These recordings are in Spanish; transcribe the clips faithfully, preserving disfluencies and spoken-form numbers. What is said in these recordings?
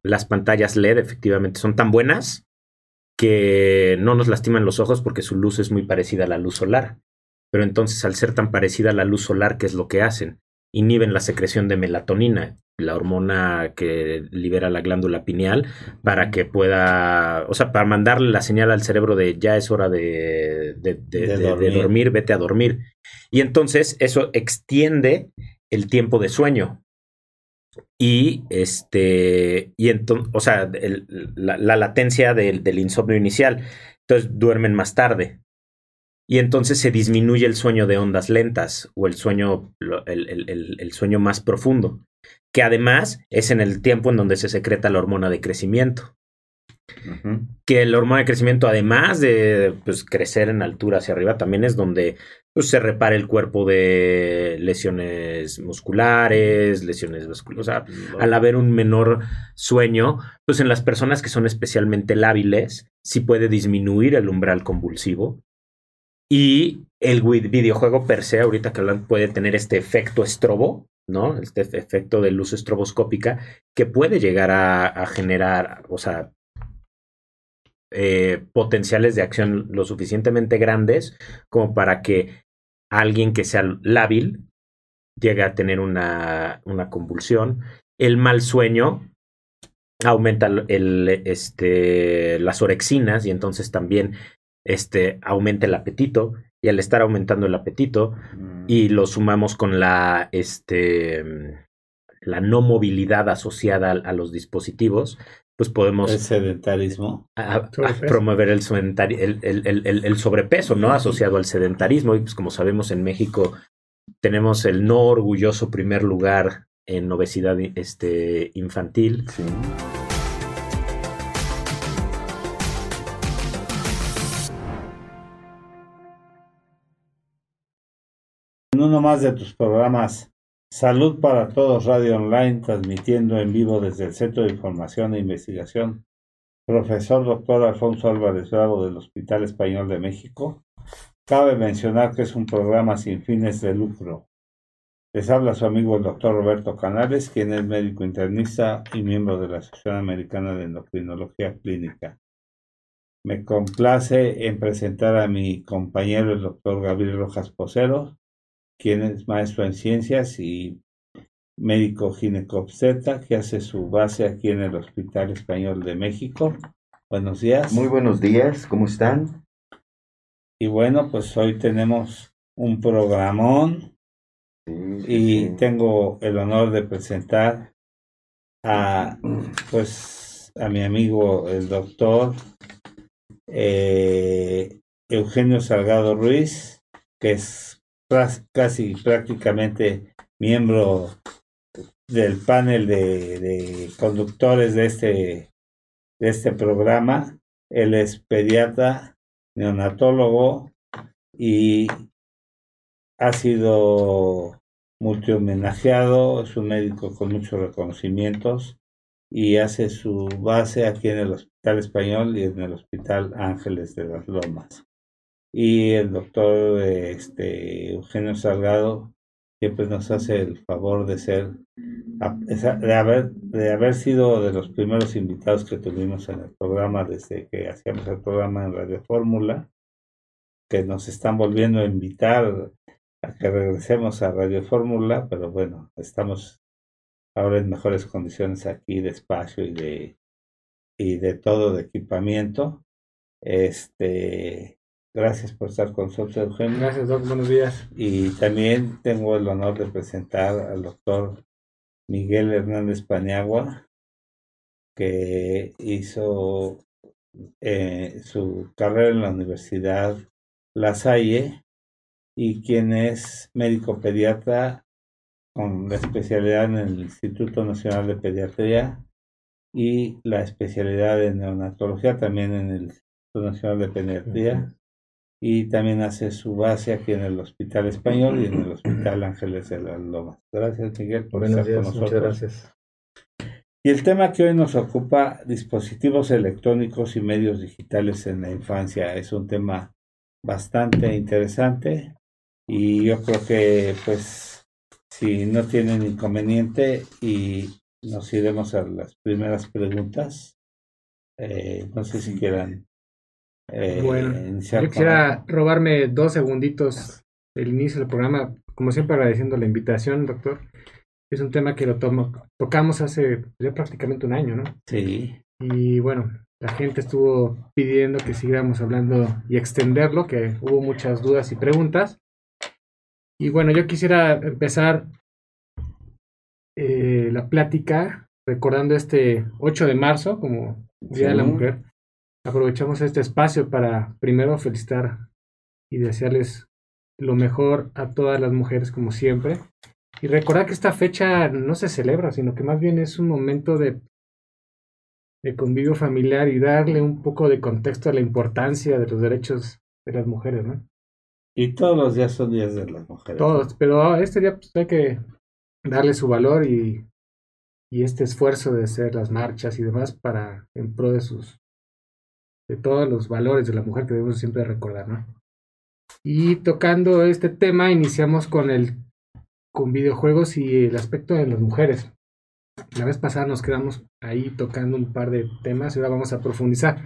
las pantallas L E D efectivamente son tan buenas que no nos lastiman los ojos porque su luz es muy parecida a la luz solar. Pero entonces, al ser tan parecida a la luz solar, ¿qué es lo que hacen? Inhiben la secreción de melatonina, la hormona que libera la glándula pineal, para que pueda, o sea, para mandarle la señal al cerebro de ya es hora de, de, de, de, de, dormir. de dormir, vete a dormir. Y entonces eso extiende el tiempo de sueño. Y este, y entonces, o sea, el, la, la latencia del, del insomnio inicial. Entonces duermen más tarde. Y entonces se disminuye el sueño de ondas lentas o el sueño, el, el, el, el sueño más profundo, que además es en el tiempo en donde se secreta la hormona de crecimiento. Uh-huh. Que la hormona de crecimiento, además de pues, crecer en altura hacia arriba, también es donde pues, se repara el cuerpo de lesiones musculares, lesiones vasculares. O sea, al haber un menor sueño, pues en las personas que son especialmente lábiles, sí puede disminuir el umbral convulsivo. Y el videojuego per se, ahorita que hablan, puede tener este efecto estrobo, ¿no? Este efecto de luz estroboscópica que puede llegar a, a generar, o sea, eh, potenciales de acción lo suficientemente grandes como para que alguien que sea lábil llegue a tener una, una convulsión. El mal sueño aumenta el, este, las orexinas y entonces también este, aumenta el apetito, y al estar aumentando el apetito mm. y lo sumamos con la, este, la no movilidad asociada a, a los dispositivos, pues podemos... El sedentarismo. A, a promover el, sedentari el, el, el, el sobrepeso, ¿no? Asociado al sedentarismo, y pues como sabemos en México tenemos el no orgulloso primer lugar en obesidad este, infantil. Sí. En uno más de tus programas Salud para Todos Radio Online, transmitiendo en vivo desde el Centro de Información e Investigación, profesor doctor Alfonso Álvarez Bravo del Hospital Español de México. Cabe mencionar que es un programa sin fines de lucro. Les habla su amigo el doctor Roberto Canales, quien es médico internista y miembro de la Asociación Americana de Endocrinología Clínica. Me complace en presentar a mi compañero el doctor Gabriel Rojas Posero, quien es maestro en ciencias y médico ginecobstetra, que hace su base aquí en el Hospital Español de México. Buenos días. Muy buenos días, ¿cómo están? Y bueno, pues hoy tenemos un programón sí, y sí. Tengo el honor de presentar a, pues, a mi amigo el doctor eh, Eugenio Salgado Ruiz, que es casi prácticamente miembro del panel de, de conductores de este, de este programa. Él es pediatra, neonatólogo y ha sido multihomenajeado, es un médico con muchos reconocimientos y hace su base aquí en el Hospital Español y en el Hospital Ángeles de las Lomas. Y el doctor este, Eugenio Salgado siempre nos hace el favor de ser, de haber, de haber sido de los primeros invitados que tuvimos en el programa desde que hacíamos el programa en Radio Fórmula, que nos están volviendo a invitar a que regresemos a Radio Fórmula, pero bueno, estamos ahora en mejores condiciones aquí de espacio y de, y de todo de equipamiento. Este... Gracias por estar con nosotros, Eugenio. Gracias, Doc. Buenos días. Y también tengo el honor de presentar al doctor Miguel Hernández Paniagua, que hizo eh, su carrera en la Universidad La Salle y quien es médico pediatra con la especialidad en el Instituto Nacional de Pediatría y la especialidad de neonatología también en el Instituto Nacional de Pediatría. Uh-huh. Y también hace su base aquí en el Hospital Español y en el Hospital Ángeles de las Lomas. Gracias, Miguel, por Buenos estar días, con nosotros. Muchas gracias. Y el tema que hoy nos ocupa, dispositivos electrónicos y medios digitales en la infancia, es un tema bastante interesante y yo creo que, pues, si no tienen inconveniente y nos iremos a las primeras preguntas. Eh, no sé si quieran eh, Bueno, iniciar yo quisiera robarme dos segunditos del inicio del programa, como siempre agradeciendo la invitación, doctor. Es un tema que lo tomo, tocamos hace ya prácticamente un año, ¿no? Sí. Y bueno, la gente estuvo pidiendo que siguiéramos hablando y extenderlo, que hubo muchas dudas y preguntas. Y bueno, yo quisiera empezar eh, la plática recordando este ocho de marzo como Día Sí. de la Mujer. Aprovechamos este espacio para primero felicitar y desearles lo mejor a todas las mujeres como siempre. Y recordar que esta fecha no se celebra, sino que más bien es un momento de, de convivio familiar y darle un poco de contexto a la importancia de los derechos de las mujeres, ¿no? Y todos los días son días de las mujeres. Todos, pero este día pues, hay que darle su valor y, y este esfuerzo de hacer las marchas y demás para en pro de sus de todos los valores de la mujer que debemos siempre recordar, ¿no? Y tocando este tema, iniciamos con el con videojuegos y el aspecto de las mujeres. La vez pasada nos quedamos ahí tocando un par de temas y ahora vamos a profundizar.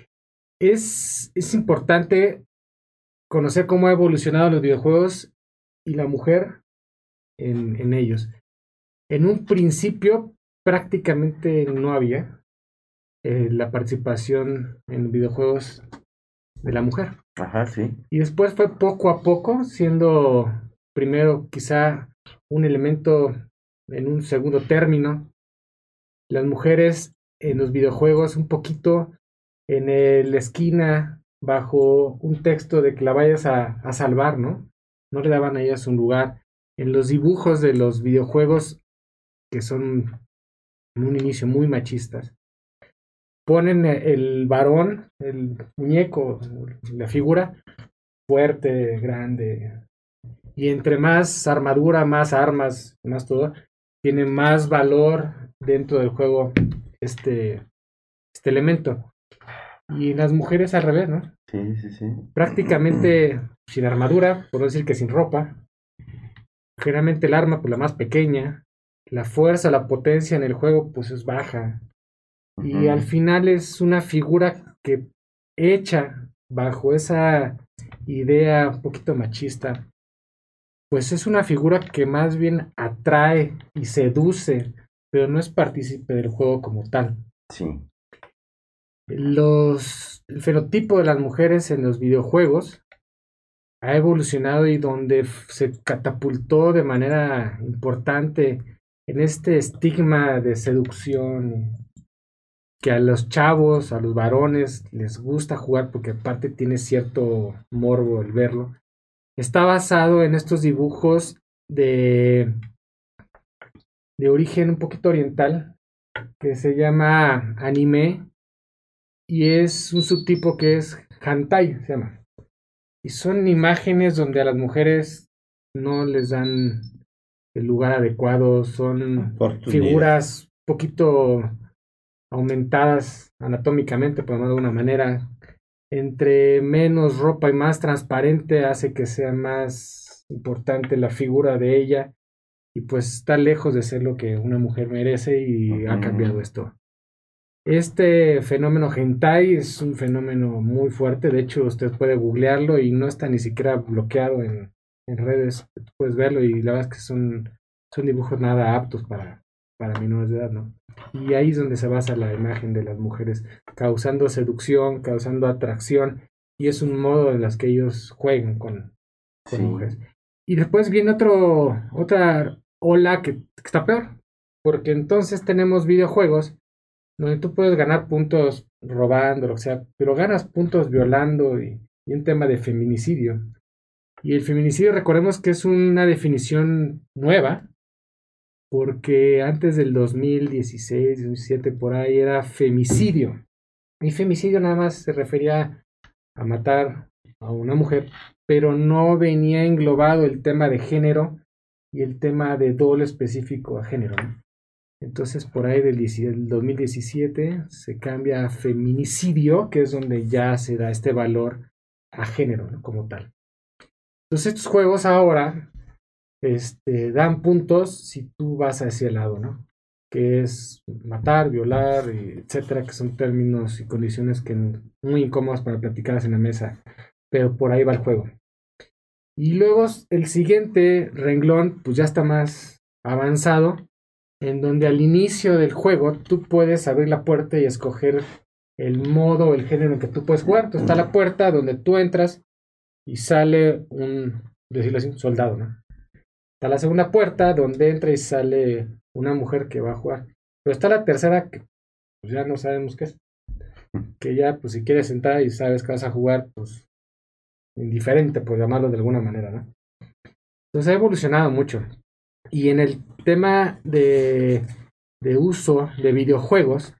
Es, es importante conocer cómo ha evolucionado los videojuegos y la mujer en, en ellos. En un principio prácticamente no había eh, la participación en videojuegos de la mujer. Ajá, sí. Y después fue poco a poco, siendo primero quizá un elemento en un segundo término. Las mujeres en los videojuegos un poquito en el- la esquina bajo un texto de que la vayas a, a salvar, ¿no? No le daban a ellas un lugar. En los dibujos de los videojuegos, que son en un inicio muy machistas, ponen el varón, el muñeco, la figura, fuerte, grande. Y entre más armadura, más armas, más todo, tiene más valor dentro del juego este, este elemento. Y las mujeres al revés, ¿no? Sí, sí, sí. Prácticamente sin armadura, por no decir que sin ropa. Generalmente el arma, pues la más pequeña. La fuerza, la potencia en el juego, pues es baja. Y Ujú. al final es una figura que hecha bajo esa idea un poquito machista, pues es una figura que más bien atrae y seduce, pero no es partícipe del juego como tal. Sí. Los, el fenotipo de las mujeres en los videojuegos ha evolucionado y donde f- se catapultó de manera importante en este estigma de seducción que a los chavos, a los varones les gusta jugar porque aparte tiene cierto morbo el verlo. Está basado en estos dibujos de, de origen un poquito oriental que se llama anime y es un subtipo que es hentai, se llama. Y son imágenes donde a las mujeres no les dan el lugar adecuado, son Oportunidad. figuras un poquito aumentadas anatómicamente, por llamarlo de alguna manera. Entre menos ropa y más transparente hace que sea más importante la figura de ella y pues está lejos de ser lo que una mujer merece y ha Ujú. cambiado esto. Este fenómeno hentai es un fenómeno muy fuerte, de hecho usted puede googlearlo y no está ni siquiera bloqueado en, en redes, puedes verlo y la verdad es que son, son dibujos nada aptos para, para menores de edad, ¿no? Y ahí es donde se basa la imagen de las mujeres, causando seducción, causando atracción, y es un modo en las que ellos juegan con, con Sí. mujeres. Y después viene otro, otra ola que, que está peor, porque entonces tenemos videojuegos donde tú puedes ganar puntos robando, lo que sea, pero ganas puntos violando y, y un tema de feminicidio. Y el feminicidio, recordemos que es una definición nueva, porque antes del dos mil dieciséis, dos mil diecisiete, por ahí era femicidio. Y femicidio nada más se refería a matar a una mujer, pero no venía englobado el tema de género y el tema de dolo específico a género, ¿no? Entonces, por ahí del, del dos mil diecisiete se cambia a feminicidio, que es donde ya se da este valor a género, ¿no? Como tal. Entonces, estos juegos ahora este, dan puntos si tú vas a ese lado, ¿no? que es matar, violar, etcétera, que son términos y condiciones que muy incómodas para platicarlas en la mesa, pero por ahí va el juego. Y luego el siguiente renglón, pues ya está más avanzado, en donde al inicio del juego tú puedes abrir la puerta y escoger el modo o el género en que tú puedes jugar. Entonces está la puerta donde tú entras y sale un, decirlo así, un soldado, ¿no? Está la segunda puerta donde entra y sale una mujer que va a jugar. Pero está la tercera que pues ya no sabemos qué es. Que ya, pues si quieres entrar y sabes que vas a jugar, pues indiferente, por llamarlo de alguna manera, ¿no? Entonces ha evolucionado mucho. Y en el tema de, de uso de videojuegos,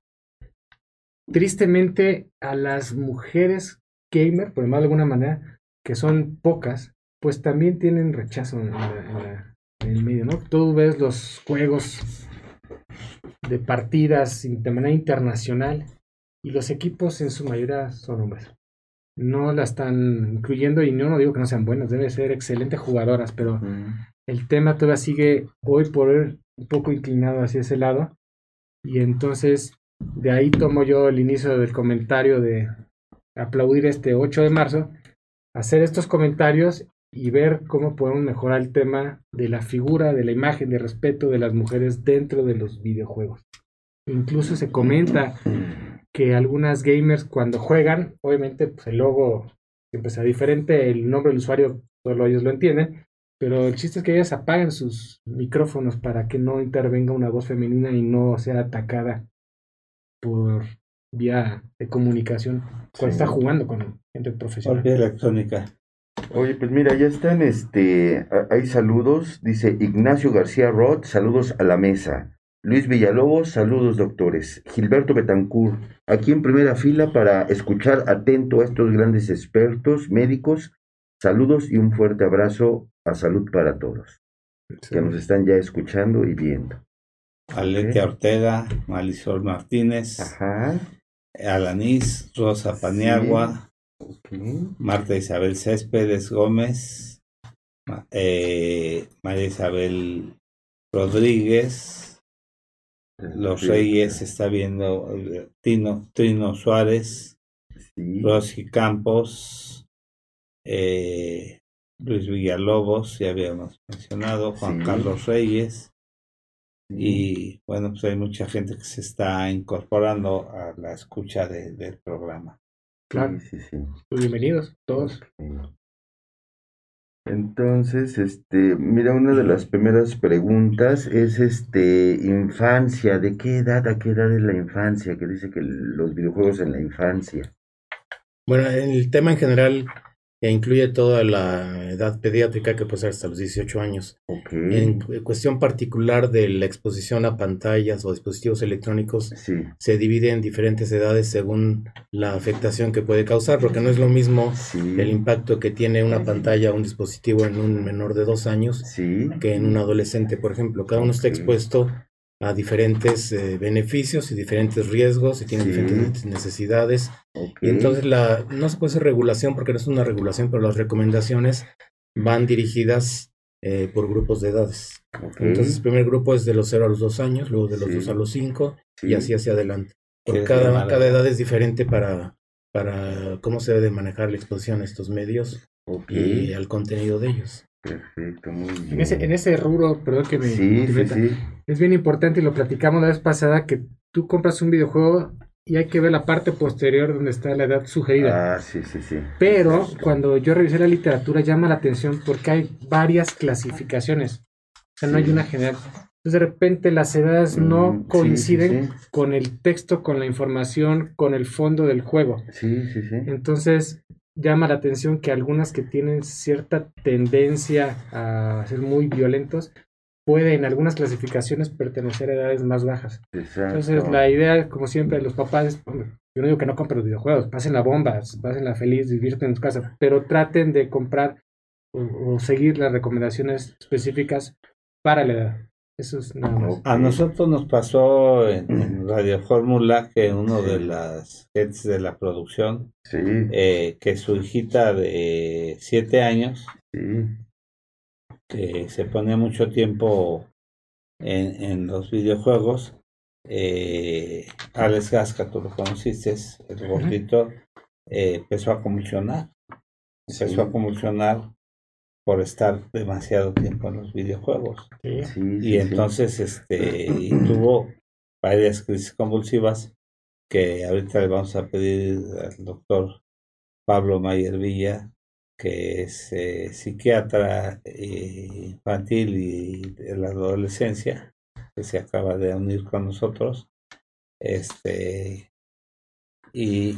tristemente a las mujeres gamer, por llamarlo de alguna manera, que son pocas, pues también tienen rechazo en, la, en, la, en el medio, ¿no? Tú ves los juegos de partidas de manera internacional y los equipos en su mayoría son hombres. No la están incluyendo y no, no digo que no sean buenas, deben ser excelentes jugadoras, pero mm. el tema todavía sigue hoy por hoy un poco inclinado hacia ese lado y entonces de ahí tomo yo el inicio del comentario de aplaudir este ocho de marzo, hacer estos comentarios y ver cómo podemos mejorar el tema de la figura, de la imagen, de respeto de las mujeres dentro de los videojuegos. Incluso se comenta que algunas gamers cuando juegan, obviamente pues el logo siempre sea diferente, el nombre del usuario solo ellos lo entienden, pero el chiste es que ellas apaguen sus micrófonos para que no intervenga una voz femenina y no sea atacada por vía de comunicación cuando sí. está jugando con gente profesional. Por vía electrónica. Oye, pues mira, ya están, este, hay saludos, dice Ignacio García Roth, saludos a la mesa. Luis Villalobos, saludos doctores. Gilberto Betancourt, aquí en primera fila para escuchar atento a estos grandes expertos médicos. Saludos y un fuerte abrazo a salud para todos, sí. que nos están ya escuchando y viendo. Aletia okay. Ortega, Marisol Martínez, Ajá. Alanis, Rosa Paniagua, sí. okay. Marta Isabel Céspedes Gómez, eh, María Isabel Rodríguez, Los sí, Reyes sí. está viendo Tino, Trino Suárez, sí. Rosy Campos, eh, Luis Villalobos, ya habíamos mencionado, Juan sí. Carlos Reyes, sí. y bueno, pues hay mucha gente que se está incorporando a la escucha de, del programa. Claro, sí, sí, sí. Bienvenidos todos. Okay. Entonces, este, mira, una de las primeras preguntas es, este, infancia, ¿de qué edad, a qué edad es la infancia? Que dice que los videojuegos en la infancia. Bueno, el tema en general e incluye toda la edad pediátrica que puede ser hasta los dieciocho años. Okay. En cuestión particular de la exposición a pantallas o dispositivos electrónicos, sí. se divide en diferentes edades según la afectación que puede causar, porque no es lo mismo sí. el impacto que tiene una pantalla o un dispositivo en un menor de dos años sí. que en un adolescente, por ejemplo. Cada uno está expuesto a diferentes eh, beneficios y diferentes riesgos y tiene sí. diferentes necesidades. Okay. Y entonces la, no se puede hacer regulación porque no es una regulación, pero las recomendaciones van dirigidas eh, por grupos de edades. Okay. Entonces el primer grupo es de los cero a los dos años, luego de los sí. dos a los cinco sí. y así hacia adelante. Porque cada, cada edad es diferente para, para cómo se debe manejar la exposición a estos medios okay. y al contenido de ellos. Perfecto, muy bien. En ese, en ese rubro, perdón que me, sí, me sí, sí. es bien importante y lo platicamos la vez pasada que tú compras un videojuego y hay que ver la parte posterior donde está la edad sugerida. Ah, sí, sí, sí. Pero Exacto. cuando yo revisé la literatura llama la atención porque hay varias clasificaciones. O sea, no sí. hay una general. Entonces de repente las edades mm, no coinciden sí, sí, sí. con el texto, con la información, con el fondo del juego. Sí, sí, sí. Entonces llama la atención que algunas que tienen cierta tendencia a ser muy violentos pueden en algunas clasificaciones pertenecer a edades más bajas. Exacto. Entonces la idea, como siempre, de los papás es, hombre, yo no digo que no compren los videojuegos, pasen la bomba, pasen la feliz, divirten en su casa, pero traten de comprar o, o seguir las recomendaciones específicas para la edad. Eso es nada más. A nosotros nos pasó en, en Radio Fórmula que uno de las gentes de la producción, sí. eh, que su hijita de siete años, sí. que se ponía mucho tiempo en, en los videojuegos, eh, Alex Gasca, tú lo conociste, el gordito, eh, empezó a convulsionar. Empezó Sí. a convulsionar por estar demasiado tiempo en los videojuegos. Sí. Sí, Y sí, entonces este y tuvo varias crisis convulsivas que ahorita le vamos a pedir al doctor Pablo Mayer Villa, que es eh, psiquiatra eh, infantil y de la adolescencia, que se acaba de unir con nosotros, este y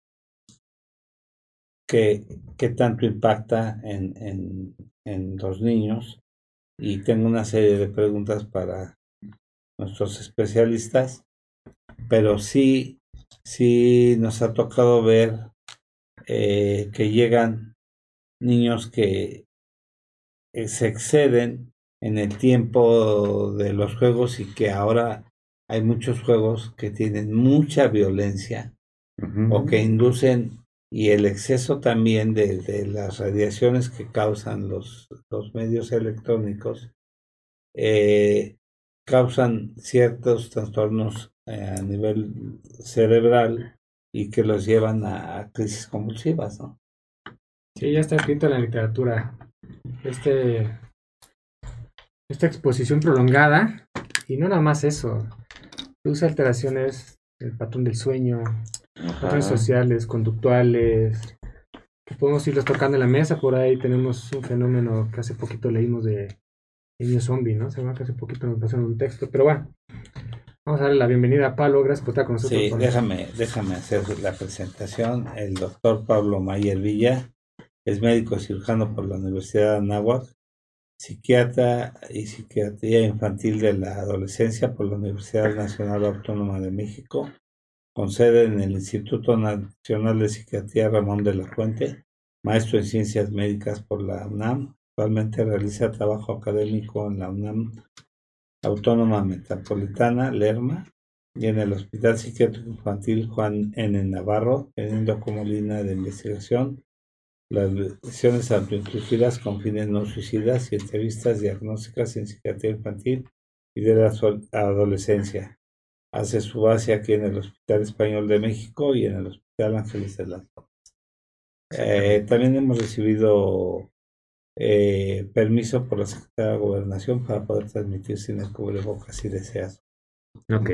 que, que tanto impacta en, en, en los niños. Y tengo una serie de preguntas para nuestros especialistas, pero sí, sí nos ha tocado ver eh, que llegan niños que eh, se exceden en el tiempo de los juegos y que ahora hay muchos juegos que tienen mucha violencia Ujú. o que inducen, y el exceso también de, de las radiaciones que causan los, los medios electrónicos eh, causan ciertos trastornos eh, a nivel cerebral y que los llevan a, a crisis convulsivas, ¿no? Sí, ya está escrito en la literatura. Este, esta exposición prolongada, y no nada más eso, produce alteraciones del patrón del sueño, Ajá. patrones sociales, conductuales, que podemos irlos tocando en la mesa. Por ahí tenemos un fenómeno que hace poquito leímos de niño zombie, ¿no? Se llama que hace poquito nos pasaron un texto, pero bueno, vamos a darle la bienvenida a Pablo. Gracias por estar con nosotros. Sí, Pablo. déjame, déjame hacer la presentación. El doctor Pablo Mayer Villa es médico cirujano por la Universidad de Anáhuac, psiquiatra y psiquiatría infantil de la adolescencia por la Universidad Nacional Autónoma de México, con sede en el Instituto Nacional de Psiquiatría Ramón de la Fuente, maestro en ciencias médicas por la UNAM. Actualmente realiza trabajo académico en la UNAM Autónoma Metropolitana, Lerma, y en el Hospital Psiquiátrico Infantil Juan N. Navarro, teniendo como línea de investigación las lesiones autoinfligidas con fines no suicidas y entrevistas diagnósticas en psiquiatría infantil y de la adolescencia. Hace su base aquí en el Hospital Español de México y en el Hospital Ángeles de las Lomas. Eh, también hemos recibido eh, permiso por la Secretaría de Gobernación para poder transmitir sin el cubrebocas si deseas. Ok.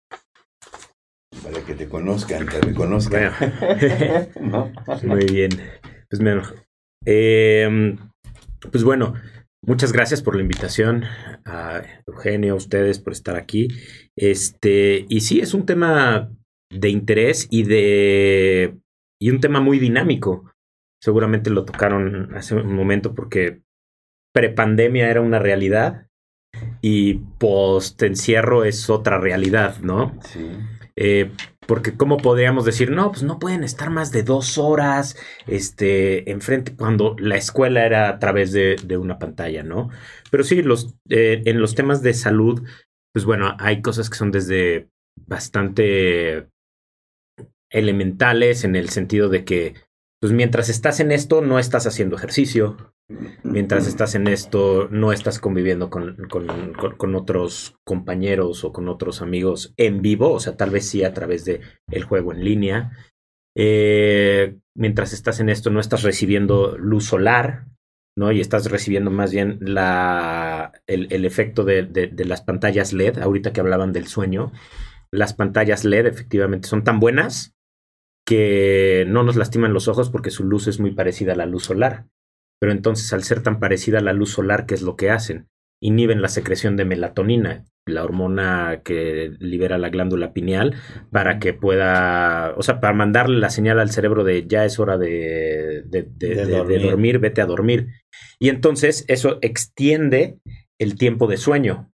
Para que te conozcan, te reconozcan. Bueno. ¿No? Muy bien. Pues, bueno, eh, pues bueno, muchas gracias por la invitación a Eugenio, a ustedes por estar aquí. Este, y sí, es un tema de interés y de y un tema muy dinámico. Seguramente lo tocaron hace un momento porque prepandemia era una realidad y post-encierro es otra realidad, ¿no? Sí. Eh, porque cómo podríamos decir, no, pues no pueden estar más de dos horas este, enfrente cuando la escuela era a través de, de una pantalla, ¿no? Pero sí, los, eh, en los temas de salud, pues bueno, hay cosas que son desde bastante elementales en el sentido de que, pues mientras estás en esto, no estás haciendo ejercicio. Mientras estás en esto, no estás conviviendo con, con, con, con otros compañeros o con otros amigos en vivo, o sea, tal vez sí a través de el juego en línea. Eh, mientras estás en esto, no estás recibiendo luz solar, ¿no? Y estás recibiendo más bien la, el, el efecto de, de, de las pantallas L E D. Ahorita que hablaban del sueño, las pantallas L E D efectivamente son tan buenas que no nos lastiman los ojos porque su luz es muy parecida a la luz solar. Pero entonces, al ser tan parecida a la luz solar, ¿qué es lo que hacen? Inhiben la secreción de melatonina, la hormona que libera la glándula pineal, para que pueda, o sea, para mandarle la señal al cerebro de ya es hora de, de, de, De de, dormir. de dormir, vete a dormir. Y entonces eso extiende el tiempo de sueño.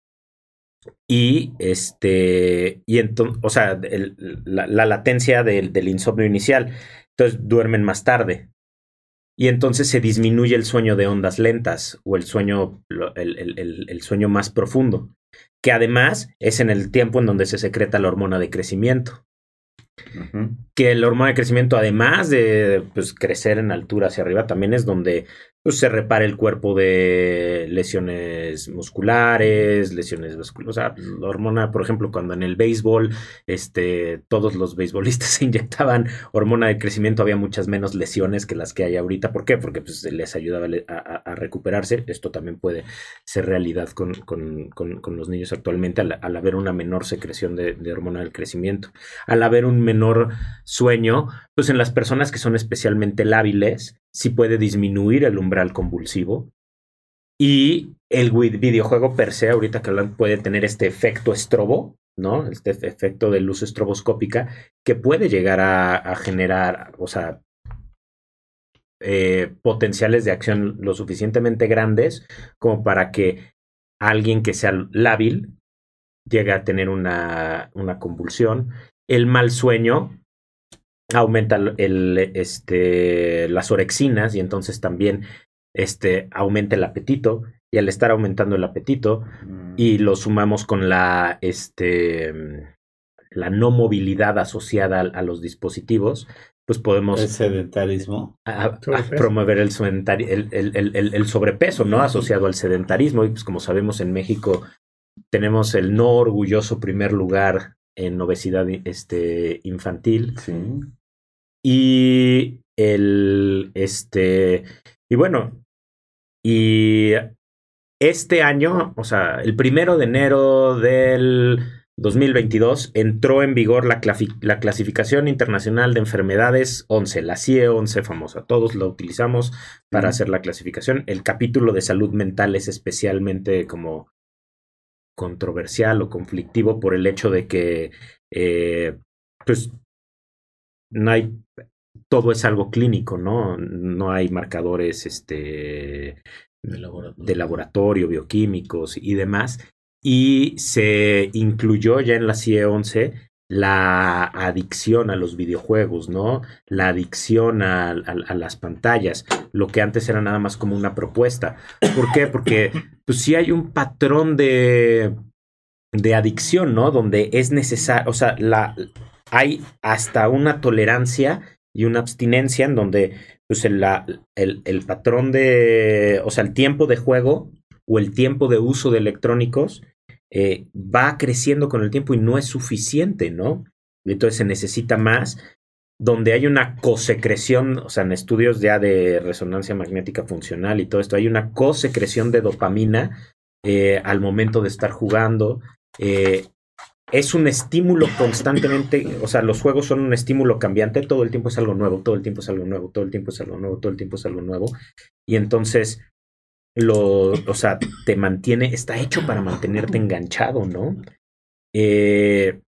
Y este, y entonces, o sea, el, la, la latencia del, del insomnio inicial. Entonces duermen más tarde. Y entonces se disminuye el sueño de ondas lentas o el sueño, el, el, el, el sueño más profundo, que además es en el tiempo en donde se secreta la hormona de crecimiento. Uh-huh. Que la hormona de crecimiento, además de pues, crecer en altura hacia arriba, también es donde pues se repara el cuerpo de lesiones musculares, lesiones vasculares. O sea, la hormona, por ejemplo, cuando en el béisbol, este, todos los beisbolistas se inyectaban hormona de crecimiento, había muchas menos lesiones que las que hay ahorita. ¿Por qué? Porque pues, les ayudaba a, a, a recuperarse. Esto también puede ser realidad con, con, con, con los niños actualmente, al, al haber una menor secreción de, de hormona del crecimiento. Al haber un menor sueño, pues en las personas que son especialmente lábiles, sí puede disminuir el umbral convulsivo, y el videojuego per se, ahorita que hablan, puede tener este efecto estrobo, ¿no? Este efecto de luz estroboscópica que puede llegar a, a generar, o sea, eh, potenciales de acción lo suficientemente grandes como para que alguien que sea lábil llegue a tener una, una convulsión. El mal sueño aumenta el, este, las orexinas, y entonces también este, aumenta el apetito, y al estar aumentando el apetito mm. y lo sumamos con la, este, la no movilidad asociada a, a los dispositivos, pues podemos... El sedentarismo. A, a promover el, el, el, el, el sobrepeso, ¿no? Asociado al sedentarismo, y pues como sabemos en México tenemos el no orgulloso primer lugar en obesidad este, infantil. Sí. Y el, este, y bueno, y este año, o sea, el primero de enero del dos mil veintidós, entró en vigor la, la Clasificación Internacional de Enfermedades once, la C I E once famosa. Todos la utilizamos para mm. hacer la clasificación. El capítulo de salud mental es especialmente como controversial o conflictivo por el hecho de que, eh, pues, no hay, todo es algo clínico, ¿no? No hay marcadores este, de, laboratorio. de laboratorio, bioquímicos y demás. Y se incluyó ya en la C I E once la adicción a los videojuegos, ¿no? La adicción a, a, a las pantallas, lo que antes era nada más como una propuesta. ¿Por qué? Porque pues sí hay un patrón de, de adicción, ¿no? Donde es necesario, o sea, la... hay hasta una tolerancia y una abstinencia en donde pues, el, la, el, el patrón de, o sea, el tiempo de juego o el tiempo de uso de electrónicos eh, va creciendo con el tiempo y no es suficiente, ¿no? Entonces se necesita más, donde hay una cosecreción, o sea, en estudios ya de resonancia magnética funcional y todo esto, hay una cosecreción de dopamina eh, al momento de estar jugando. Eh, Es un estímulo constantemente, o sea, los juegos son un estímulo cambiante, todo el tiempo es algo nuevo, todo el tiempo es algo nuevo, todo el tiempo es algo nuevo, todo el tiempo es algo nuevo. Y entonces, lo, o sea, te mantiene, está hecho para mantenerte enganchado, ¿no? Eh,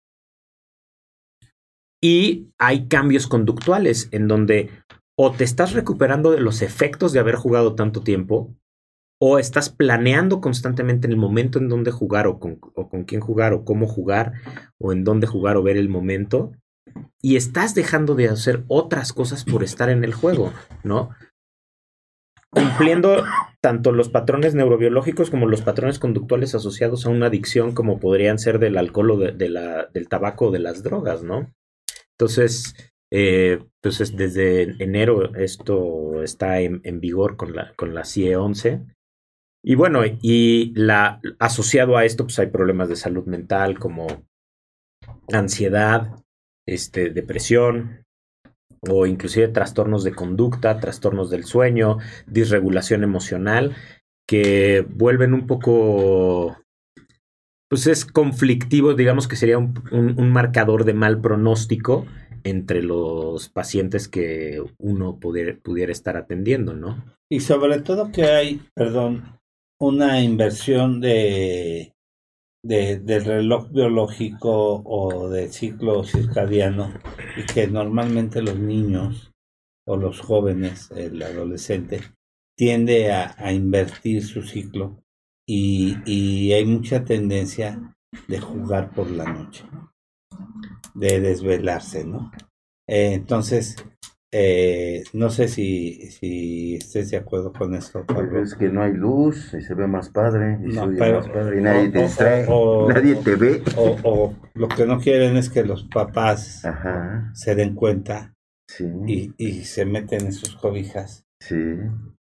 y hay cambios conductuales en donde o te estás recuperando de los efectos de haber jugado tanto tiempo, o estás planeando constantemente en el momento en dónde jugar, o con, o con quién jugar, o cómo jugar, o en dónde jugar, o ver el momento, y estás dejando de hacer otras cosas por estar en el juego, ¿no? Cumpliendo tanto los patrones neurobiológicos como los patrones conductuales asociados a una adicción, como podrían ser del alcohol o de, de la, del tabaco o de las drogas, ¿no? Entonces, eh, pues desde enero esto está en, en vigor con la, con la C I E once. Y bueno, y la, asociado a esto, pues hay problemas de salud mental como ansiedad, este, depresión, o inclusive trastornos de conducta, trastornos del sueño, disregulación emocional, que vuelven un poco, pues es conflictivo, digamos que sería un, un, un marcador de mal pronóstico entre los pacientes que uno pudiera, pudiera estar atendiendo, ¿no? Y sobre todo que hay, perdón, una inversión de, de del reloj biológico o del ciclo circadiano, y que normalmente los niños o los jóvenes, el adolescente, tiende a, a invertir su ciclo, y, y hay mucha tendencia de jugar por la noche, de desvelarse, ¿no? Eh, entonces, eh, no sé si, si estés de acuerdo con esto, Pablo. Es que no hay luz y se ve más padre y no, se oye pero, más padre y nadie o, te distrae, o, nadie te ve. O, o lo que no quieren es que los papás Ajá. se den cuenta Sí. y, y se meten en sus cobijas. Sí.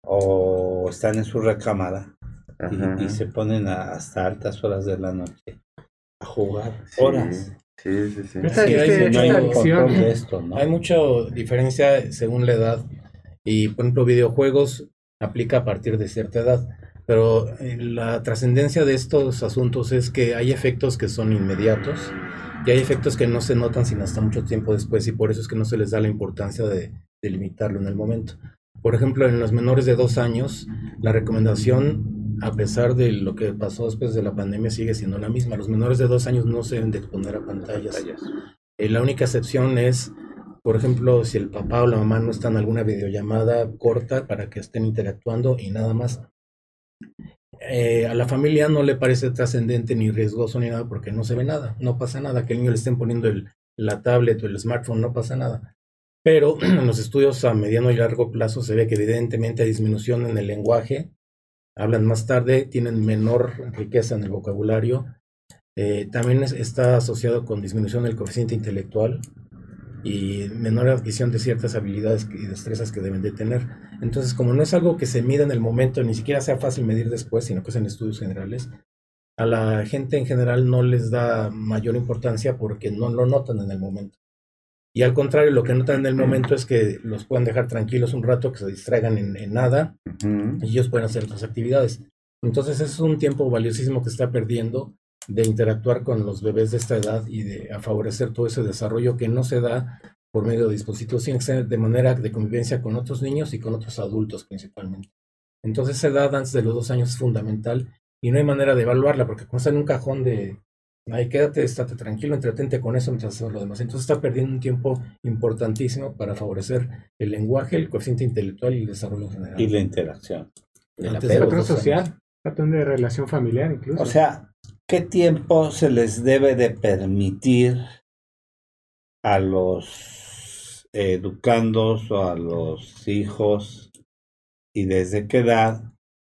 o están en su recámara Ajá. y, y se ponen a- hasta altas horas de la noche a jugar Sí, horas. Sí, sí, sí. Esta, Sí, hay este- mucho- No hay esta un adicción, control de esto, ¿no? Hay mucha diferencia según la edad y, por ejemplo, videojuegos aplica a partir de cierta edad, pero eh, la trascendencia de estos asuntos es que hay efectos que son inmediatos y hay efectos que no se notan sino hasta mucho tiempo después y por eso es que no se les da la importancia de, de limitarlo en el momento. Por ejemplo, en los menores de dos años, la recomendación, a pesar de lo que pasó después de la pandemia, sigue siendo la misma. Los menores de dos años no se deben de exponer a pantallas. Pantallas. Eh, la única excepción es, por ejemplo, si el papá o la mamá no están en alguna videollamada corta para que estén interactuando y nada más. Eh, a la familia no le parece trascendente ni riesgoso ni nada porque no se ve nada, no pasa nada, que el niño le estén poniendo el, la tablet o el smartphone, no pasa nada. Pero en los estudios a mediano y largo plazo se ve que evidentemente hay disminución en el lenguaje, hablan más tarde, tienen menor riqueza en el vocabulario, eh, también es- está asociado con disminución del coeficiente intelectual y menor adquisición de ciertas habilidades y destrezas que deben de tener. Entonces, como no es algo que se mida en el momento, ni siquiera sea fácil medir después, sino que es en estudios generales, a la gente en general no les da mayor importancia porque no lo notan en el momento. Y al contrario, lo que notan en el momento es que los pueden dejar tranquilos un rato, que se distraigan en, en nada, Ujú. y ellos pueden hacer otras actividades. Entonces es un tiempo valiosísimo que está perdiendo de interactuar con los bebés de esta edad y de a favorecer todo ese desarrollo que no se da por medio de dispositivos, sino que se da de manera de convivencia con otros niños y con otros adultos principalmente. Entonces esa edad antes de los dos años es fundamental y no hay manera de evaluarla porque como está en un cajón de, ay, quédate, estate tranquilo, entretente con eso mientras haces lo demás. Entonces está perdiendo un tiempo importantísimo para favorecer el lenguaje, el coeficiente intelectual y el desarrollo general. Y la interacción. De la Antes de pedo. los patrón dos años. social, patrón de relación familiar incluso. O sea, ¿qué tiempo se les debe de permitir a los educandos o a los hijos y desde qué edad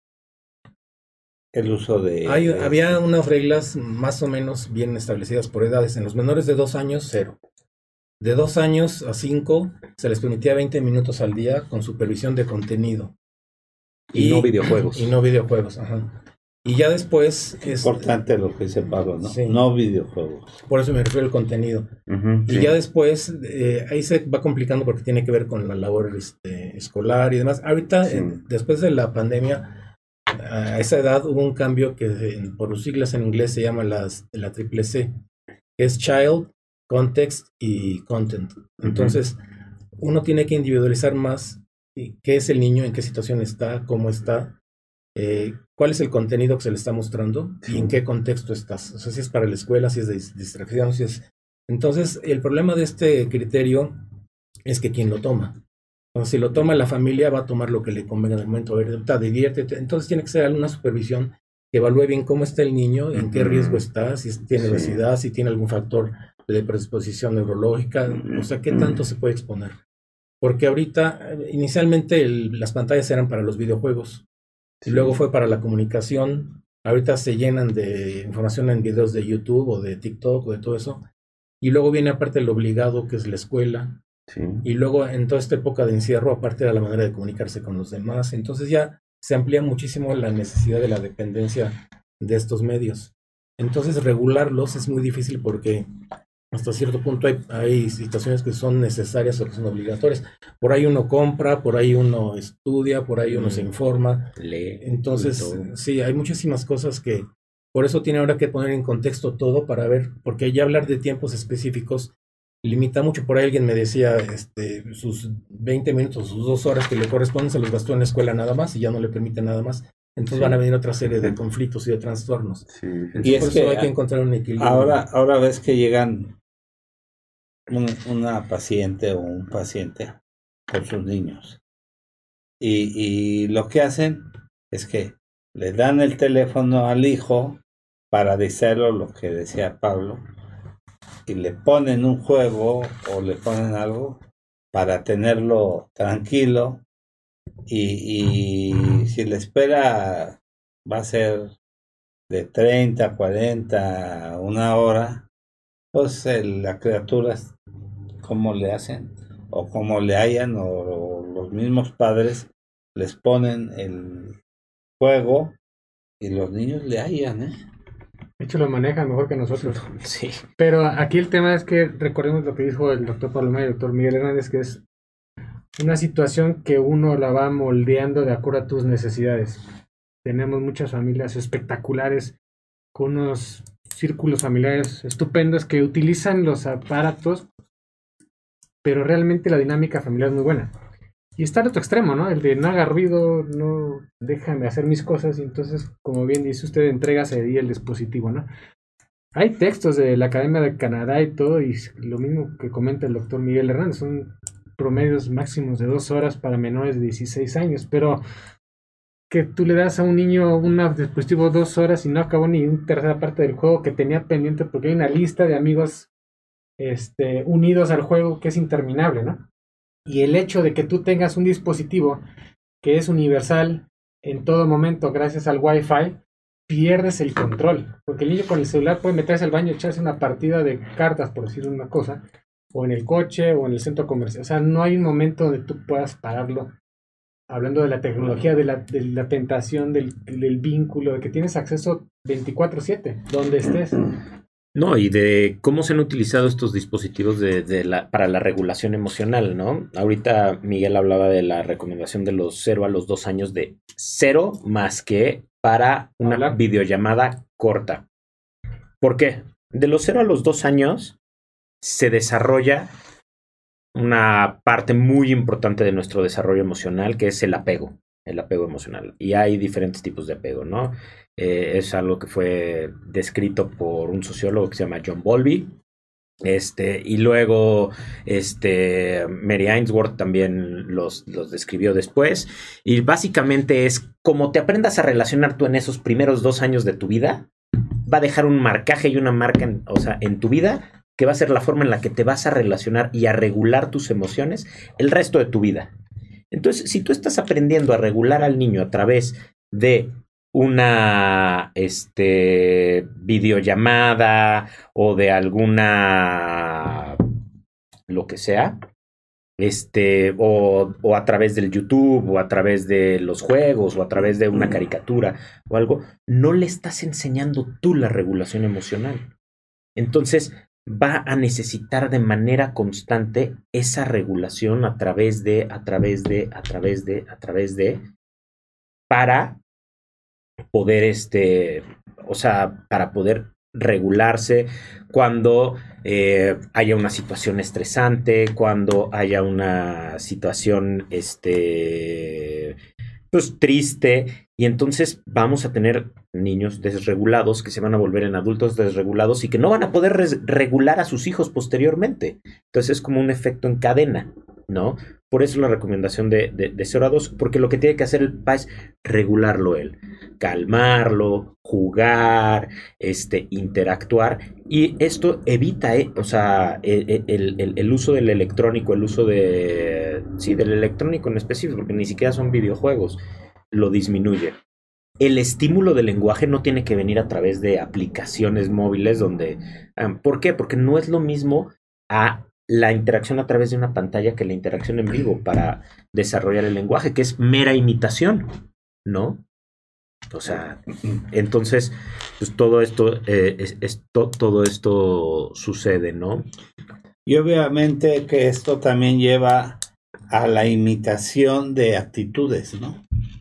el uso de... Hay- de había este- unas reglas más o menos bien establecidas por edades. En los menores de dos años, cero. De dos años a cinco se les permitía veinte minutos al día con supervisión de contenido. Y no videojuegos. Y no videojuegos, ajá. Y ya después es Importante lo que dice Pablo, ¿no? Sí. No videojuegos. por eso me refiero al contenido. Ujú, Y sí. ya después, eh, ahí se va complicando porque tiene que ver con la labor este, escolar y demás. Ahorita, Sí. eh, después de la pandemia, a esa edad hubo un cambio que eh, por sus siglas en inglés se llama las, la triple C, que es Child, Context y Content. Entonces, uno tiene que individualizar más y qué es el niño, en qué situación está, cómo está, eh, cuál es el contenido que se le está mostrando y en qué contexto estás. O sea, si es para la escuela, si es de dis- distracción, si es... Entonces, el problema de este criterio es que quien lo toma. Entonces, si lo toma la familia, va a tomar lo que le convenga en el momento. A ver, ahorita diviértete. Entonces, tiene que ser alguna supervisión que evalúe bien cómo está el niño, en qué Ujú. riesgo está, si tiene Sí. obesidad, si tiene algún factor de predisposición neurológica, o sea, qué tanto se puede exponer. Porque ahorita, eh, inicialmente el- las pantallas eran para los videojuegos, y luego fue para la comunicación. Ahorita se llenan de información en videos de YouTube o de TikTok o de todo eso. Y luego viene aparte el obligado, que es la escuela. Sí. Y luego en toda esta época de encierro, aparte era la manera de comunicarse con los demás. Entonces ya se amplía muchísimo la necesidad de la dependencia de estos medios. Entonces regularlos es muy difícil porque hasta cierto punto hay, hay situaciones que son necesarias o que son obligatorias. Por ahí uno compra, por ahí uno estudia, por ahí uno Mm. se informa. Lee. Entonces, y todo. sí, hay muchísimas cosas que por eso tiene ahora que poner en contexto todo para ver, porque ya hablar de tiempos específicos limita mucho. Por ahí alguien me decía, este, sus veinte minutos, sus dos horas que le corresponden se los gastó en la escuela nada más y ya no le permite nada más. Entonces Sí. van a venir otra serie de conflictos y de trastornos. Sí, sí. Entonces, Y es por eso que hay que encontrar un equilibrio. Ahora, ahora ves que llegan un- una paciente o un paciente con sus niños. Y, y lo que hacen es que le dan el teléfono al hijo para distraerlo, lo que decía Pablo, y le ponen un juego o le ponen algo para tenerlo tranquilo. Y, y si la espera va a ser de treinta, cuarenta, una hora, pues el- la criatura, cómo le hacen, o cómo le hayan, o, o los mismos padres les ponen el juego y los niños le hallan, ¿eh? De hecho, lo manejan mejor que nosotros. Sí. Pero aquí el tema es que recordemos lo que dijo el doctor Paloma y el doctor Miguel Hernández, que es una situación que uno la va moldeando de acuerdo a tus necesidades. Tenemos muchas familias espectaculares con unos círculos familiares estupendos que utilizan los aparatos, pero realmente la dinámica familiar es muy buena. Y está el otro extremo, ¿no? El de no haga ruido, no déjame hacer mis cosas, y entonces, como bien dice usted, entrégase ahí el dispositivo, ¿no? Hay textos de la Academia de Canadá y todo, y lo mismo que comenta el doctor Miguel Hernández, son promedios máximos de dos horas para menores de dieciséis años, pero que tú le das a un niño un dispositivo dos horas y no acabó ni una tercera parte del juego que tenía pendiente porque hay una lista de amigos este, unidos al juego que es interminable, ¿no? Y el hecho de que tú tengas un dispositivo que es universal en todo momento gracias al Wi-Fi, pierdes el control. Porque el niño con el celular puede meterse al baño y echarse una partida de cartas, por decir una cosa, o en el coche o en el centro comercial. O sea, no hay un momento donde tú puedas pararlo. Hablando de la tecnología, de la, de la tentación, del, del vínculo, de que tienes acceso veinticuatro siete, donde estés. No, y de cómo se han utilizado estos dispositivos de, de la, para la regulación emocional, ¿no? Ahorita Miguel hablaba de la recomendación de los cero a los dos años de cero más que para una Hola. videollamada corta. ¿Por qué? De los cero a los dos años se desarrolla una parte muy importante de nuestro desarrollo emocional, que es el apego, el apego emocional. Y hay diferentes tipos de apego, ¿no? Eh, es algo que fue descrito por un sociólogo que se llama John Bowlby. Este, y luego este, Mary Ainsworth también los, los describió después. Y básicamente es como te aprendas a relacionar tú en esos primeros dos años de tu vida, va a dejar un marcaje y una marca en, o sea, en tu vida, que va a ser la forma en la que te vas a relacionar y a regular tus emociones el resto de tu vida. Entonces, si tú estás aprendiendo a regular al niño a través de una este, videollamada o de alguna lo que sea, este, o, o a través del YouTube, o a través de los juegos, o a través de una caricatura o algo, no le estás enseñando tú la regulación emocional. Entonces va a necesitar de manera constante esa regulación a través de, a través de, a través de, a través de, para poder, este, o sea, para poder regularse cuando eh, haya una situación estresante, cuando haya una situación, este, pues triste, y entonces vamos a tener niños desregulados que se van a volver en adultos desregulados y que no van a poder regular a sus hijos posteriormente. Entonces es como un efecto en cadena, ¿no? Por eso la recomendación de, de, de cero a dos, porque lo que tiene que hacer el papá es regularlo él, calmarlo, jugar, este, interactuar, y esto evita, eh, o sea, el, el, el, el uso del electrónico, el uso de, sí, del electrónico en específico, porque ni siquiera son videojuegos, lo disminuye. El estímulo del lenguaje no tiene que venir a través de aplicaciones móviles donde, um, ¿por qué? Porque no es lo mismo a la interacción a través de una pantalla que la interacción en vivo para desarrollar el lenguaje, que es mera imitación, ¿no? O sea, entonces, pues todo esto, eh, es, es to, todo esto sucede, ¿no? Y obviamente que esto también lleva a la imitación de actitudes, ¿no?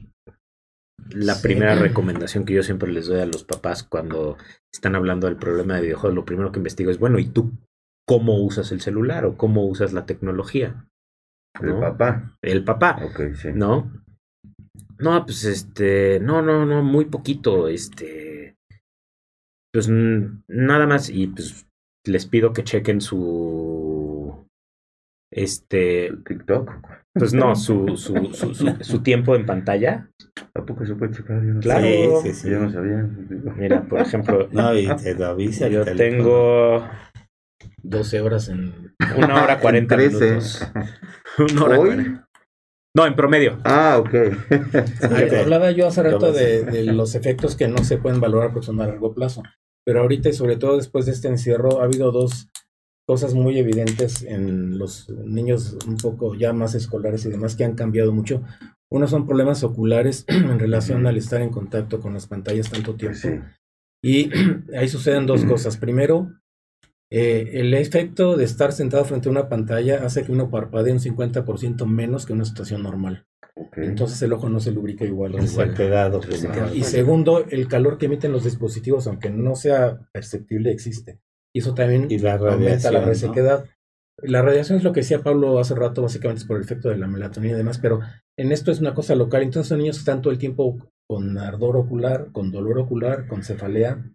La Sí. primera recomendación que yo siempre les doy a los papás cuando están hablando del problema de videojuegos, lo primero que investigo es, bueno, ¿y tú cómo usas el celular o cómo usas la tecnología? El ¿no? papá. El papá, Ok, sí. ¿no? No, pues este, no, no, no, muy poquito, este, pues n- nada más, y pues les pido que chequen su, este, TikTok. pues no, su, su, su, su, su tiempo en pantalla. ¿A poco se puede checar? Yo no Claro. sabía. Sí, sí, sí. Yo no sabía. Mira, por ejemplo, No, y te lo avisa el yo teléfono. tengo doce horas en... una hora cuarenta En trece. minutos. Una hora ¿Hoy? cuarenta. No, en promedio. Ah, ok. Ah, hablaba yo hace rato Yo de, me- de los efectos que no se pueden valorar porque son a largo plazo. Pero ahorita y sobre todo después de este encierro ha habido dos cosas muy evidentes en los niños un poco ya más escolares y demás que han cambiado mucho. Uno son problemas oculares en relación al estar en contacto con las pantallas tanto tiempo. Sí. Y ahí suceden dos cosas. Primero, eh, el efecto de estar sentado frente a una pantalla hace que uno parpadee un cincuenta por ciento menos que una situación normal. Okay. Entonces el ojo no se lubrica igual. igual. Resequedado. Y segundo, el calor que emiten los dispositivos, aunque no sea perceptible, existe. Y eso también Y la aumenta radiación, la ¿no? resequedad. La radiación es lo que decía Pablo hace rato, básicamente es por el efecto de la melatonina y demás, pero en esto es una cosa local. Entonces son niños que están todo el tiempo con ardor ocular, con dolor ocular, con cefalea.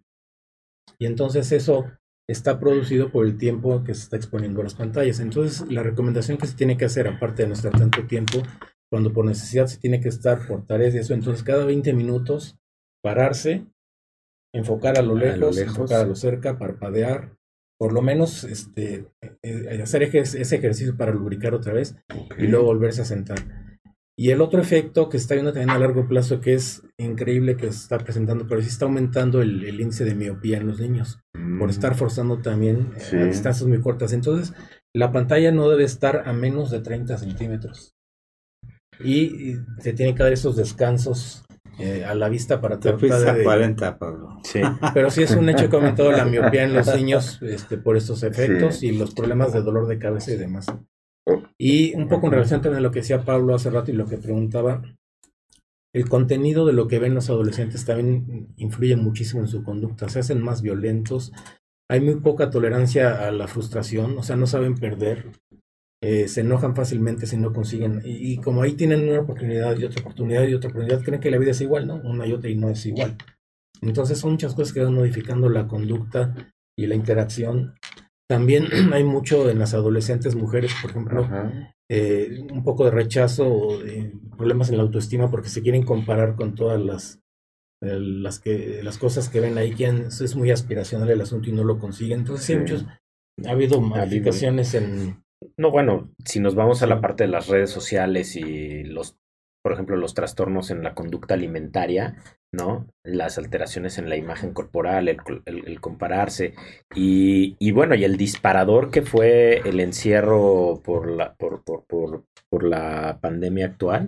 Y entonces eso está producido por el tiempo que se está exponiendo a las pantallas. Entonces la recomendación que se tiene que hacer, aparte de no estar tanto tiempo, cuando por necesidad se tiene que estar por tareas y eso, entonces cada veinte minutos pararse, enfocar a lo lejos, a lo lejos. enfocar a lo cerca, parpadear, por lo menos este, eh, hacer ej ese ejercicio para lubricar otra vez Okay. y luego volverse a sentar. Y el otro efecto que se está viendo también a largo plazo, que es increíble que se está presentando, pero sí está aumentando el, el índice de miopía en los niños, Mm. por estar forzando también Sí. a distancias muy cortas. Entonces, la pantalla no debe estar a menos de treinta centímetros. Y, y se tienen que dar esos descansos eh, a la vista para Te tratar fuiste a de... cuarenta, Pablo. Sí. Pero sí es un hecho que ha aumentado la miopía en los niños este, por estos efectos Sí. y los problemas de dolor de cabeza y demás. Oh. Y un poco en Ajá. relación también a lo que decía Pablo hace rato y lo que preguntaba, el contenido de lo que ven los adolescentes también influye muchísimo en su conducta, se hacen más violentos, hay muy poca tolerancia a la frustración, o sea, no saben perder, eh, se enojan fácilmente si no consiguen, y, y como ahí tienen una oportunidad y otra oportunidad y otra oportunidad, creen que la vida es igual, ¿no? Una y otra y no es igual. Entonces son muchas cosas que van modificando la conducta y la interacción. También hay mucho en las adolescentes mujeres, por ejemplo, Ajá. eh, un poco de rechazo o de problemas en la autoestima porque se quieren comparar con todas las, eh, las, que, las cosas que ven ahí, quien es muy aspiracional el asunto y no lo consiguen. Entonces sí, hay Sí. muchos, ha habido modificaciones en... No, bueno, si nos vamos a Sí. la parte de las redes sociales y los, por ejemplo, los trastornos en la conducta alimentaria, ¿no? Las alteraciones en la imagen corporal, el, el, el compararse y, y bueno, y el disparador que fue el encierro por la, por, por, por, por la pandemia actual,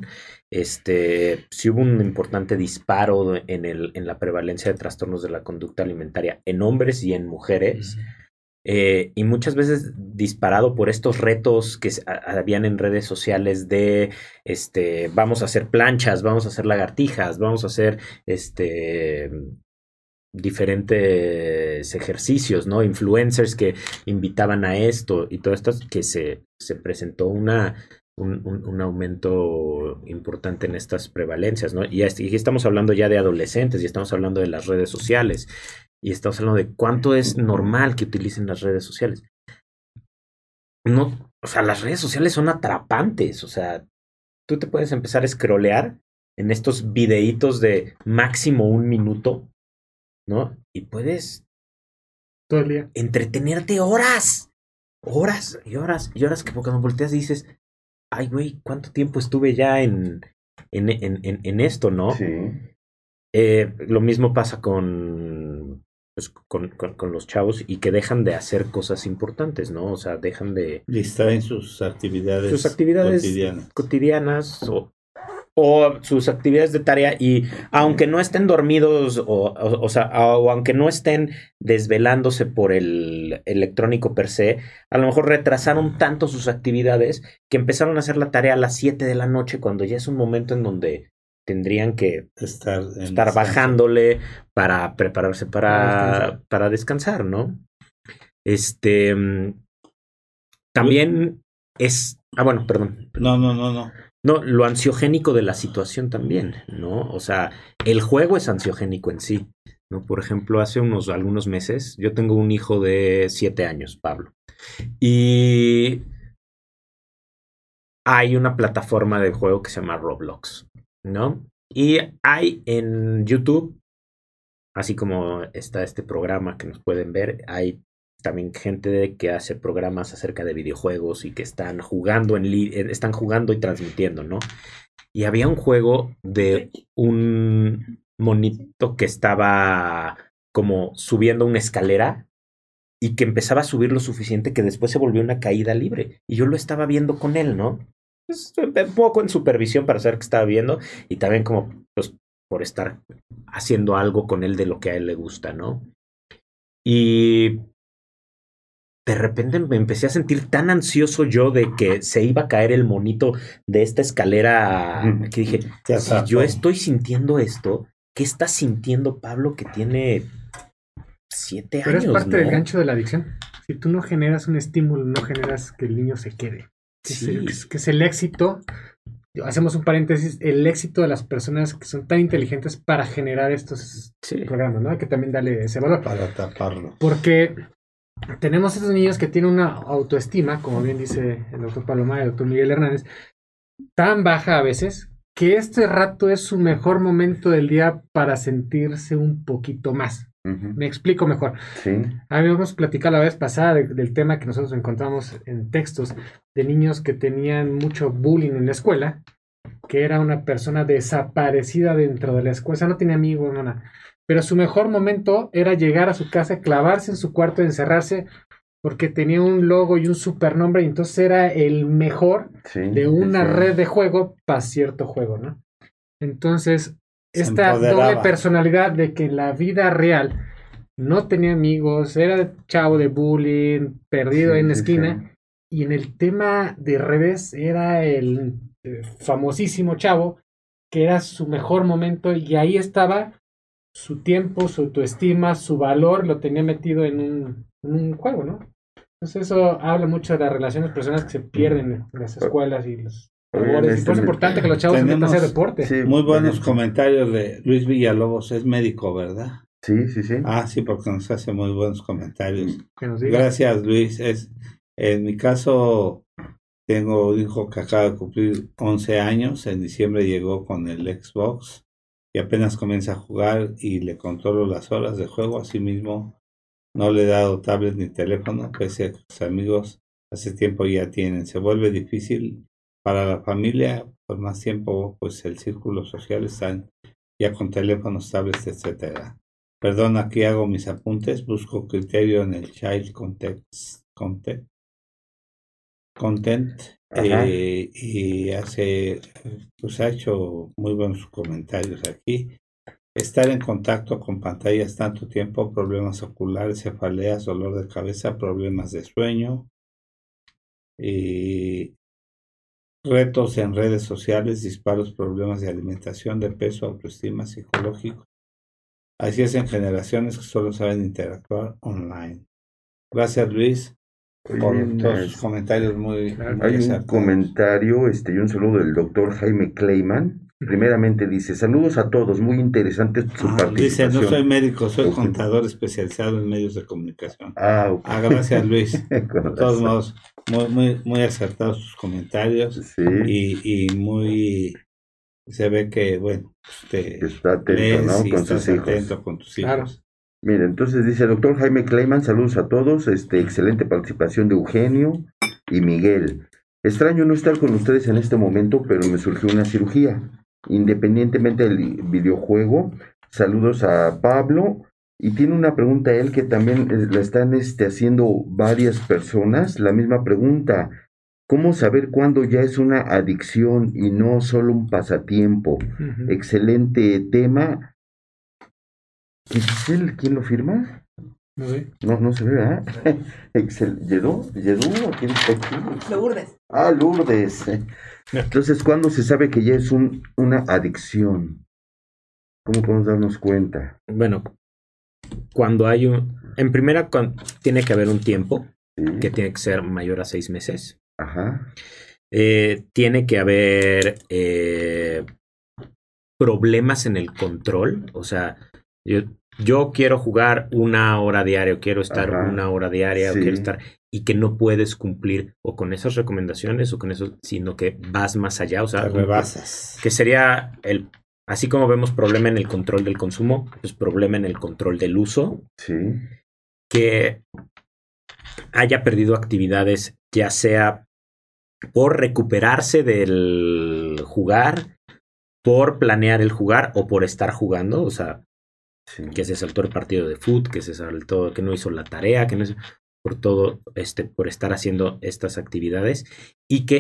este, sí hubo un importante disparo en, el, en la prevalencia de trastornos de la conducta alimentaria en hombres y en mujeres. Eh, y muchas veces disparado por estos retos que a, habían en redes sociales de este vamos a hacer planchas, vamos a hacer lagartijas, vamos a hacer este diferentes ejercicios, ¿no? Influencers que invitaban a esto y todo esto, que se, se presentó una un, un, un aumento importante en estas prevalencias, ¿no? Y aquí estamos hablando ya de adolescentes y estamos hablando de las redes sociales. Y estamos hablando de cuánto es normal que utilicen las redes sociales. No, o sea, las redes sociales son atrapantes. O sea, tú te puedes empezar a scrollear en estos videitos de máximo un minuto, ¿no? Y puedes todo el día entretenerte horas, horas y horas y horas que cuando volteas dices, ay, güey, ¿cuánto tiempo estuve ya en, en, en, en, en esto, no? Sí. Eh, lo mismo pasa con... Pues con, con, con los chavos y que dejan de hacer cosas importantes, ¿no? O sea, dejan de... Distraen sus actividades, sus actividades cotidianas, cotidianas o, o sus actividades de tarea y aunque no estén dormidos o, o, o sea, o aunque no estén desvelándose por el electrónico per se, a lo mejor retrasaron tanto sus actividades que empezaron a hacer la tarea a las siete de la noche cuando ya es un momento en donde tendrían que estar, en estar descanso. bajándole para prepararse para, Para descansar. para descansar, ¿no? Este también es... Ah, bueno, perdón. No, no, no, no. No, lo ansiogénico de la situación también, ¿no? O sea, el juego es ansiogénico en sí, ¿no? Por ejemplo, hace unos algunos meses, yo tengo un hijo de siete años, Pablo, y hay una plataforma de juego que se llama Roblox, ¿no? Y hay en YouTube, así como está este programa que nos pueden ver, hay también gente que hace programas acerca de videojuegos y que están jugando en li- están jugando y transmitiendo, ¿no? Y había un juego de un monito que estaba como subiendo una escalera y que empezaba a subir lo suficiente que después se volvió una caída libre. Y yo lo estaba viendo con él, ¿no? pues, un poco en supervisión para saber qué estaba viendo y también como pues por estar haciendo algo con él de lo que a él le gusta, ¿no? Y de repente me empecé a sentir tan ansioso yo de que se iba a caer el monito de esta escalera que dije, si yo estoy sintiendo esto, ¿qué está sintiendo Pablo que tiene siete Pero años? es parte ¿no? del gancho de la adicción. Si tú no generas un estímulo, no generas que el niño se quede. Que, Sí. es, el, que es- que es el éxito. Hacemos un paréntesis, el éxito de las personas que son tan inteligentes para generar estos Sí. programas, ¿no? Hay que también darle ese valor. Para taparlo. Porque tenemos estos niños que tienen una autoestima, como bien dice el doctor Paloma y el doctor Miguel Hernández, tan baja a veces que este rato es su mejor momento del día para sentirse un poquito más. Ujú. Me explico mejor. Sí. Habíamos platicado la vez pasada de- del tema que nosotros encontramos en textos de niños que tenían mucho bullying en la escuela, que era una persona desaparecida dentro de la escuela, o sea, no tenía amigos, no nada. Pero su mejor momento era llegar a su casa, clavarse en su cuarto, encerrarse, porque tenía un logo y un supernombre, y entonces era el mejor Sí. de una sí, sí. red de juego para cierto juego, ¿no? Entonces, Se esta empoderaba. doble personalidad de que en la vida real no tenía amigos, era chavo de bullying, perdido Sí, en la sí, esquina, sí. y en el tema de redes era el eh, famosísimo chavo, que era su mejor momento, y ahí estaba su tiempo, su autoestima, su valor, lo tenía metido en un, en un juego, ¿no? Entonces eso habla mucho de las relaciones personas que se pierden en las escuelas y los Oye, labores, y este por eso es me- importante que los chavos se metan a hacer Tenemos- deporte. Sí, Muy buenos bueno, comentarios de Luis Villalobos, es médico, ¿verdad? Sí, sí, sí. Ah, sí, porque nos hace muy buenos comentarios. Que nos diga. Gracias, Luis. Es, en mi caso, tengo un hijo que acaba de cumplir once años. En diciembre llegó con el Xbox y apenas comienza a jugar y le controlo las horas de juego. Asimismo, no le he dado tablet ni teléfono, pese a que sus amigos hace tiempo ya tienen. Se vuelve difícil para la familia, por más tiempo, pues el círculo social están ya con teléfonos, tablets, etcétera. Perdón, aquí hago mis apuntes, busco criterio en el Child Context, Content, content Ajá. eh, y hace, pues ha hecho muy buenos comentarios aquí. Estar en contacto con pantallas tanto tiempo, problemas oculares, cefaleas, dolor de cabeza, problemas de sueño, y retos en redes sociales, disparos, problemas de alimentación, de peso, autoestima, psicológico. Así es en generaciones que solo saben interactuar online. Gracias, Luis, por Oye, todos es- sus comentarios muy, Claro. muy Hay un acertados. comentario este, y un saludo del doctor Jaime Clayman. Primeramente dice, saludos a todos, muy interesante su Ah, participación. dice, no soy médico, soy Ok. contador especializado en medios de comunicación. Ah, ok. Ah, gracias, Luis. Con De todos razón. modos, muy, muy, muy acertados sus comentarios Sí, y, y muy, se ve que, bueno, pues te que está atento, lees ¿no? y Con estás sus hijos. atento con tus hijos. Claro. Mira, entonces dice doctor Jaime Clayman, saludos a todos, este, excelente participación de Eugenio y Miguel. Extraño no estar con ustedes en este momento, pero me surgió una cirugía. Independientemente del videojuego, saludos a Pablo. Y tiene una pregunta él que también eh, la están este, haciendo varias personas, la misma pregunta. ¿Cómo saber cuándo ya es una adicción y no solo un pasatiempo? Ujú. Excelente tema. Giselle, ¿quién lo firma? No sé. No, no se ve, ¿verdad? Excel, ¿Lledó? ¿Lledó? ¿Quién está aquí? Lourdes. Ah, Lourdes. Entonces, ¿cuándo se sabe que ya es un, una adicción? ¿Cómo podemos darnos cuenta? Bueno, cuando hay un... En primera, cuan- tiene que haber un tiempo, ¿Sí? que tiene que ser mayor a seis meses. Ajá. Eh, tiene que haber eh, problemas en el control. O sea, yo, yo quiero jugar una hora diaria, o quiero estar Ajá. una hora diaria, o Sí. quiero estar... Y que no puedes cumplir o con esas recomendaciones o con eso, sino que vas más allá. O sea, Te rebasas. que sería el... Así como vemos problema en el control del consumo, pues problema en el control del uso. Sí. Que haya perdido actividades, ya sea por recuperarse del jugar, por planear el jugar o por estar jugando. O sea, Sí. que se saltó el partido de fútbol, que se saltó, que no hizo la tarea, que no hizo, por todo, este, por estar haciendo estas actividades y que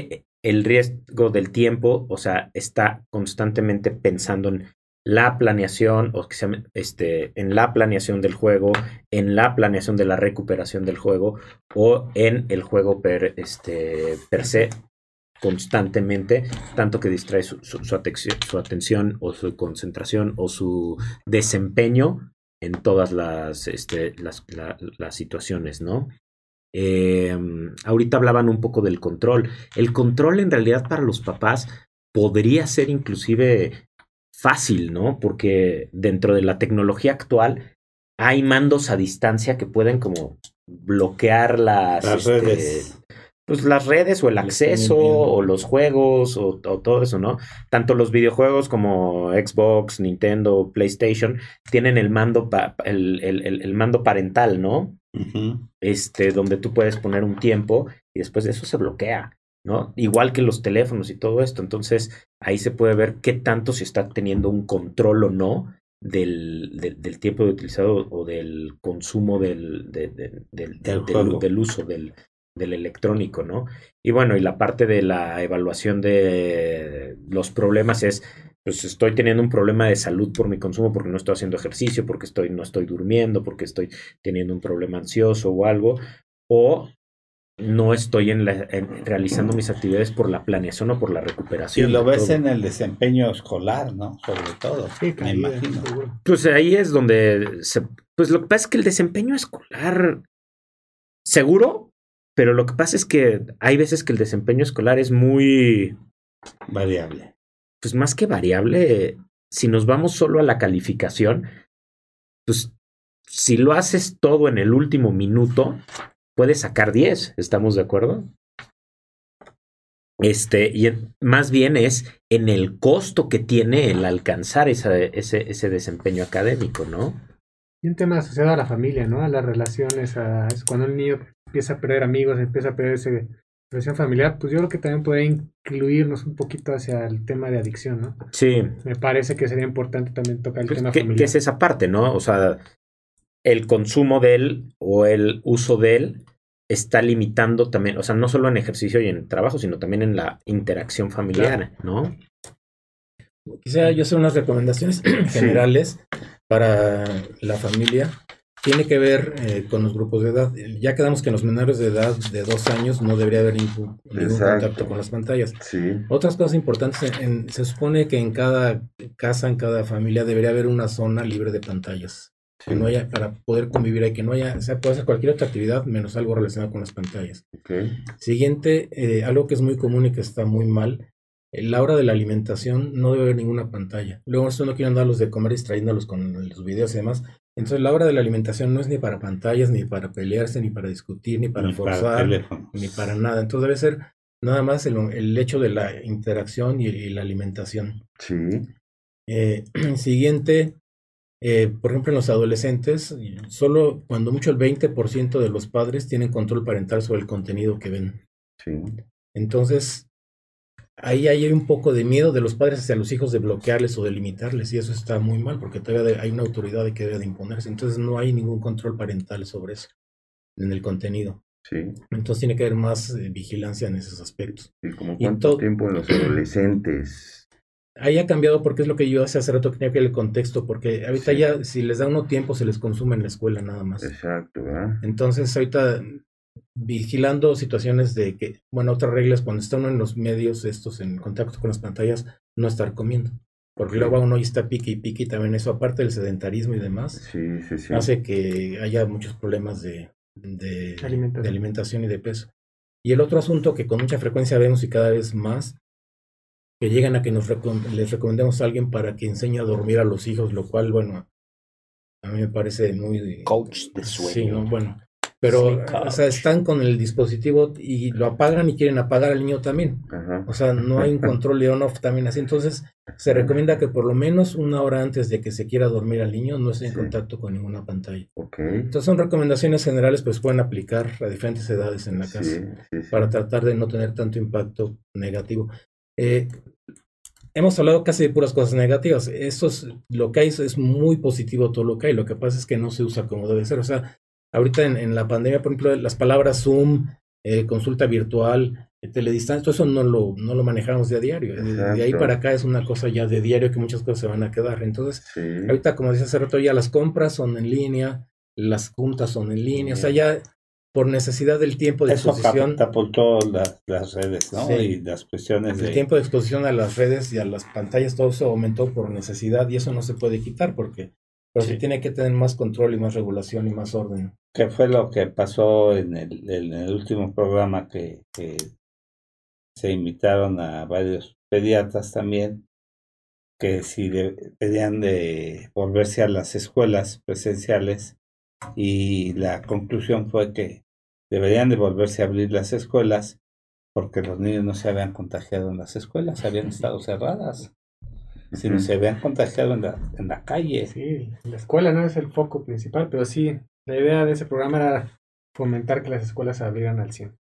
el riesgo del tiempo, o sea, está constantemente pensando en la planeación, o que sea, este, en la planeación del juego, en la planeación de la recuperación del juego, o en el juego per, este, per se, constantemente, tanto que distrae su, su, su, atención, su atención o su concentración o su desempeño en todas las, este, las, la, las situaciones, ¿no? Eh, ahorita hablaban un poco del control. El control en realidad para los papás podría ser inclusive fácil, ¿no? Porque dentro de la tecnología actual hay mandos a distancia que pueden como bloquear las, las este, redes. Pues las redes o el acceso o los juegos o, o todo eso, ¿no? Tanto los videojuegos como Xbox, Nintendo, PlayStation tienen el mando pa, el, el, el, el mando parental, ¿no? Uh-huh. Este, donde tú puedes poner un tiempo y después de eso se bloquea, ¿no? Igual que los teléfonos y todo esto. Entonces ahí se puede ver qué tanto se está teniendo un control o no del, del, del tiempo utilizado o del consumo del, de, de, del, del, del, del uso del del electrónico, ¿no? Y bueno, y la parte de la evaluación de los problemas es, pues estoy teniendo un problema de salud por mi consumo, porque no estoy haciendo ejercicio, porque estoy, no estoy durmiendo, porque estoy teniendo un problema ansioso o algo, o no estoy en la, en, realizando mis actividades por la planeación o por la recuperación. Y lo ves todo en el desempeño escolar, ¿no? Sobre todo, sí, me imagino. Seguro. Pues ahí es donde, se, pues lo que pasa es que el desempeño escolar, seguro, pero lo que pasa es que hay veces que el desempeño escolar es muy variable. Pues más que variable, si nos vamos solo a la calificación, pues si lo haces todo en el último minuto, puedes sacar diez, ¿estamos de acuerdo? Este, y más bien es en el costo que tiene el alcanzar esa, ese, ese desempeño académico, ¿no? Y un tema asociado a la familia, ¿no? A las relaciones, a es cuando el niño empieza a perder amigos, empieza a perder esa relación familiar, pues yo creo que también puede incluirnos un poquito hacia el tema de adicción, ¿no? Sí. Me parece que sería importante también tocar el pues tema ¿qué, familiar. ¿Qué es esa parte, no? O sea, el consumo de él o el uso de él está limitando también, o sea, no solo en ejercicio y en trabajo, sino también en la interacción familiar, ¿no? Quisiera yo hacer unas recomendaciones generales sí. para la familia. Tiene que ver eh, con los grupos de edad. Ya quedamos que en los menores de edad de dos años no debería haber ningún, ningún contacto con las pantallas. Sí. Otras cosas importantes, en, en, se supone que en cada casa, en cada familia debería haber una zona libre de pantallas. Sí. Que no haya, para poder convivir ahí, que no haya, o sea, puede hacer cualquier otra actividad menos algo relacionado con las pantallas. Okay. Siguiente, eh, algo que es muy común y que está muy mal, eh, la hora de la alimentación no debe haber ninguna pantalla. Luego esto no quieren darlos de comer distrayéndolos con los videos y demás. Entonces la hora de la alimentación no es ni para pantallas, ni para pelearse, ni para discutir, ni para ni forzar, para ni para nada. Entonces debe ser nada más el, el hecho de la interacción y, y la alimentación. Sí. Eh, siguiente, eh, por ejemplo en los adolescentes, solo cuando mucho el veinte por ciento de los padres tienen control parental sobre el contenido que ven. Sí. Entonces, ahí hay un poco de miedo de los padres hacia los hijos de bloquearles o de limitarles, y eso está muy mal, porque todavía hay una autoridad que debe de imponerse. Entonces no hay ningún control parental sobre eso, en el contenido. Sí. Entonces tiene que haber más eh, vigilancia en esos aspectos. ¿Y como cuánto tiempo en los adolescentes? Ahí ha cambiado porque es lo que yo hace hace rato que tenía que ver el contexto, porque ahorita sí. ya si les da uno tiempo se les consume en la escuela nada más. Exacto, ¿verdad? Entonces ahorita vigilando situaciones de que, bueno, otras reglas cuando está uno en los medios estos en contacto con las pantallas, no estar comiendo. Porque luego uno ya está pique y pique y también eso, aparte del sedentarismo y demás, sí, sí, sí. hace que haya muchos problemas de, de, alimentación. de alimentación y de peso. Y el otro asunto que con mucha frecuencia vemos y cada vez más, que llegan a que nos recom- les recomendemos a alguien para que enseñe a dormir a los hijos, lo cual, bueno, a mí me parece muy... Coach de sueño. Sí, ¿no? Bueno, pero, o sea, están con el dispositivo y lo apagan y quieren apagar al niño también. Ajá. O sea, no hay un control de on-off también así. Entonces, se recomienda que por lo menos una hora antes de que se quiera dormir al niño no esté en sí. contacto con ninguna pantalla. Okay. Entonces, son recomendaciones generales, pues pueden aplicar a diferentes edades en la casa sí, sí, sí. para tratar de no tener tanto impacto negativo. Eh, hemos hablado casi de puras cosas negativas. Esto es, lo que hay es, es muy positivo todo lo que hay. Lo que pasa es que no se usa como debe ser. O sea, ahorita en, en la pandemia, por ejemplo, las palabras Zoom, eh, consulta virtual, teledistancia, todo eso no lo, no lo manejamos de a diario. De, de ahí para acá es una cosa ya de diario que muchas cosas se van a quedar. Entonces, Sí. ahorita, como decía hace rato, ya las compras son en línea, las juntas son en línea, o sea, ya por necesidad del tiempo de Eso exposición. catapultó las, las redes, ¿no? Sí. Y las cuestiones El de... tiempo de exposición a las redes y a las pantallas, todo eso aumentó por necesidad y eso no se puede quitar porque pero Sí. se tiene que tener más control y más regulación y más orden. ¿Qué fue lo que pasó en el, en el último programa que, que se invitaron a varios pediatras también? Que si de, pedían de volverse a las escuelas presenciales y la conclusión fue que deberían de volverse a abrir las escuelas porque los niños no se habían contagiado en las escuelas, habían estado cerradas, sino Ujú. se habían contagiado en la, en la calle. Sí, la escuela no es el foco principal, pero sí, la idea de ese programa era fomentar que las escuelas se abrieran al cien.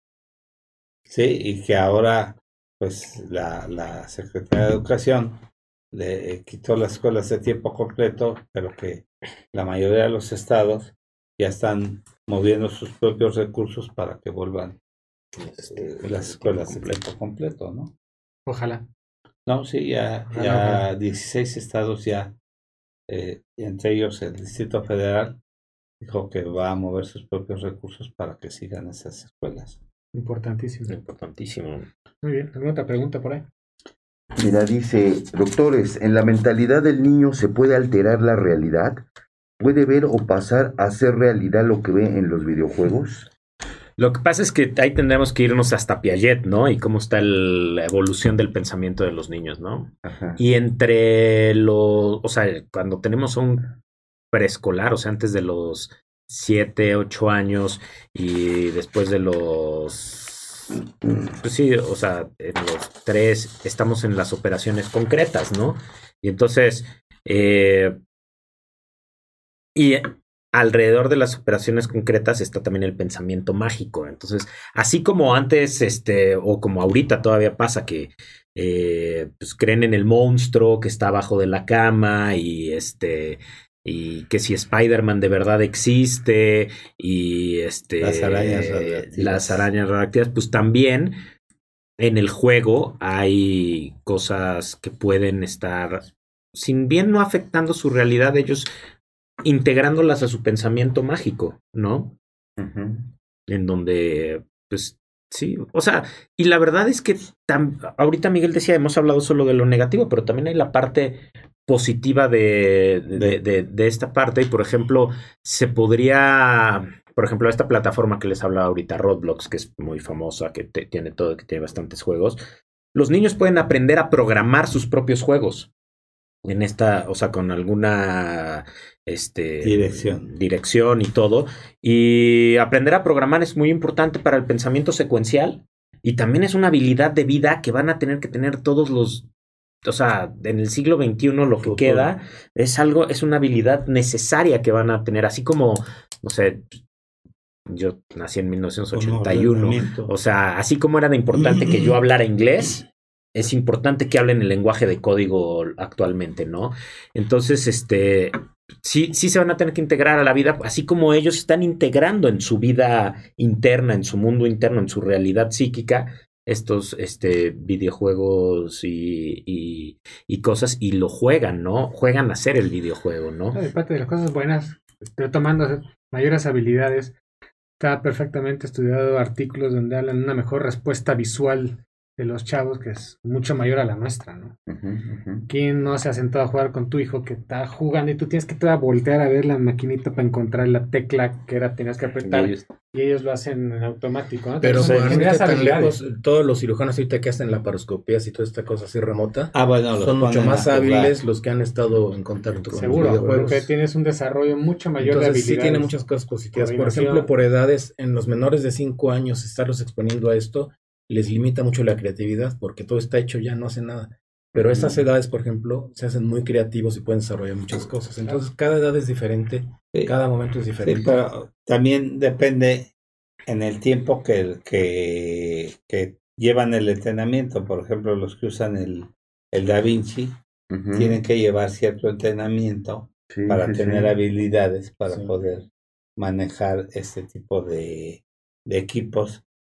Sí, y que ahora pues la, la Secretaría de Educación le eh, quitó las escuelas de tiempo completo, pero que la mayoría de los estados ya están moviendo sus propios recursos para que vuelvan eh, las escuelas de tiempo completo, ¿no? Ojalá. No, sí, ya, Ojalá, ya ojalá. dieciséis estados ya, eh, entre ellos el Distrito Federal, dijo que va a mover sus propios recursos para que sigan esas escuelas. Importantísimo. Importantísimo. Muy bien, ¿alguna otra pregunta por ahí? Mira, dice, doctores, ¿en la mentalidad del niño se puede alterar la realidad? ¿Puede ver o pasar a ser realidad lo que ve en los videojuegos? Lo que pasa es que ahí tendremos que irnos hasta Piaget, ¿no? Y cómo está el- la evolución del pensamiento de los niños, ¿no? Ajá. Y entre los, o sea, cuando tenemos a un preescolar, o sea, antes de los siete, ocho años y después de los, pues sí, o sea, en los tres estamos en las operaciones concretas, ¿no? Y entonces, eh, y alrededor de las operaciones concretas está también el pensamiento mágico. Entonces, así como antes, este, o como ahorita todavía pasa que eh, pues creen en el monstruo que está abajo de la cama y este y que si Spider-Man de verdad existe y este Las arañas radioactivas. las arañas radioactivas, pues también en el juego hay cosas que pueden estar, sin bien no afectando su realidad, ellos integrándolas a su pensamiento mágico, ¿no? Ujú. En donde, pues, sí, o sea, y la verdad es que tam, ahorita Miguel decía, hemos hablado solo de lo negativo, pero también hay la parte positiva de, de, de, de esta parte, y por ejemplo, se podría, por ejemplo, esta plataforma que les hablaba ahorita, Roblox, que es muy famosa, que te, tiene todo, que tiene bastantes juegos, los niños pueden aprender a programar sus propios juegos en esta, o sea, con alguna este, Dirección. dirección y todo. Y aprender a programar es muy importante para el pensamiento secuencial y también es una habilidad de vida que van a tener que tener todos los, o sea, en el siglo veintiuno lo que Futuro. queda es algo, es una habilidad necesaria que van a tener, así como, no sé, yo nací en mil novecientos ochenta y uno, o sea, así como era de importante que yo hablara inglés, es importante que hablen el lenguaje de código actualmente, ¿no? Entonces, este, sí, sí se van a tener que integrar a la vida, así como ellos están integrando en su vida interna, en su mundo interno, en su realidad psíquica, estos este, videojuegos y, y, y cosas, y lo juegan, ¿no? Juegan a hacer el videojuego, ¿no? No, y parte de las cosas buenas, estoy tomando mayores habilidades. Está perfectamente estudiado artículos donde hablan de una mejor respuesta visual de los chavos, que es mucho mayor a la nuestra, ¿no? Ujú, ujú. ¿Quién no se ha sentado a jugar con tu hijo que está jugando y tú tienes que toda voltear a ver la maquinita para encontrar la tecla que era tenías que apretar y ellos, y ellos lo hacen en automático, ¿no? Pero Entonces, para no son irte esas tan habilidades. lejos, todos los cirujanos ahorita que hacen laparoscopías y toda esta cosa así remota, Ah, bueno, los son mucho ponen más a jugar. hábiles los que han estado en contacto con Seguro, los videojuegos. porque tienes un desarrollo mucho mayor Entonces de sí habilidades. tiene muchas cosas positivas. Por Coordinación. ejemplo, por edades, en los menores de cinco años, estarlos exponiendo a esto les limita mucho la creatividad porque todo está hecho ya, no hace nada. Pero estas edades, por ejemplo, se hacen muy creativos y pueden desarrollar muchas cosas. Entonces, cada edad es diferente, Sí. cada momento es Sí, diferente. pero también depende en el tiempo que, que, que llevan el entrenamiento. Por ejemplo, los que usan el, el Da Vinci Ujú. tienen que llevar cierto entrenamiento Sí, para sí, tener sí. habilidades para Sí. poder manejar este tipo de, de equipos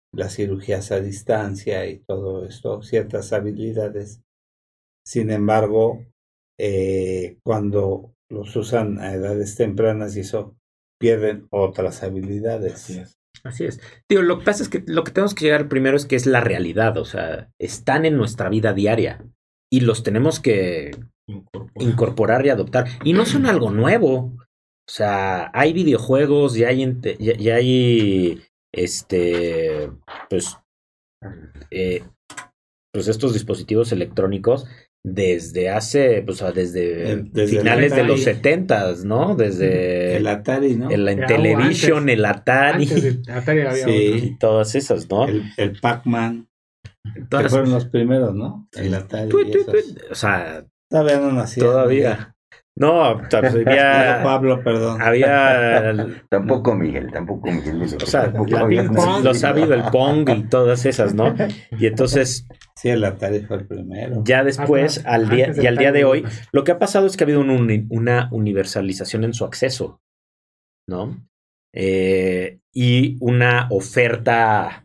las cirugías a distancia y todo esto, ciertas habilidades. Sin embargo, eh, cuando los usan a edades tempranas y eso, pierden otras habilidades. Así es. Así es. Digo, lo que pasa es que lo que tenemos que llegar primero es que es la realidad, o sea, están en nuestra vida diaria y los tenemos que Incorporar. incorporar y adoptar. Y no son algo nuevo. O sea, hay videojuegos, ya hay, ente- ya, ya hay, este, pues, eh, pues estos dispositivos electrónicos desde hace, pues, o sea, desde, Eh, desde finales el de los Atari. setentas, ¿no? Desde El Atari, ¿no? el, en Ya, o Television, antes. el Atari Antes de Atari había Sí. otro. y todas esas, ¿no? El, el Pac-Man, que Todas- fueron los primeros, ¿no? El Atari. Tuit, y tuit, esos. tuit. O sea, Todavía no nacía. todavía. No, o sea, pues, había, Pablo, perdón. había, Tampoco Miguel, tampoco Miguel. o sea, tampoco la había ping nacido. pong, los ha habido el Pong y todas esas, ¿no? Y entonces, Sí, el Atari fue el primero. ya después, Hasta al día, antes del y al día de Atari, hoy, ¿no? lo que ha pasado es que ha habido un uni- una universalización en su acceso, ¿no? Eh, y una oferta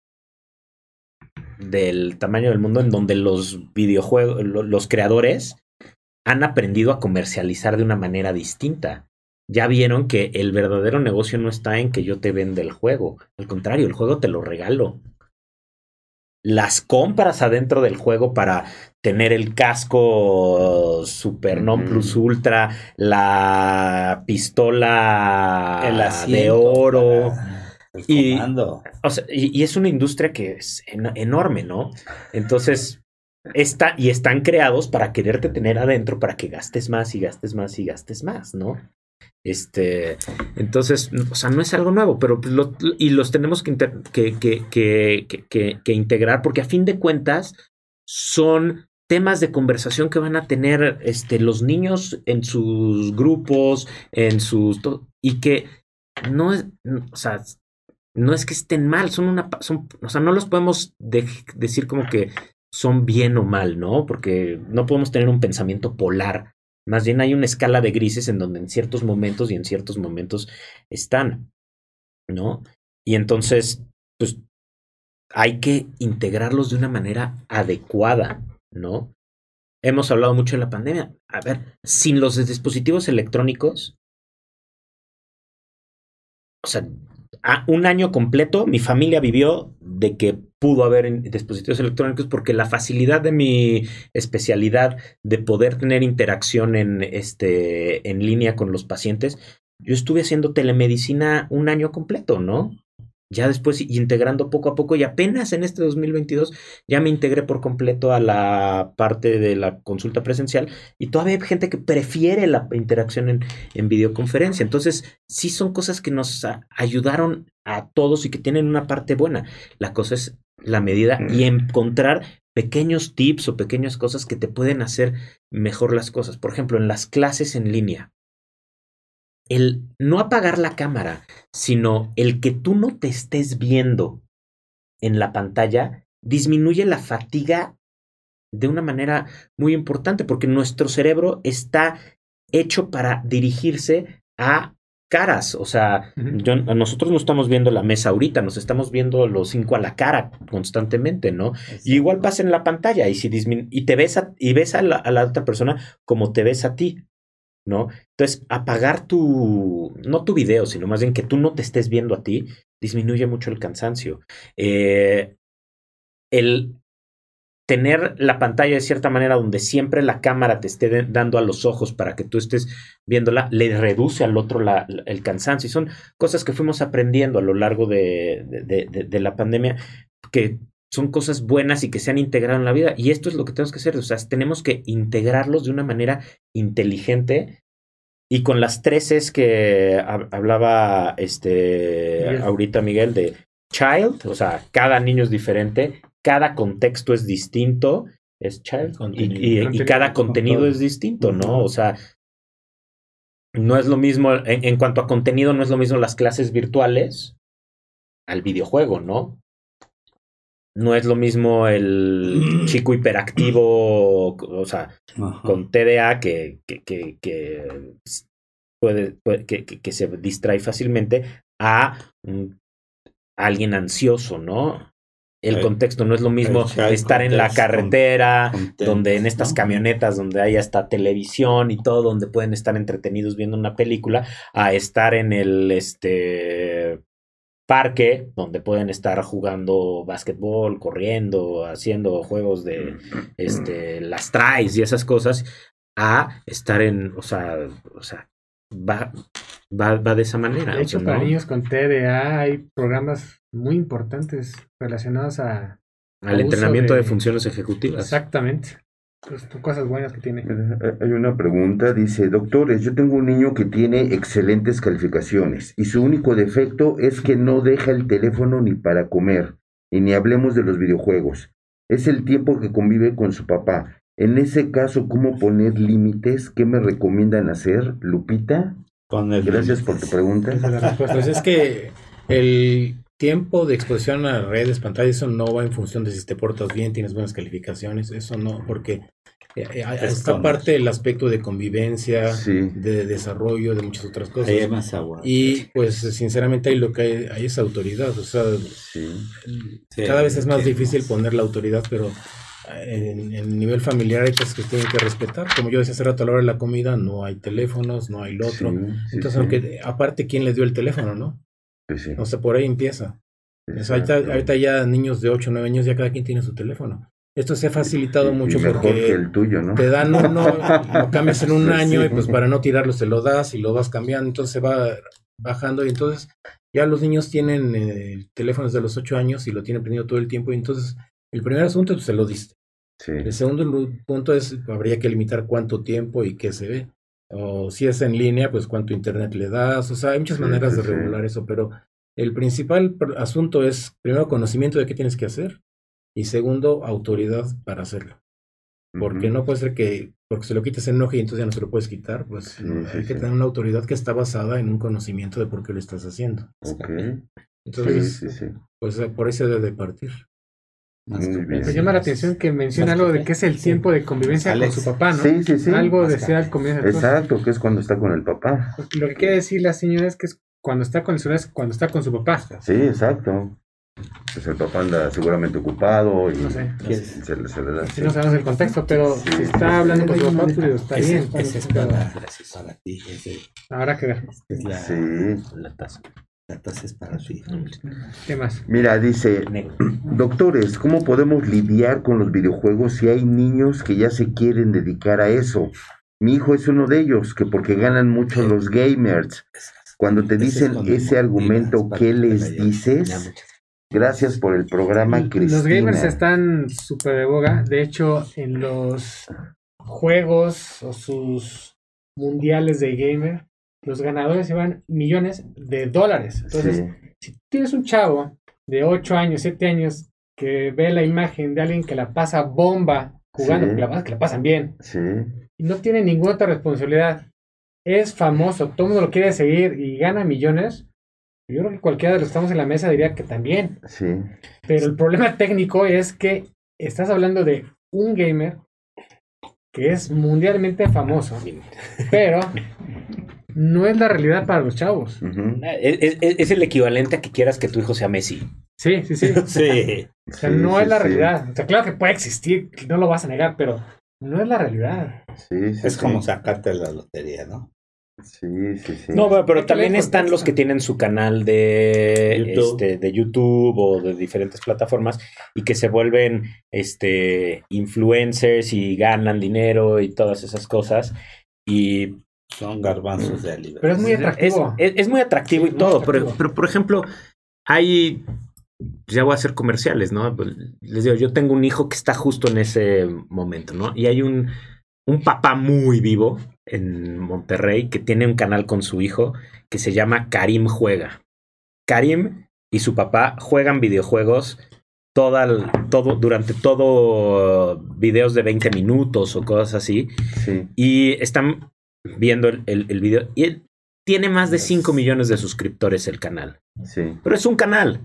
del tamaño del mundo en donde los videojuegos, lo- los creadores han aprendido a comercializar de una manera distinta. Ya vieron que el verdadero negocio no está en que yo te venda el juego. Al contrario, el juego te lo regalo. Las compras adentro del juego para tener el casco Super Non Ujú. Plus Ultra, la pistola El de asiento oro. para el Y- comando. O sea, y, y es una industria que es en- enorme, ¿no? Entonces, está, y están creados para quererte tener adentro para que gastes más y gastes más y gastes más, ¿no? Este, entonces, o sea, no es algo nuevo, pero pues lo- y los tenemos que, inter- que, que, que, que, que- que integrar porque a fin de cuentas son temas de conversación que van a tener este, los niños en sus grupos, en sus... to- y que no es, o sea, no es que estén mal, son una, pa- son, o sea, no los podemos de- decir como que son bien o mal, ¿no? Porque no podemos tener un pensamiento polar. Más bien hay una escala de grises en donde en ciertos momentos y en ciertos momentos están, ¿no? Y entonces, pues, hay que integrarlos de una manera adecuada, ¿no? Hemos hablado mucho de la pandemia. A ver, sin los dispositivos electrónicos, o sea, a un año completo mi familia vivió de que pudo haber en- dispositivos electrónicos porque la facilidad de mi especialidad de poder tener interacción en este en línea con los pacientes, yo estuve haciendo telemedicina un año completo, ¿no? Ya después integrando poco a poco y apenas en este dos mil veintidós ya me integré por completo a la parte de la consulta presencial y todavía hay gente que prefiere la interacción en, en videoconferencia. Entonces, sí son cosas que nos a- ayudaron a todos y que tienen una parte buena. La cosa es la medida y encontrar pequeños tips o pequeñas cosas que te pueden hacer mejor las cosas. Por ejemplo, en las clases en línea, el no apagar la cámara, sino el que tú no te estés viendo en la pantalla, disminuye la fatiga de una manera muy importante, porque nuestro cerebro está hecho para dirigirse a caras. O sea, Ujú. yo, nosotros no estamos viendo la mesa ahorita, nos estamos viendo los cinco a la cara constantemente, ¿no? Y igual pasa en la pantalla, y si disminu- y te ves a, y ves a la, a la otra persona como te ves a ti, ¿no? Entonces, apagar tu, no tu video, sino más bien que tú no te estés viendo a ti, disminuye mucho el cansancio. Eh, el tener la pantalla de cierta manera donde siempre la cámara te esté de- dando a los ojos para que tú estés viéndola, le reduce al otro la, la- el cansancio. Y son cosas que fuimos aprendiendo a lo largo de, de, de, de la pandemia, que son cosas buenas y que se han integrado en la vida. Y esto es lo que tenemos que hacer. O sea, tenemos que integrarlos de una manera inteligente y con las tres es que hab- hablaba este Miguel. ahorita Miguel de child, o sea, cada niño es diferente, cada contexto es distinto, es child, y, Contenido. y- y Contenido. cada contenido Con es distinto, ¿no? Ujú. O sea, no es lo mismo, en, en cuanto a contenido, no es lo mismo las clases virtuales al videojuego, ¿no? No es lo mismo el chico hiperactivo, o sea, Ajá. con T D A que, que, que, que puede, puede- que, que- que se distrae fácilmente a un alguien ansioso, ¿no? El El- contexto no es lo mismo el child estar en la context, carretera, context, donde en estas ¿no? camionetas, donde hay hasta televisión y todo, donde pueden estar entretenidos viendo una película, a estar en el este parque, donde pueden estar jugando básquetbol, corriendo, haciendo juegos de este las tries y esas cosas, a estar en, o sea, o sea, va, va, va de esa manera. De hecho, o sea, para ¿no? niños con T D A hay programas muy importantes relacionados a... Al uso entrenamiento de... de- de funciones ejecutivas. Exactamente. Pues, son cosas buenas que tiene. Mira, hay una pregunta, dice, doctores, yo tengo un niño que tiene excelentes calificaciones y su único defecto es que no deja el teléfono ni para comer, y ni hablemos de los videojuegos. Es el tiempo que convive con su papá. En ese caso, ¿cómo poner límites? ¿Qué me recomiendan hacer, Lupita? Con el Gracias por tu pregunta. Esa es la respuesta. Pues es que el tiempo de exposición a redes, pantallas, eso no va en función de si te portas bien, tienes buenas calificaciones, eso no, porque eh, eh, Es está con- parte del aspecto de convivencia, Sí. de desarrollo, de muchas otras cosas. Ahí hay más agua. Y pues sinceramente ahí lo que hay, hay es autoridad, o sea, Sí. Sí, cada vez es más sí, difícil más. poner la autoridad, pero en el nivel familiar hay cosas que tienen que respetar. Como yo decía hace rato, a la hora de la comida no hay teléfonos, no hay lo otro. Sí, sí, Entonces, sí. aunque aparte, ¿quién les dio el teléfono, no? Pues sí. O sea, por ahí empieza. O sea, ahorita, Exacto. ahorita ya niños de ocho o nueve años, ya cada quien tiene su teléfono. Esto se ha facilitado Y- mucho y mejor porque que el tuyo, ¿no? te dan uno, lo cambias en un Sí, año sí. y pues para no tirarlo se lo das y lo vas cambiando, entonces se va bajando y entonces ya los niños tienen eh, teléfonos de los ocho años y lo tienen prendido todo el tiempo y entonces el primer asunto pues, se lo diste. Sí. El segundo lu- punto es, habría que limitar cuánto tiempo y qué se ve. O si es en línea, pues cuánto internet le das. O sea, hay muchas Sí, maneras sí, de sí. regular eso, pero el principal pr- asunto es, primero, conocimiento de qué tienes que hacer y segundo, autoridad para hacerlo. Porque Ujú. no puede ser que, porque se lo quites en enoje y entonces ya no se lo puedes quitar, pues Sí, no, sí, hay que sí. tener una autoridad que está basada en un conocimiento de por qué lo estás haciendo. Ok. Entonces, Sí, sí, sí. pues eh, por ahí se debe de partir. Más Muy que- bien. Me llama la atención que menciona Más algo de café. que es el Sí. tiempo de convivencia Alex. con su papá, ¿no? Sí, sí, sí. Algo Más decía café. al comienzo. Entonces, Exacto, que es cuando está con el papá. pues, lo que quiere decir la señora es que es cuando está con el celular, es cuando está con su papá. Sí, exacto. Pues el papá anda seguramente ocupado y No sé. y se, le- se le da. Si no sabemos el contexto, pero Sí. si está hablando con su papá, pues está Ese, bien. ese es pero para, para ti. Ese habrá que ver. es la, Sí. La taza. la taza es para ti. ¿Qué más? Mira, dice, Negro. doctores, ¿cómo podemos lidiar con los videojuegos si hay niños que ya se quieren dedicar a eso? Mi hijo es uno de ellos, que porque ganan mucho los gamers. Cuando te Ese es dicen cuando ese argumento, motivas, ¿qué para que les te vaya. Ya, dices? muchas. Gracias por el programa, Cristina. Los gamers están súper de boga. De hecho, en los juegos o sus mundiales de gamer, los ganadores llevan millones de dólares. Entonces, Sí, si tienes un chavo de ocho años, siete años, que ve la imagen de alguien que la pasa bomba jugando, Sí. que, la, pasa- que la pasan bien, sí, y no tiene ninguna otra responsabilidad, es famoso, todo el mundo lo quiere seguir y gana millones, yo creo que cualquiera de los que estamos en la mesa diría que también. sí. Pero el problema técnico es que estás hablando de un gamer que es mundialmente famoso, pero no es la realidad para los chavos. Ujú. Es, es- es el equivalente a que quieras que tu hijo sea Messi. Sí, sí, sí. Sí. O sea, Sí, no sí, es la sí. realidad. O sea, claro que puede existir, no lo vas a negar, pero no es la realidad. Sí, sí, Es sí. como sacarte la lotería, ¿no? Sí, sí, sí. No, pero, pero Hay que también leer están contexto. los que tienen su canal de YouTube. este, de YouTube o de diferentes plataformas y que se vuelven este influencers y ganan dinero y todas esas cosas. Y Son garbanzos de alivio. Pero es muy es, atractivo. es- es muy atractivo Sí, y muy todo, atractivo. Pero, pero por ejemplo, hay, ya voy a hacer comerciales, ¿no? Pues, les digo, yo tengo un hijo que está justo en ese momento, ¿no? Y hay un, un papá muy vivo en Monterrey que tiene un canal con su hijo que se llama Karim Juega. Karim y su papá juegan videojuegos toda el- todo, durante todo videos de veinte minutos o cosas así. Sí, Y están viendo el, el, el video. Y él tiene más de cinco millones de suscriptores el canal. sí. Pero es un canal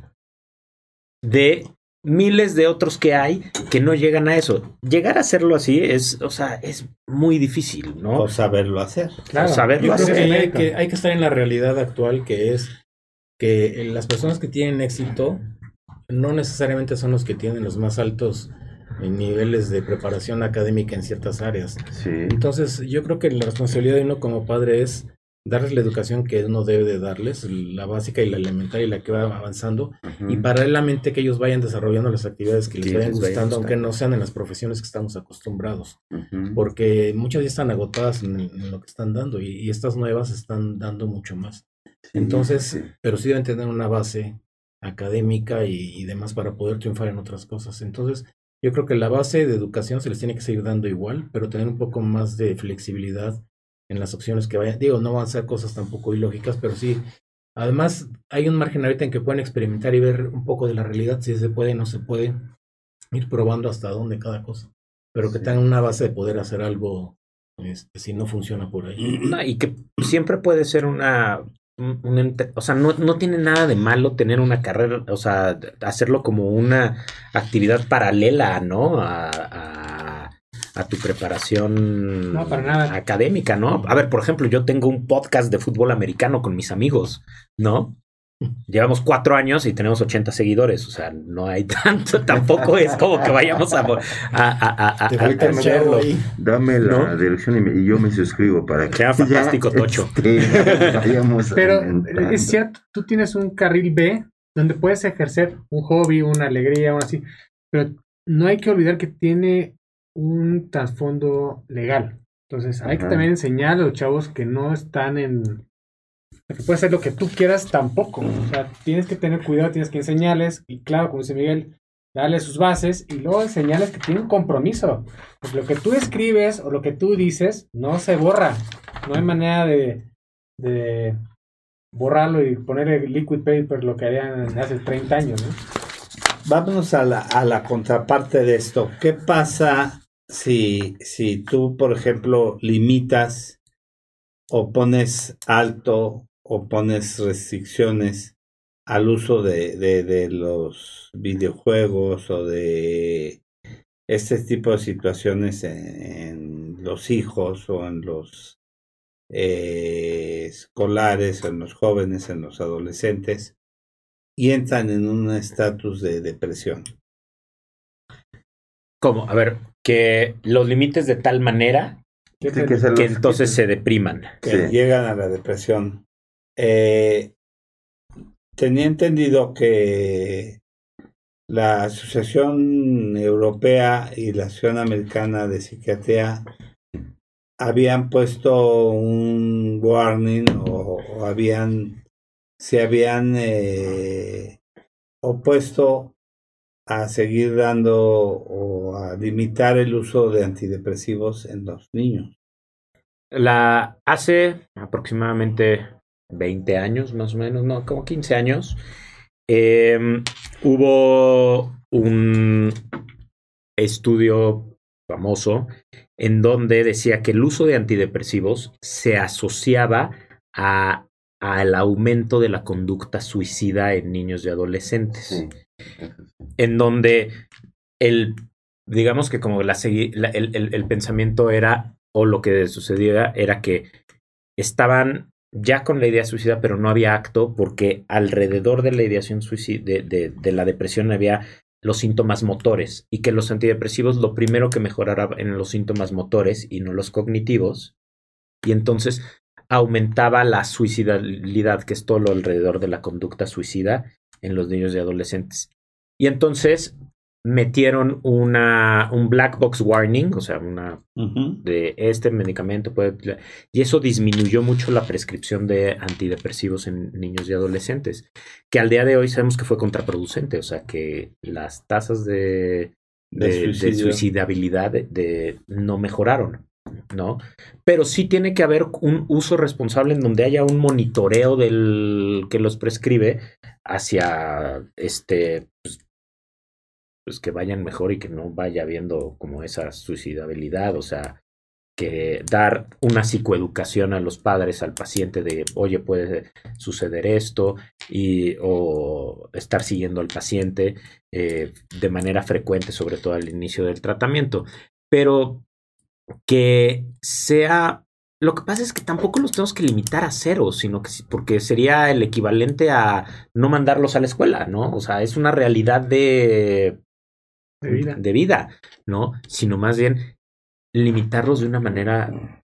de miles de otros que hay que no llegan a eso. Llegar a hacerlo así es, o sea, es muy difícil, ¿no? O saberlo hacer. Claro. saberlo Yo creo hacer. que es hay mérito. que hay que estar en la realidad actual que es que las personas que tienen éxito no necesariamente son los que tienen los más altos niveles de preparación académica en ciertas áreas. Sí. Entonces, yo creo que la responsabilidad de uno como padre es darles la educación que uno debe de darles, la básica y la elemental y la que va avanzando, Ujú. y paralelamente que ellos vayan desarrollando las actividades que les Sí, vayan les vayan gustando, gustando. aunque no sean en las profesiones que estamos acostumbrados, Ujú. porque muchas ya están agotadas en, en lo que están dando, y, y estas nuevas están dando mucho más. Sí, Entonces, sí. pero sí deben tener una base académica y, y demás para poder triunfar en otras cosas. Entonces, yo creo que la base de educación se les tiene que seguir dando igual, pero tener un poco más de flexibilidad en las opciones que vayan. Digo, no van a ser cosas tampoco ilógicas, pero sí. Además, hay un margen ahorita en que pueden experimentar y ver un poco de la realidad, si se puede o no se puede, ir probando hasta dónde cada cosa. Pero que Sí. tengan una base de poder hacer algo, este, si no funciona por ahí. No, y que siempre puede ser una, un, un ente- o sea, no, no tiene nada de malo tener una carrera, o sea, hacerlo como una actividad paralela, ¿no? A, a, a tu preparación No, para nada. académica, ¿no? A ver, por ejemplo, yo tengo un podcast de fútbol americano con mis amigos, ¿no? Llevamos cuatro años y tenemos ochenta seguidores, o sea, no hay tanto, tampoco es como que vayamos a, a, a, a, Te a- falta a el hacerlo. chavo ahí. Dame la ¿No? dirección y, me- y yo me suscribo para que Queda fantástico, Tocho. este, vayamos Pero aumentando. es cierto, tú tienes un carril B donde puedes ejercer un hobby, una alegría, una así, pero no hay que olvidar que tiene un trasfondo legal. Entonces hay que Ajá. también enseñar a los chavos que no están en... que puede ser lo que tú quieras tampoco. O sea, tienes que tener cuidado, tienes que enseñarles, y claro, como dice Miguel, darles sus bases y luego enseñarles que tienen un compromiso. Porque lo que tú escribes o lo que tú dices no se borra. No hay manera de, de borrarlo y ponerle liquid paper, lo que harían hace treinta años, ¿no? Vámonos a la, a la contraparte de esto. ¿Qué pasa si, si tú, por ejemplo, limitas o pones alto o pones restricciones al uso de, de, de los videojuegos o de este tipo de situaciones en, en los hijos o en los eh, escolares, en los jóvenes, en los adolescentes, y entran en un estatus de depresión? ¿Cómo? A ver, que los limites de tal manera ¿Qué Sí, te- que se que los entonces se quiten. depriman. Que Sí. llegan a la depresión. Eh, tenía entendido que la Asociación Europea y la Asociación Americana de Psiquiatría habían puesto un warning o, o habían se habían eh, opuesto a seguir dando o a limitar el uso de antidepresivos en los niños. La hace aproximadamente veinte años, más o menos, no, como quince años, eh, hubo un estudio famoso en donde decía que el uso de antidepresivos se asociaba a, al aumento de la conducta suicida en niños y adolescentes. Sí. En donde el, digamos que como la, la el, el, el pensamiento era, o lo que sucedía era que estaban ya con la idea suicida, pero no había acto, porque alrededor de la ideación suicida, de, de, de la depresión había los síntomas motores, y que los antidepresivos lo primero que mejorara en los síntomas motores y no los cognitivos, y entonces aumentaba la suicidalidad, que es todo lo alrededor de la conducta suicida en los niños y adolescentes. Y entonces metieron una, un black box warning, o sea, una Uh-huh. de este medicamento puede, y eso disminuyó mucho la prescripción de antidepresivos en niños y adolescentes, que al día de hoy sabemos que fue contraproducente, o sea, que las tasas de, de, De de suicidio. suicidabilidad de, de, no mejoraron, ¿no? Pero sí tiene que haber un uso responsable en donde haya un monitoreo del que los prescribe hacia este, pues, pues que vayan mejor y que no vaya habiendo como esa suicidabilidad, o sea, que dar una psicoeducación a los padres, al paciente de, oye, puede suceder esto, y, o estar siguiendo al paciente eh, de manera frecuente, sobre todo al inicio del tratamiento, pero que sea lo que pasa es que tampoco los tenemos que limitar a cero, sino que porque sería el equivalente a no mandarlos a la escuela, ¿no? O sea, es una realidad de, De vida. de vida, ¿no? Sino más bien limitarlos de una manera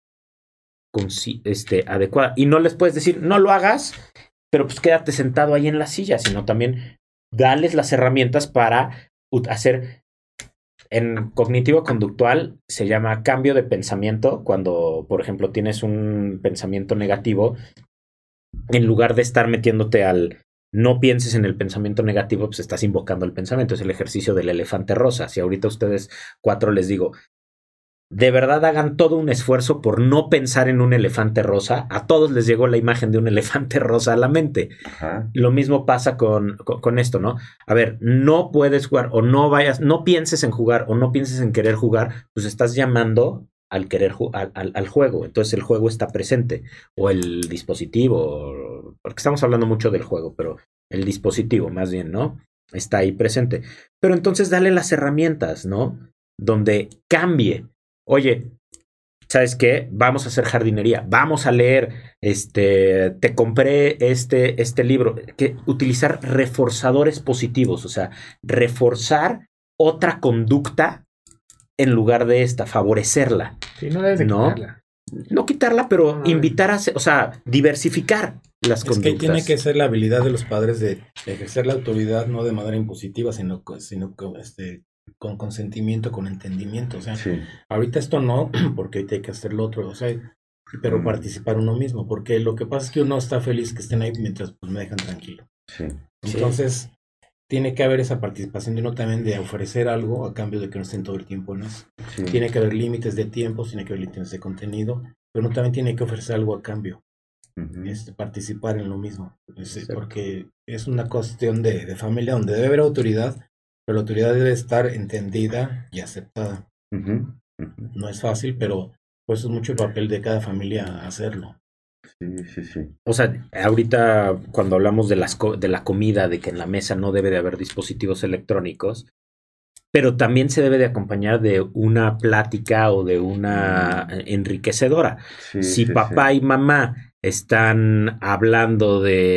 este, adecuada. Y no les puedes decir, no lo hagas, pero pues quédate sentado ahí en la silla, sino también darles las herramientas para hacer. En cognitivo-conductual se llama cambio de pensamiento. Cuando, por ejemplo, tienes un pensamiento negativo, en lugar de estar metiéndote al no pienses en el pensamiento negativo, pues estás invocando el pensamiento. Es el ejercicio del elefante rosa. Si ahorita a ustedes cuatro les digo, de verdad hagan todo un esfuerzo por no pensar en un elefante rosa, a todos les llegó la imagen de un elefante rosa a la mente. Ajá. Lo mismo pasa con, con, con esto, ¿no? A ver, no puedes jugar o no vayas, no pienses en jugar o no pienses en querer jugar, pues estás llamando al querer al, al, al juego. Entonces el juego está presente, o el dispositivo, porque estamos hablando mucho del juego, pero el dispositivo más bien, ¿no? Está ahí presente. Pero entonces dale las herramientas, ¿no? Donde cambie. Oye, ¿sabes qué? Vamos a hacer jardinería, vamos a leer, este, te compré este, este libro, que utilizar reforzadores positivos, o sea, reforzar otra conducta en lugar de esta, favorecerla. Sí, no debes de ¿no? quitarla. No quitarla, pero no, invitar a, o sea, diversificar las es conductas. Que tiene que ser la habilidad de los padres de ejercer la autoridad no de manera impositiva, sino, sino este, con consentimiento, con entendimiento. O sea, sí. Ahorita esto no, porque ahorita hay que hacer lo otro, o sea, pero mm. participar uno mismo, porque lo que pasa es que uno está feliz que estén ahí mientras pues, me dejan tranquilo. Sí. Entonces, sí. tiene que haber esa participación de uno también de ofrecer algo a cambio de que no estén todo el tiempo en eso. Sí. Tiene que haber límites de tiempo, tiene que haber límites de contenido, pero uno también tiene que ofrecer algo a cambio. Uh-huh. Este, participar en lo mismo. Es, porque es una cuestión de, de familia donde debe haber autoridad, pero la autoridad debe estar entendida y aceptada. Uh-huh. Uh-huh. No es fácil, pero pues es mucho el papel de cada familia hacerlo. Sí, sí, sí. O sea, ahorita cuando hablamos de, las co- de la comida, de que en la mesa no debe de haber dispositivos electrónicos, pero también se debe de acompañar de una plática o de una enriquecedora. Sí, si sí, papá sí. y mamá están hablando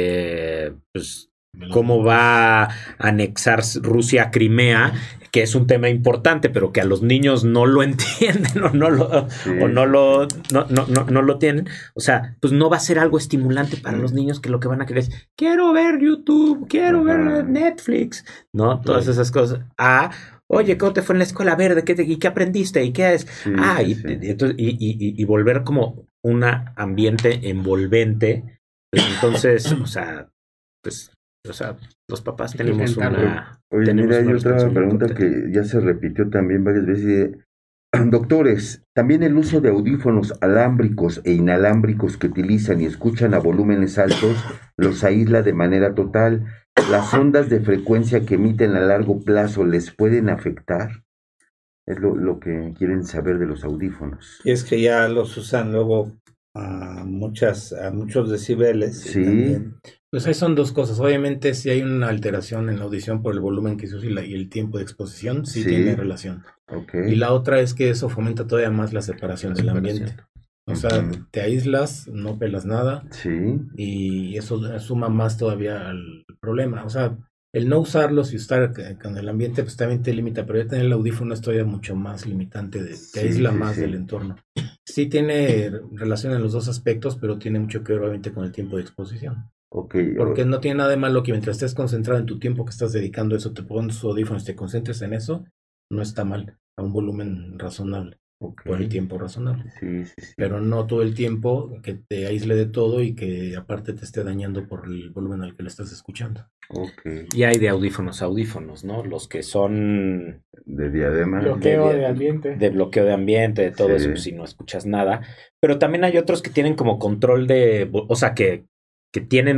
de pues, cómo va a anexar Rusia a Crimea, que es un tema importante, pero que a los niños no lo entienden o no lo, sí, o no, lo no, no, no, no lo tienen, o sea, pues no va a ser algo estimulante para mm. los niños, que lo que van a querer es, quiero ver YouTube, quiero uh-huh. ver Netflix, ¿no? Todas sí. esas cosas. Ah, oye, ¿cómo te fue en la escuela? A ver, ¿de qué, te, ¿y qué aprendiste? ¿Y qué es? Sí, ah, sí, y, sí. Y, y, y, y volver como un ambiente envolvente. Pues entonces, o sea, pues, o sea, los papás tenemos una... Oye, tenemos mira, hay otra pregunta que ya se repitió también varias veces. Doctores, también el uso de audífonos alámbricos e inalámbricos que utilizan y escuchan a volúmenes altos los aísla de manera total. ¿Las ondas de frecuencia que emiten a largo plazo les pueden afectar? Es lo, lo que quieren saber de los audífonos. Y es que ya los usan luego a muchas a muchos decibeles. Sí. También. Pues ahí son dos cosas. Obviamente, si hay una alteración en la audición por el volumen que se usa y, la, y el tiempo de exposición, sí, sí tiene relación. Okay. Y la otra es que eso fomenta todavía más la separación la del separación. ambiente. O uh-huh. sea, te aíslas, no pelas nada. Sí. Y eso suma más todavía al problema. O sea, el no usarlos y estar con el ambiente, pues también te limita. Pero ya tener el audífono es todavía mucho más limitante. De, te sí, aísla sí, más sí. del entorno. Sí tiene relación en los dos aspectos, pero tiene mucho que ver obviamente con el tiempo de exposición. Okay. Porque no tiene nada de malo que mientras estés concentrado en tu tiempo que estás dedicando a eso, te pones tus audífonos, te concentres en eso, no está mal, a un volumen razonable, okay. por el tiempo razonable. Sí, sí, sí. Pero no todo el tiempo que te aísle de todo y que aparte te esté dañando por el volumen al que lo estás escuchando. Okay. Y hay de audífonos a audífonos, ¿no? Los que son... De diadema. Bloqueo de, de ambiente. De bloqueo de ambiente, de todo sí. eso, pues, si no escuchas nada. Pero también hay otros que tienen como control de... O sea, que... que tienen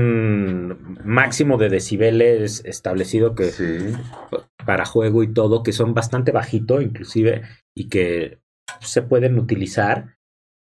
un máximo de decibeles establecido que sí. para juego y todo, que son bastante bajito inclusive, y que se pueden utilizar,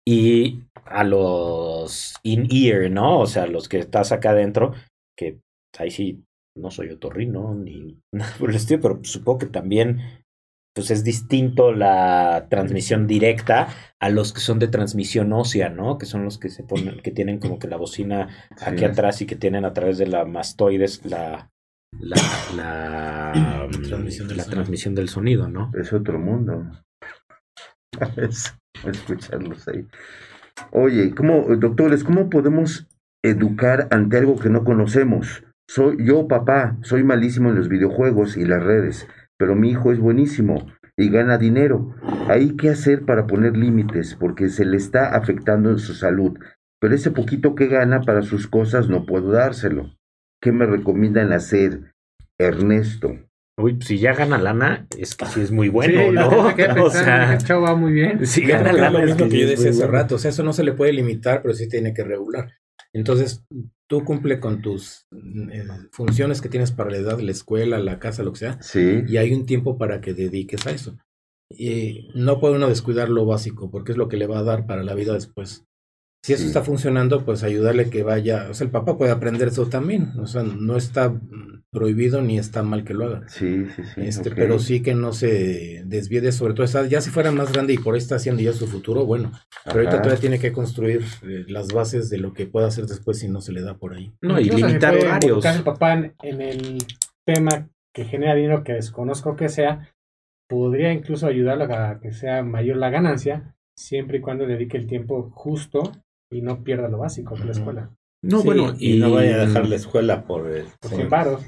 y a los in-ear, ¿no? O sea, los que estás acá adentro, que ahí sí no soy otorrino ni nada por el estilo, pero supongo que también pues es distinto la transmisión directa a los que son de transmisión ósea, ¿no? Que son los que se ponen, que tienen como que la bocina aquí Sí. atrás y que tienen a través de la mastoides la la, la, Transmisión del la sonido. transmisión del sonido, ¿no? Es otro mundo. Es escucharlos ahí. Oye, ¿cómo, doctores, cómo podemos educar ante algo que no conocemos? Soy yo, papá, soy malísimo en los videojuegos y las redes, pero mi hijo es buenísimo y gana dinero. ¿Hay qué hacer para poner límites? Porque se le está afectando en su salud. Pero ese poquito que gana para sus cosas no puedo dárselo. ¿Qué me recomiendan hacer, Ernesto? Uy, pues si ya gana lana, es que sí es muy bueno, Sí, ¿no? me quedé pensando, O sea, este chavo va muy bien. si Yo gana creo que es lana lo es mismo que, sí yo es decía muy hace bueno. rato, o sea, eso no se le puede limitar, pero sí tiene que regular. Entonces, tú cumple con tus eh, funciones que tienes para la edad, la escuela, la casa, lo que sea, Sí, y hay un tiempo para que dediques a eso. Y no puede uno descuidar lo básico, porque es lo que le va a dar para la vida después. Si eso Sí. está funcionando, pues ayudarle que vaya, o sea, el papá puede aprender eso también, o sea, no está mm, prohibido ni está mal que lo haga. sí, sí, sí. Este, ok. pero sí que no se desvíe de sobre todo esa- ya si fuera más grande y por ahí está haciendo ya su futuro, bueno, pero ahorita Ajá. todavía tiene que construir eh, las bases de lo que pueda hacer después si no se le da por ahí. No, y Incluso se limitar puede horarios. involucrar el papá en, en el tema que genera dinero que desconozco que sea, podría incluso ayudarlo a que sea mayor la ganancia, siempre y cuando dedique el tiempo justo y no pierda lo básico de la Ujú. escuela. No, Sí, bueno, y, no vaya a dejar la escuela por el... Por cien varos.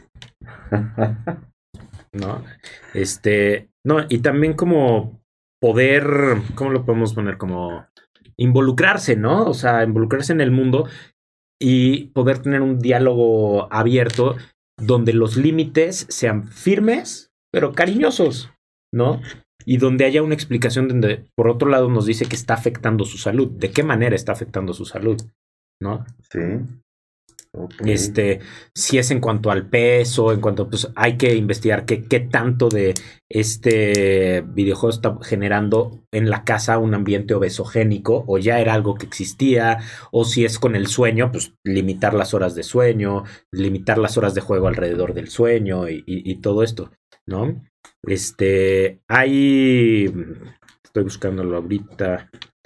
¿no? Este, no, y también como poder, ¿cómo lo podemos poner? Como involucrarse, ¿no? O sea, involucrarse en el mundo y poder tener un diálogo abierto donde los límites sean firmes, pero cariñosos, ¿no? Y donde haya una explicación donde, por otro lado, nos dice que está afectando su salud. ¿De qué manera está afectando su salud? ¿No? Sí. Ok. Este, si es en cuanto al peso, en cuanto, pues hay que investigar qué, qué tanto de este videojuego está generando en la casa un ambiente obesogénico, o ya era algo que existía, o si es con el sueño, pues limitar las horas de sueño, limitar las horas de juego alrededor del sueño y, y, y todo esto, ¿no? Este, hay, estoy buscándolo ahorita.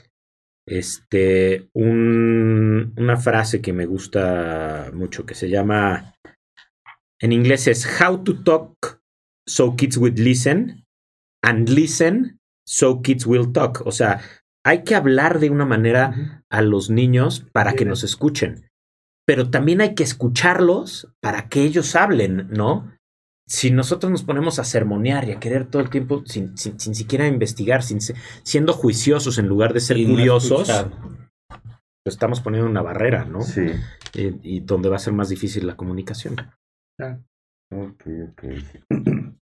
Este, un, una frase que me gusta mucho que se llama, en inglés es How to talk so kids will listen and listen so kids will talk. O sea, hay que hablar de una manera a los niños para que nos escuchen, pero también hay que escucharlos para que ellos hablen, ¿no? Si nosotros nos ponemos a sermonear y a querer todo el tiempo sin, sin, sin siquiera investigar, sin, siendo juiciosos en lugar de ser Y no curiosos, escuchar. pues estamos poniendo una barrera, ¿no? Sí. Y, y donde va a ser más difícil la comunicación. Ah, Ok, ok.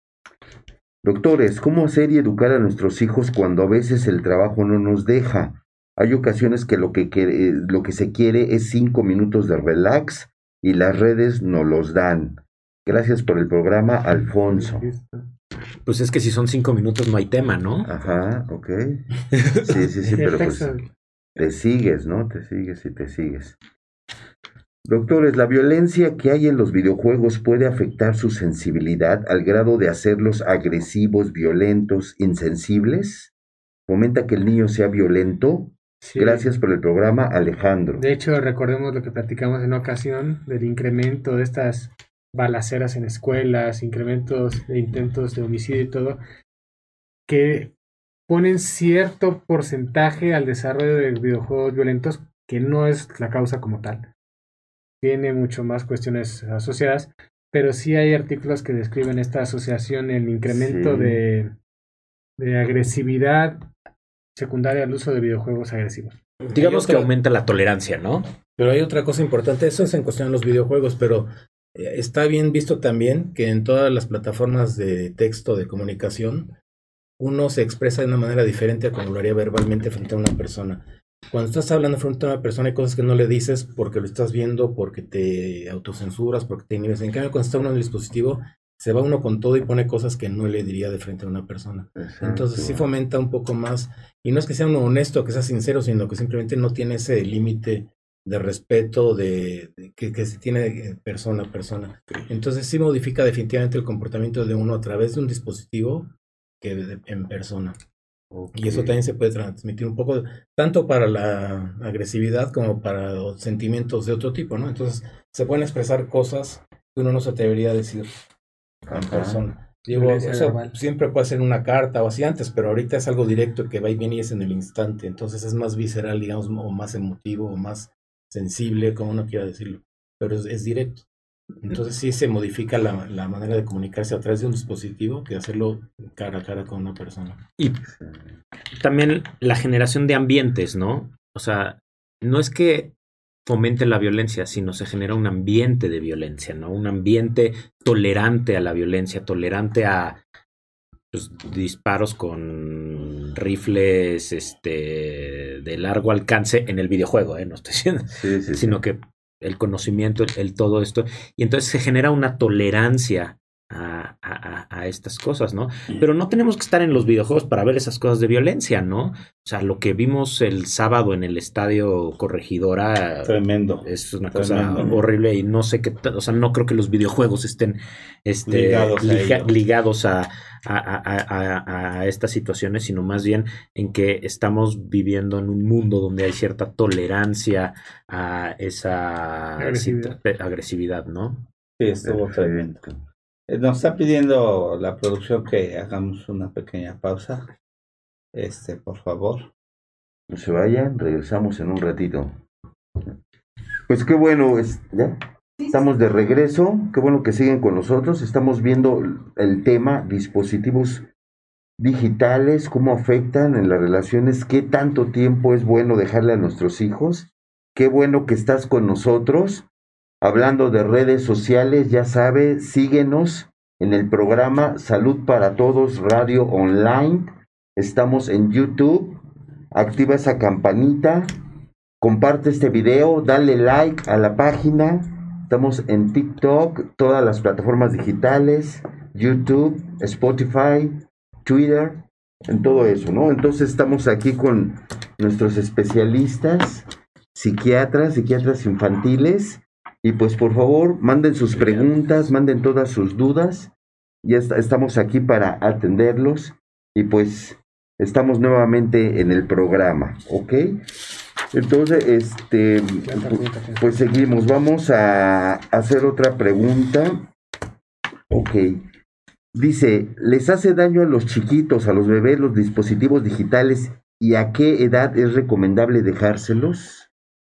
Doctores, ¿cómo hacer y educar a nuestros hijos cuando a veces el trabajo no nos deja? Hay ocasiones que lo que, quiere- lo que se quiere es cinco minutos de relax y las redes no los dan. Gracias por el programa, Alfonso. Pues es que si son cinco minutos no hay tema, ¿no? Ajá, ok. Sí, sí, sí, el pero pues texto, te sigues, ¿no? Te sigues y te sigues. Doctores, ¿la violencia que hay en los videojuegos puede afectar su sensibilidad al grado de hacerlos agresivos, violentos, insensibles? ¿Fomenta que el niño sea violento? sí. Gracias por el programa, Alejandro. De hecho, recordemos lo que platicamos en una ocasión del incremento de estas balaceras en escuelas, incrementos de intentos de homicidio y todo, que ponen cierto porcentaje al desarrollo de videojuegos violentos que no es la causa como tal. Tiene mucho más cuestiones asociadas, pero sí hay artículos que describen esta asociación, el incremento Sí. de, de agresividad secundaria al uso de videojuegos agresivos. Digamos que otra- aumenta la tolerancia, ¿no? Pero hay otra cosa importante, eso es en cuestión de los videojuegos, pero eh, está bien visto también que en todas las plataformas de texto de comunicación uno se expresa de una manera diferente a como lo haría verbalmente frente a una persona. Cuando estás hablando frente a una persona hay cosas que no le dices porque lo estás viendo, porque te autocensuras, porque te inhibes. En cambio, cuando está uno en el dispositivo, se va uno con todo y pone cosas que no le diría de frente a una persona. Entonces sí fomenta un poco más, y no es que sea uno honesto, que sea sincero, sino que simplemente no tiene ese límite de respeto de, de que, que se tiene de persona a persona. Entonces sí modifica definitivamente el comportamiento de uno a través de un dispositivo que de- en persona. Ok. Y eso también se puede transmitir un poco, tanto para la agresividad como para los sentimientos de otro tipo, ¿no? Entonces, se pueden expresar cosas que uno no se atrevería a decir en Ajá. persona. Digo, Violencia eso verbal. siempre puede ser una carta o así antes, pero ahorita es algo directo que va y viene y es en el instante. Entonces es más visceral, digamos, o más emotivo, o más sensible, como uno quiera decirlo. Pero es, es directo. Entonces sí se modifica la, la manera de comunicarse a través de un dispositivo que hacerlo cara a cara con una persona. Y también la generación de ambientes, ¿no? O sea, no es que fomente la violencia, sino se genera un ambiente de violencia, ¿no? Un ambiente tolerante a la violencia, tolerante a pues, disparos con rifles este, de largo alcance en el videojuego, ¿eh? No estoy diciendo, Sí, sí, sí. sino que el conocimiento, el, el todo esto, y entonces se genera una tolerancia a, a, a estas cosas, ¿no? Pero no tenemos que estar en los videojuegos para ver esas cosas de violencia, ¿no? O sea, lo que vimos el sábado en el estadio Corregidora Tremendo. es una Tremendo. cosa horrible y no sé qué, ta- o sea, no creo que los videojuegos estén este, Ligados a liga- ello. ligados a, a, a, a, a estas situaciones, sino más bien en que estamos viviendo en un mundo donde hay cierta tolerancia a esa Agresividad. cita- agresividad, ¿no? Sí, estuvo tremendo. Eh, Nos está pidiendo la producción que hagamos una pequeña pausa. Este, por favor. No se vayan, regresamos en un ratito. Pues qué bueno, es, ¿ya? Estamos de regreso, qué bueno que siguen con nosotros. Estamos viendo el tema dispositivos digitales, cómo afectan en las relaciones, qué tanto tiempo es bueno dejarle a nuestros hijos. Qué bueno que estás con nosotros. Hablando de redes sociales, ya sabe, síguenos en el programa Salud para Todos Radio Online. Estamos en YouTube. Activa esa campanita. Comparte este video. Dale like a la página. Estamos en TikTok, todas las plataformas digitales, YouTube, Spotify, Twitter, en todo eso, ¿no? Entonces estamos aquí con nuestros especialistas, psiquiatras, psiquiatras infantiles. Y pues por favor, manden sus preguntas, manden todas sus dudas. Ya está- estamos aquí para atenderlos. Y pues estamos nuevamente en el programa, ¿ok? Entonces, este, pues seguimos. Vamos a hacer otra pregunta. Ok. Dice, ¿les hace daño a los chiquitos, a los bebés, los dispositivos digitales? ¿Y a qué edad es recomendable dejárselos?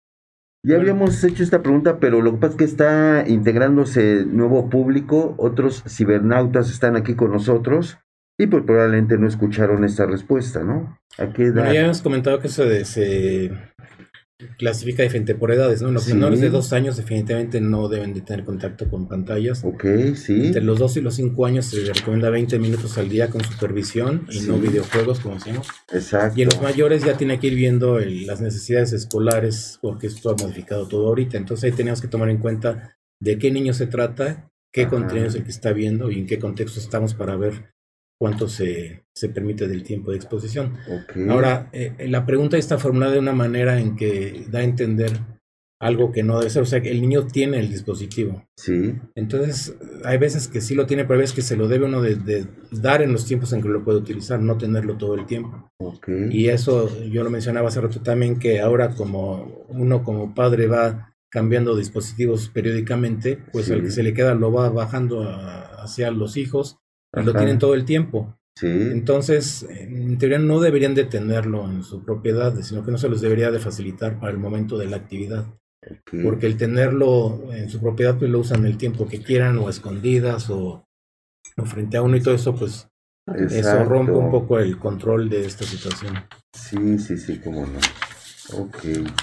Ya habíamos hecho esta pregunta, pero lo que pasa es que está integrándose nuevo público, otros cibernautas están aquí con nosotros y pues probablemente no escucharon esta respuesta, ¿no? ¿A qué edad? Bueno, ya hemos comentado que eso de, se clasifica diferente por edades, ¿no? Los Sí. menores de dos años definitivamente no deben de tener contacto con pantallas. Ok, sí. Entre los dos y los cinco años se les recomienda veinte minutos al día con supervisión y Sí. no videojuegos, como decíamos. Exacto. Y en los mayores ya tiene que ir viendo el- las necesidades escolares, porque esto ha modificado todo ahorita. Entonces ahí tenemos que tomar en cuenta de qué niño se trata, qué Ajá. contenido es el que está viendo y en qué contexto estamos para ver cuánto se, se permite del tiempo de exposición. Ok. Ahora, eh, la pregunta está formulada de una manera en que da a entender algo que no debe ser. O sea, que el niño tiene el dispositivo. Sí. Entonces, hay veces que sí lo tiene, pero hay veces que se lo debe uno de, de dar en los tiempos en que lo puede utilizar, no tenerlo todo el tiempo. Ok. Y eso, yo lo mencionaba hace rato también, que ahora como uno como padre va cambiando dispositivos periódicamente, pues Sí. al que se le queda lo va bajando a- hacia los hijos y lo Ajá. tienen todo el tiempo. Sí. Entonces, en teoría no deberían de tenerlo en su propiedad, sino que no se los debería de facilitar para el momento de la actividad. Ok. Porque el tenerlo en su propiedad, pues lo usan el tiempo que quieran, o a escondidas, o, o frente a uno y todo eso, pues eso Exacto. rompe un poco el control de esta situación. Sí, sí, sí, cómo no. Ok.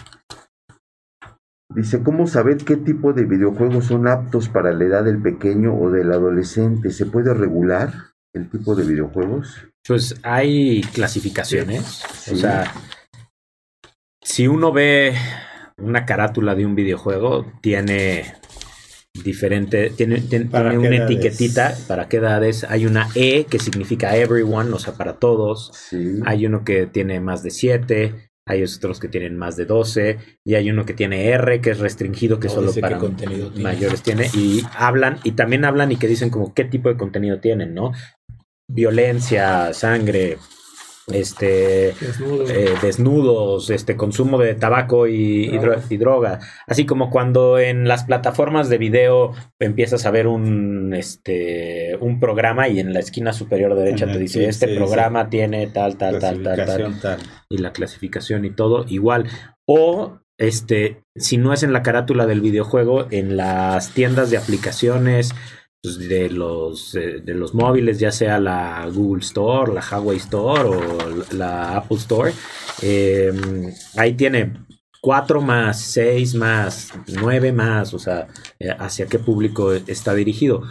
Dice, ¿cómo saber qué tipo de videojuegos son aptos para la edad del pequeño o del adolescente? ¿Se puede regular el tipo de videojuegos? Pues hay clasificaciones. Sí. O sea, si uno ve una carátula de un videojuego, tiene diferente, tiene, tiene, ¿Para tiene qué una edades? etiquetita para qué edades. Hay una E que significa everyone, o sea, para todos. Sí. Hay uno que tiene más de siete, hay otros que tienen más de doce, y hay uno que tiene R, que es restringido, que No solo dice qué para contenido tiene. mayores tiene. Y hablan, y también hablan y que dicen como qué tipo de contenido tienen, ¿no? violencia, sangre, este Desnudo. eh, desnudos, este consumo de tabaco y, y, dro- y droga, así como cuando en las plataformas de video empiezas a ver un este un programa y en la esquina superior derecha En te el dice clip este se programa tiene tal tal tal tal tal Clasificación tal. y la clasificación y todo igual. O este, si no es en la carátula del videojuego, en las tiendas de aplicaciones pues, de los eh, de los móviles, ya sea la Google Store, la Huawei Store o la Apple Store, eh, ahí tiene cuatro más, seis más, nueve más, o sea, eh, hacia qué público está dirigido.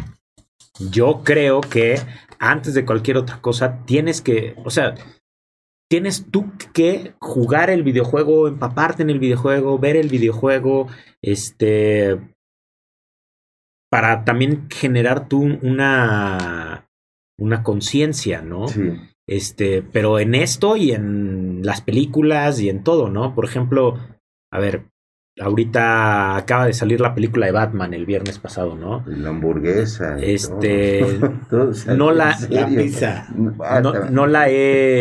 Yo creo que antes de cualquier otra cosa tienes que, o sea, tienes tú que jugar el videojuego, empaparte en el videojuego, ver el videojuego, este, para también generar tú una, una conciencia, ¿no? Sí. Este, pero en esto y en las películas y en todo, ¿no? Por ejemplo, a ver, ahorita acaba de salir la película de Batman el viernes pasado, ¿no? La hamburguesa. y Este, todo. Todo salió no en la- serio. La pizza. Ah, No, ta- no la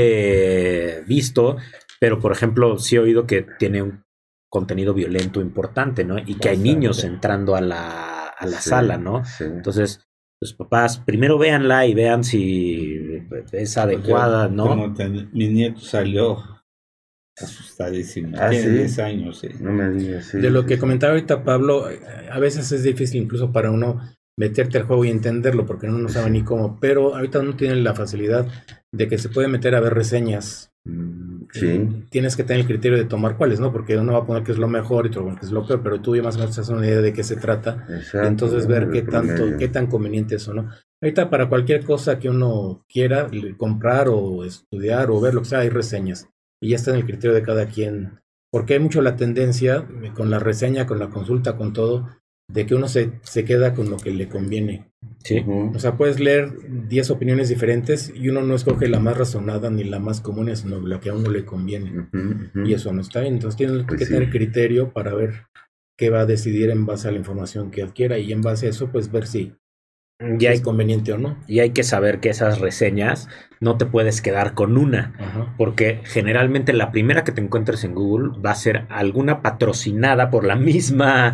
he visto, pero por ejemplo, sí he oído que tiene un contenido violento importante, ¿no? Y que hay Bastante. niños entrando a la, a la sí, sala, ¿no? Sí. Entonces, los papás, primero véanla y vean si es adecuada, Yo ¿no? tengo ten- mi nieto salió asustadísimo. Ah, Tiene ¿sí? diez años, sí. No me digas. Sí, De lo sí, que sí. comentaba ahorita Pablo, eh, a veces es difícil incluso para uno meterte al juego y entenderlo porque uno no sabe Sí. ni cómo, pero ahorita uno tiene la facilidad de que se puede meter a ver reseñas. Mm, Y Sí. tienes que tener el criterio de tomar cuáles, ¿no? Porque uno va a poner que es lo mejor y otro que es lo peor, pero tú ya más o menos te haces una idea de qué se trata Exacto. y entonces ver ¿no? qué El tanto, promedio. qué tan conveniente es o no. Ahorita para cualquier cosa que uno quiera le- comprar o estudiar o ver lo que sea, hay reseñas y ya está en el criterio de cada quien. Porque hay mucho la tendencia eh, con la reseña, con la consulta, con todo, de que uno se, se queda con lo que le conviene. Sí. Ujú. O sea, puedes leer diez opiniones diferentes y uno no escoge la más razonada ni la más común, sino la que a uno le conviene. Ujú, ujú. Y eso no está bien. Entonces tienes Pues que sí. tener criterio para ver qué va a decidir en base a la información que adquiera y en base a eso, pues ver si, Y si hay, es conveniente o no. y hay que saber que esas reseñas no te puedes quedar con una. Ajá. Porque generalmente la primera que te encuentres en Google va a ser alguna patrocinada por la misma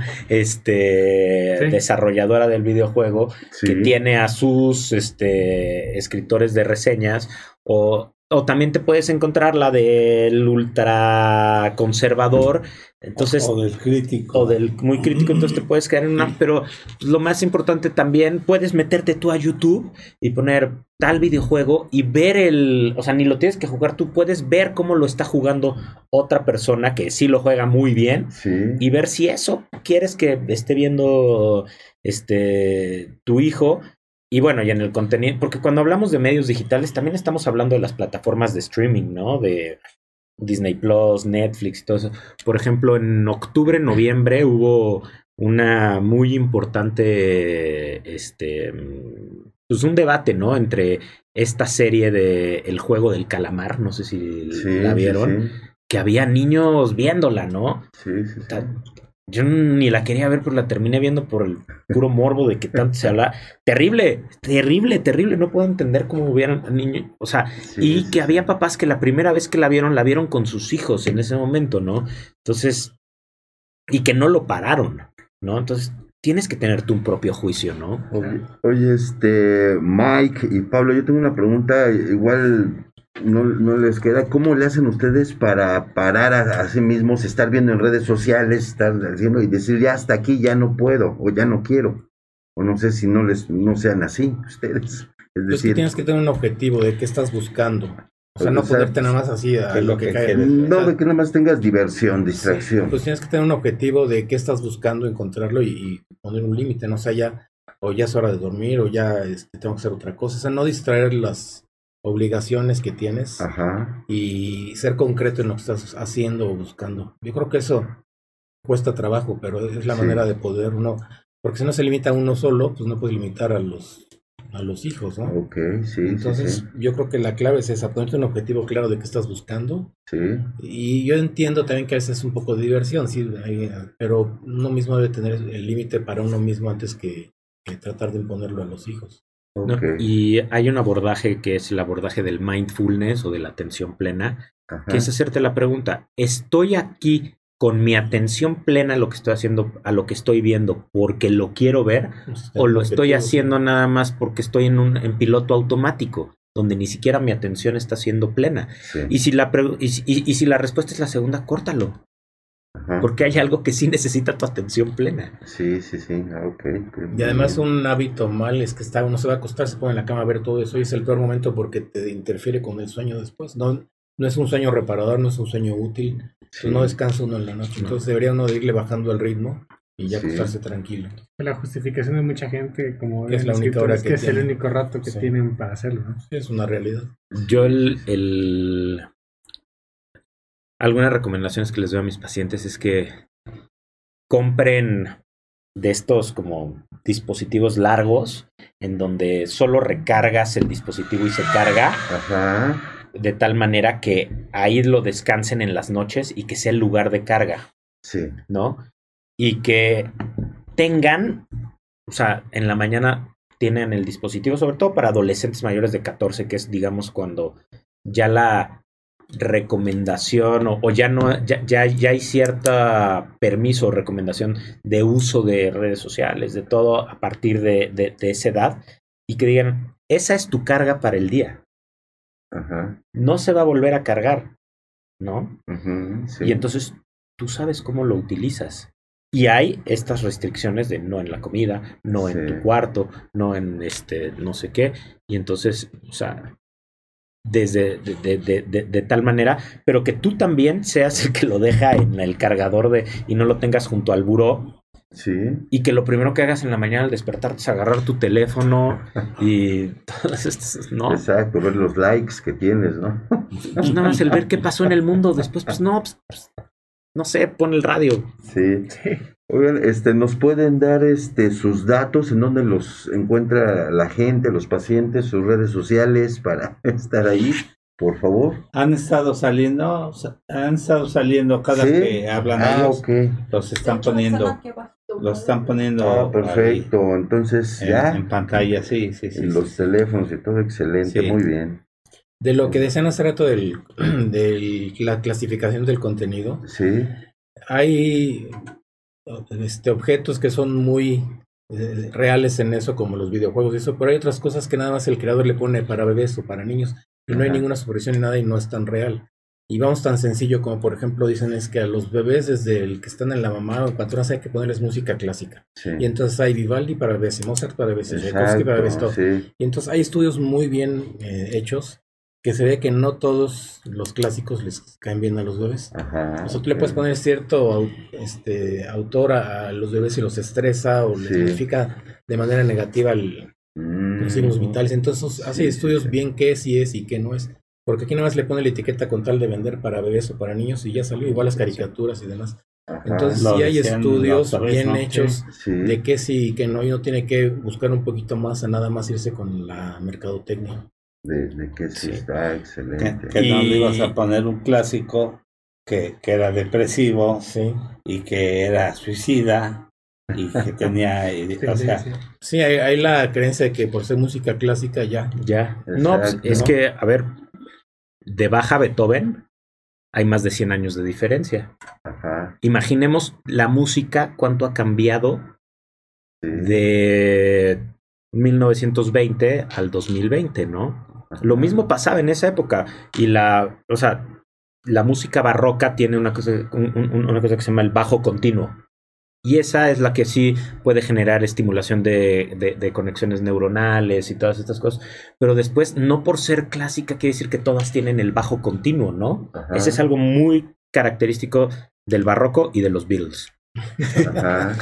este, Sí. desarrolladora del videojuego Sí. que tiene a sus este, escritores de reseñas. O, o también te puedes encontrar la del ultra conservador. Entonces, o del crítico. o del muy crítico, entonces te puedes quedar en una, pero lo más importante también, puedes meterte tú a YouTube y poner tal videojuego y ver el, o sea, ni lo tienes que jugar tú, puedes ver cómo lo está jugando otra persona que sí lo juega muy bien Sí. y ver si eso quieres que esté viendo este tu hijo. Y bueno, y en el contenido, porque cuando hablamos de medios digitales también estamos hablando de las plataformas de streaming, ¿no? De Disney Plus, Netflix y todo eso. Por ejemplo, en octubre, noviembre hubo una muy importante, este, pues un debate, ¿no? Entre esta serie de El Juego del Calamar, no sé si Sí, la sí, vieron, sí. que había niños viéndola, ¿no? Sí, sí, sí. Yo ni la quería ver, pero la terminé viendo por el puro morbo de que tanto se habla. Terrible, terrible, terrible. No puedo entender cómo hubieran niños. O sea, Sí, y sí, que sí. había papás que la primera vez que la vieron, la vieron con sus hijos en ese momento, ¿no? Entonces, y que no lo pararon, ¿no? Entonces, tienes que tener tu propio juicio, ¿no? Oye, oye, este, Mike y Pablo, yo tengo una pregunta, igual no, no les queda, ¿cómo le hacen ustedes para parar a, a sí mismos, estar viendo en redes sociales, estar haciendo y decir ya hasta aquí, ya no puedo, o ya no quiero? O no sé si no les, no sean así ustedes. Es Es decir, que tienes que tener un objetivo de qué estás buscando. O sea, O no sea, ponerte nada más así a ¿qué es lo lo que que cae. quieres? no O sea, de que nada más tengas diversión, distracción. Pues tienes que tener un objetivo de qué estás buscando, encontrarlo y, y poner un límite, no o sea, ya, o ya es hora de dormir, o ya este, tengo que hacer otra cosa. O sea, no distraer las obligaciones que tienes Ajá. y ser concreto en lo que estás haciendo o buscando. Yo creo que eso cuesta trabajo, pero es la Sí. manera de poder uno, porque si no se limita a uno solo, pues no puedes limitar a los, a los hijos, ¿no? Ok, sí, Entonces, sí, yo creo que la clave es esa, ponerte un objetivo claro de qué estás buscando. sí. Sí. Y yo entiendo también que a veces es un poco de diversión, sí, hay- pero uno mismo debe tener el límite para uno mismo antes que, que tratar de imponerlo a los hijos. ¿no? Ok. Y hay un abordaje que es el abordaje del mindfulness o de la atención plena, Ajá. que es hacerte la pregunta, ¿estoy aquí con mi atención plena a lo que estoy haciendo, a lo que estoy viendo, porque lo quiero ver, o lo estoy haciendo nada más porque estoy en un en piloto automático, donde ni siquiera mi atención está siendo plena? Sí. Y si la pre- y, si- y- y si la respuesta es la segunda, córtalo, Ajá. porque hay algo que sí necesita tu atención plena. Sí, sí, sí. Ah, ok. Y además un hábito mal es que está, uno se va a acostar, se pone en la cama a ver todo eso y es el peor momento porque te interfiere con el sueño después. No, no es un sueño reparador, no es un sueño útil. Sí. No descansa uno en la noche. Entonces debería uno de irle bajando el ritmo y ya Sí. acostarse tranquilo. La justificación de mucha gente, como Que es la habían única escrito, hora es que que es el tienen. único rato que Sí. tienen para hacerlo, ¿no? Sí, es una realidad. Yo el, el- algunas recomendaciones que les doy a mis pacientes es que compren de estos como dispositivos largos en donde solo recargas el dispositivo y se carga, Ajá. de tal manera que ahí lo descansen en las noches y que sea el lugar de carga, Sí. ¿no? Y que tengan, o sea, en la mañana tienen el dispositivo, sobre todo para adolescentes mayores de catorce, que es, digamos, cuando ya la recomendación o, o ya no, ya, ya, ya hay cierta permiso o recomendación de uso de redes sociales, de todo a partir de, de, de esa edad, y que digan, esa es tu carga para el día, Ajá. no se va a volver a cargar, ¿no? Ujú, sí. Y entonces tú sabes cómo lo utilizas. Y hay estas restricciones de no en la comida, no en Sí. tu cuarto, no en este, no sé qué. Y entonces, o sea, desde de, de, de, de, de tal manera, pero que tú también seas el que lo deja en el cargador de y no lo tengas junto al buró. Sí. Y que lo primero que hagas en la mañana al despertarte es agarrar tu teléfono y todas estas, ¿no? Exacto, ver los likes que tienes, ¿no? Pues nada más el ver qué pasó en el mundo. Después, pues no, pues, pues, no sé, pon el radio. Sí. Oigan, este, ¿nos pueden dar este sus datos en donde los encuentra la gente, los pacientes, sus redes sociales para estar ahí, por favor? Han estado saliendo, sa- han estado saliendo cada ¿Sí? que hablan Ah, ellos, ok. los están poniendo, los están poniendo Ah, perfecto. Entonces, ahí ya, en, en pantalla, sí, sí, sí. en sí, los sí. teléfonos y todo, excelente, Sí. muy bien. De lo que decían hace rato del, de la clasificación del contenido, Sí, hay este, objetos que son muy eh, reales en eso, como los videojuegos y eso, pero hay otras cosas que nada más el creador le pone para bebés o para niños, y no hay Ajá. ninguna supervisión ni nada y no es tan real. Y vamos tan sencillo como, por ejemplo, dicen es que a los bebés, desde el que están en la mamá o en cuanto nace, hay que ponerles música clásica. sí. Y entonces hay Vivaldi para bebés, y Mozart para bebés, y Tchaikovsky para bebés, Exacto, todo. sí. Y entonces hay estudios muy bien eh, hechos que se ve que no todos los clásicos les caen bien a los bebés. Ajá. O sea, tú le puedes ok. poner cierto au- este, autor a, a los bebés y los estresa o les Sí. modifica de manera negativa el- Mm, los signos vitales. Entonces hace sí, estudios sí, sí. bien qué sí es y qué no es. Porque aquí nada más le pone la etiqueta con tal de vender para bebés o para niños y ya salió igual las caricaturas y demás. Ajá. Entonces Lo sí hay decían estudios la otra vez, bien ¿no? hechos Sí. de qué sí y qué no, y uno tiene que buscar un poquito más a nada más irse con la mercadotecnia. De, de que sí, Sí. está Que, excelente. que no le Y- ibas a poner un clásico que, que era depresivo Sí, y que era suicida y que tenía, y- o sea, Tendencia. sí hay, hay la creencia de que por ser música clásica ya. Ya. No, pues, Exacto. es que, a ver, de Bach a Beethoven hay más de cien años de diferencia. Ajá. Imaginemos la música, cuánto ha cambiado Sí. de mil novecientos veinte al dos mil veinte, ¿no? Ajá. Lo mismo pasaba en esa época. Y la, o sea, la música barroca tiene una cosa, un- un- una cosa que se llama el bajo continuo. Y esa es la que sí puede generar estimulación de, de- de conexiones neuronales y todas estas cosas. Pero después, no por ser clásica, quiere decir que todas tienen el bajo continuo, ¿no? Ajá. Ese es algo muy característico del barroco y de los Beatles. Ajá.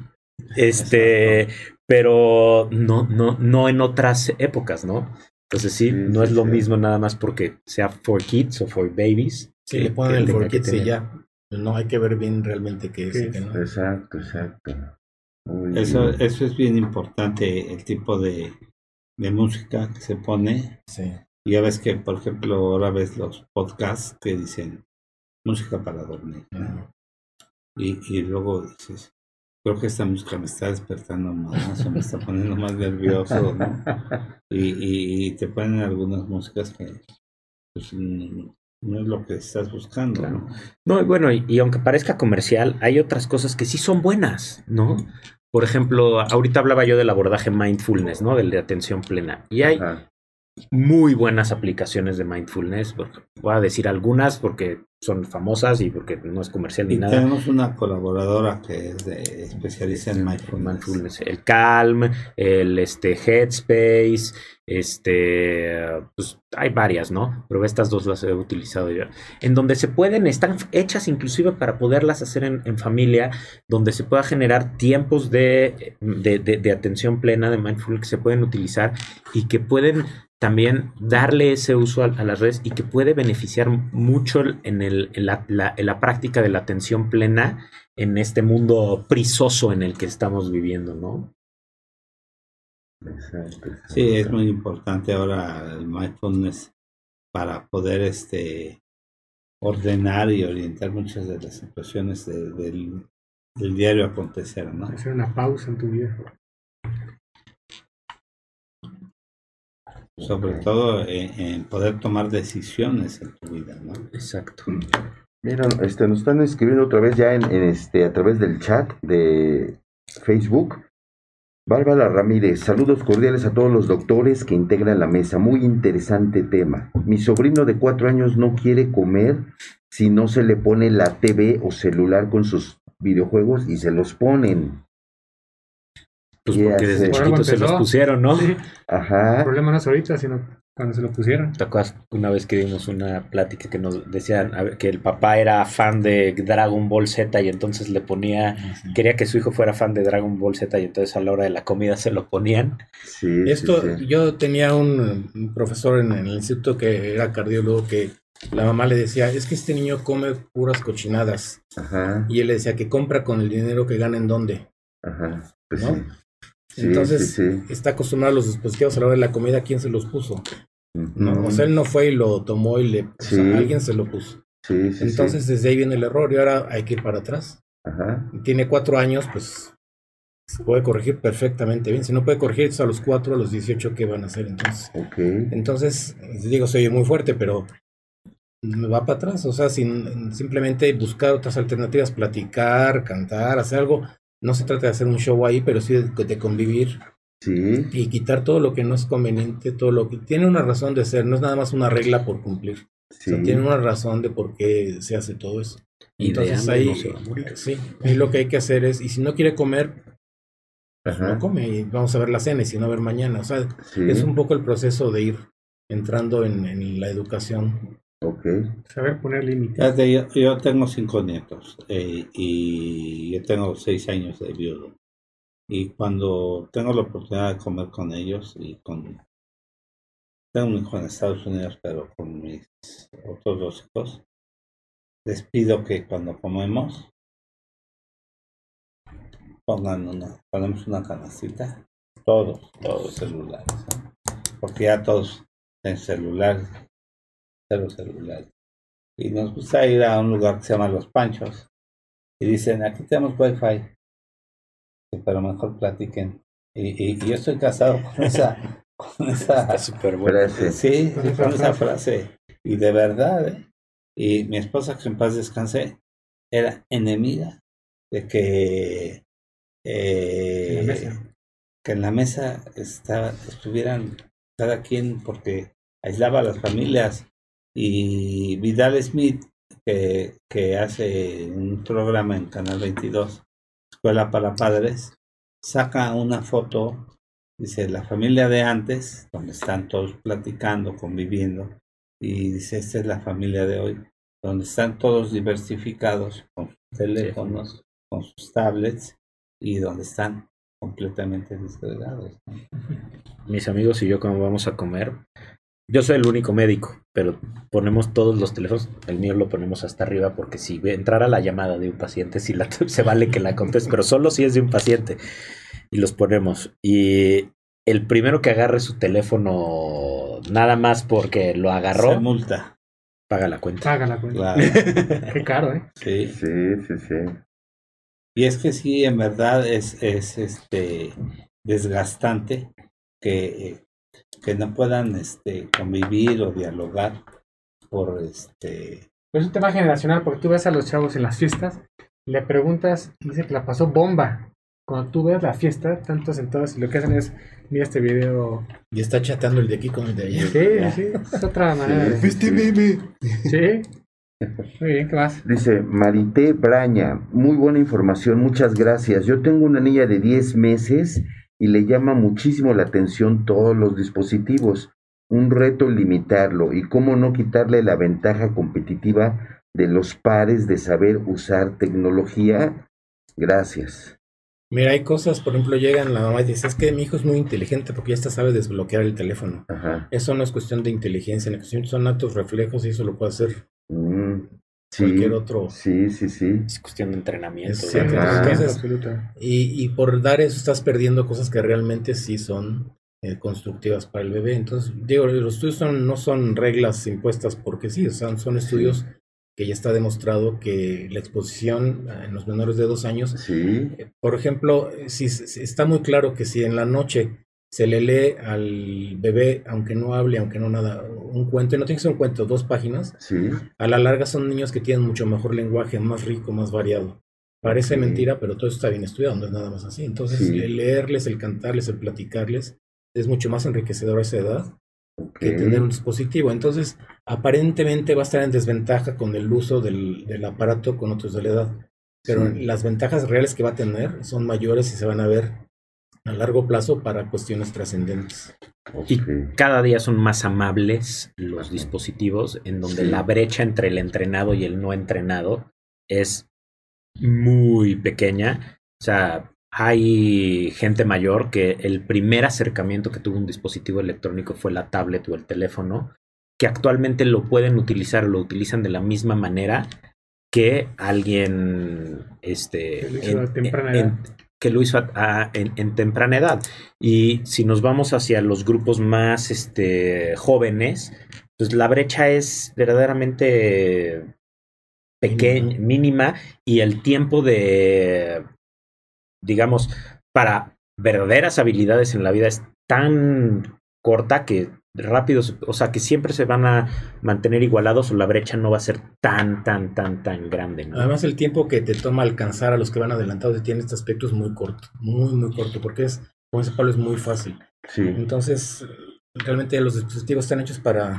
Este, pero no, no, no en otras épocas, ¿no? Entonces sí, Sí, no sí, es lo sí. mismo nada más porque sea for kids o for babies. Sí, que- le ponen que el tenga for que kids y tener. ya. No hay que ver bien realmente qué es y qué no. Exacto, exacto. Muy eso, bien. eso es bien importante, el tipo de, de música que se pone. Sí. Y ya ves que, por ejemplo, ahora ves los podcasts que dicen música para dormir, ¿no? Y, y luego dices, creo que esta música me está despertando más o me está poniendo más nervioso, ¿no? Y, y, y te ponen algunas músicas que pues, no es lo que estás buscando, Claro. ¿no? No, y bueno, y, y aunque parezca comercial, hay otras cosas que sí son buenas, ¿no? Por ejemplo, ahorita hablaba yo del abordaje mindfulness, ¿no? Del de atención plena. Y hay Ajá. muy buenas aplicaciones de mindfulness. Voy a decir algunas porque son famosas y porque no es comercial ni Y nada. tenemos una colaboradora que es de, especialista en mindfulness. Mindfulness, el Calm, el este Headspace, este, pues hay varias, ¿no? Pero estas dos las he utilizado yo. En donde se pueden, están hechas inclusive para poderlas hacer en, en familia, donde se pueda generar tiempos de, de, de, de atención plena, de mindfulness, que se pueden utilizar y que pueden también darle ese uso a, a las redes y que puede beneficiar mucho en, el, en, la, la, en la práctica de la atención plena en este mundo prisoso en el que estamos viviendo, ¿no? Exacto, exacto. Sí, es muy importante ahora el mindfulness para poder este ordenar y orientar muchas de las situaciones de, del, del diario acontecer, ¿no? Hacer una pausa en tu vida. Sobre todo en, en poder tomar decisiones en tu vida, ¿no? Exacto. Mira, este, nos están escribiendo otra vez ya en, en este, a través del chat de Facebook. Bárbara Ramírez, saludos cordiales a todos los doctores que integran la mesa. Muy interesante tema. Mi sobrino de cuatro años no quiere comer si no se le pone la T V o celular con sus videojuegos y se los ponen. Pues ¿Qué porque desde hacer? Por algo chiquitos se los empezó. pusieron, ¿no? Sí. El Ajá. problema no es ahorita, sino cuando se lo pusieron. ¿Te acuerdas una vez que dimos una plática que nos decían a ver, que el papá era fan de Dragon Ball Z y entonces le ponía, quería que su hijo fuera fan de Dragon Ball Z y entonces a la hora de la comida se lo ponían? Sí, Esto, sí, sí. yo tenía un, un profesor en, en el instituto que era cardiólogo que la mamá le decía, es que este niño come puras cochinadas. Ajá, Y él le decía que compra con el dinero que gana en dónde. ajá. Pues ¿No? sí. Sí, Entonces sí, sí. está acostumbrado a los dispositivos a la hora de la comida, ¿quién se los puso? ¿No? Ujú. O sea, él no fue y lo tomó y le... O Sí. sea, alguien se lo puso. Sí, sí, Entonces sí. desde ahí viene el error y ahora hay que ir para atrás. Ajá. Tiene cuatro años, pues se puede corregir perfectamente bien. Si no puede corregir a los cuatro, a los dieciocho, ¿qué van a hacer entonces? Ok. Entonces, digo, se oye muy fuerte, pero me va para atrás. O sea, sin simplemente buscar otras alternativas, platicar, cantar, hacer algo. No se trata de hacer un show ahí, pero sí de, de convivir Sí. y quitar todo lo que no es conveniente, todo lo que tiene una razón de ser. No es nada más una regla por cumplir. Sí. O sea, tiene una razón de por qué se hace todo eso. Y de Entonces hambre ahí, no se va a morir. sí, ahí lo que hay que hacer es, y si no quiere comer, pues Ajá. no come y vamos a ver la cena y si no a ver mañana. O sea, Sí. es un poco el proceso de ir entrando en, en la educación. Ok. Saber poner límites. Fíjate, yo, yo tengo cinco nietos eh, y yo tengo seis años de viudo. Y cuando tengo la oportunidad de comer con ellos y con... Tengo un hijo en Estados Unidos, pero con mis otros dos hijos, les pido que cuando comemos pongan una, ponemos una canastita, todos, todos celulares, ¿no? Porque ya todos en celulares, cero celulares. Y nos gusta ir a un lugar que se llama Los Panchos y dicen, aquí tenemos wifi, pero mejor platiquen. Y, y, y yo estoy casado con esa, con esa, Está súper bueno. Frase. sí, Con sí, esa con esa frase. frase. Y de verdad, ¿eh? Y mi esposa, que en paz descanse, era enemiga de que, eh, En la mesa. que en la mesa estaba, estuvieran cada quien, porque aislaba a las familias. Y Vidal Smith, que, que hace un programa en Canal veintidós, Escuela para Padres, saca una foto, dice la familia de antes, donde están todos platicando, conviviendo, y dice esta es la familia de hoy, donde están todos diversificados con sus teléfonos, con sus tablets, y donde están completamente desgregados, ¿no? Mis amigos y yo cuando vamos a comer, yo soy el único médico, pero ponemos todos los teléfonos, el mío lo ponemos hasta arriba porque si entrara la llamada de un paciente, si la, se vale que la conteste, pero solo si es de un paciente. Y los ponemos. Y el primero que agarre su teléfono nada más porque lo Se agarró, multa. paga la cuenta. Paga la cuenta. Claro. Qué caro, ¿eh? Sí. Sí, sí, sí. Y es que sí, en verdad es, es este desgastante que, que no puedan este convivir o dialogar por este Es un tema generacional porque tú ves a los chavos en las fiestas, le preguntas y dice que la pasó bomba. Cuando tú ves la fiesta, tantos sentados y lo que hacen es, mira este video. Y está chateando el de aquí con el de allá. Sí, sí, es otra manera de... ¿Viste meme? Sí. Muy bien, ¿qué más? Dice Marité Braña, muy buena información, muchas gracias. Yo tengo una niña de diez meses y le llama muchísimo la atención todos los dispositivos. Un reto limitarlo y cómo no quitarle la ventaja competitiva de los pares de saber usar tecnología. Gracias. Mira, hay cosas, por ejemplo, llegan la mamá y dice, es que mi hijo es muy inteligente porque ya está sabe desbloquear el teléfono. Ajá. Eso no es cuestión de inteligencia, la cuestión son actos reflejos y eso lo puede hacer Mm, sí, cualquier otro. sí, sí, sí. Es cuestión de entrenamiento. Sí, ¿verdad? Ajá. entonces, Absoluta. y, y por dar eso estás perdiendo cosas que realmente sí son eh, constructivas para el bebé. Entonces, digo, los estudios son, no son reglas impuestas porque sí, o sea, son estudios que ya está demostrado que la exposición en los menores de dos años, Sí, eh, por ejemplo, si, si está muy claro que si en la noche se le lee al bebé, aunque no hable, aunque no nada, un cuento, y no tiene que ser un cuento, dos páginas, sí. a la larga son niños que tienen mucho mejor lenguaje, más rico, más variado. Parece Ok. mentira, pero todo eso está bien estudiado, no es nada más así. Entonces, Sí. el leerles, el cantarles, el platicarles, es mucho más enriquecedor a esa edad Ok. que tener un dispositivo. Entonces, aparentemente va a estar en desventaja con el uso del, del aparato con otros de la edad. Pero Sí. las ventajas reales que va a tener son mayores y se van a ver a largo plazo para cuestiones trascendentes. Y Ok. cada día son más amables los dispositivos, en donde Sí. la brecha entre el entrenado y el no entrenado es muy pequeña. O sea, hay gente mayor que el primer acercamiento que tuvo un dispositivo electrónico fue la tablet o el teléfono, que actualmente lo pueden utilizar, lo utilizan de la misma manera que alguien este, Que lo hizo a temprana edad. que lo hizo a- a- en, en temprana edad. Y si nos vamos hacia los grupos más este, jóvenes, pues la brecha es verdaderamente pequeña, mínima, y el tiempo de, digamos, para verdaderas habilidades en la vida es tan corta que rápido, o sea, que siempre se van a mantener igualados o la brecha no va a ser tan, tan, tan, tan grande, ¿no? Además, el tiempo que te toma alcanzar a los que van adelantados tiene este aspecto es muy corto, muy, muy corto, porque es, como dice Pablo, es muy fácil. Sí. Entonces, realmente los dispositivos están hechos para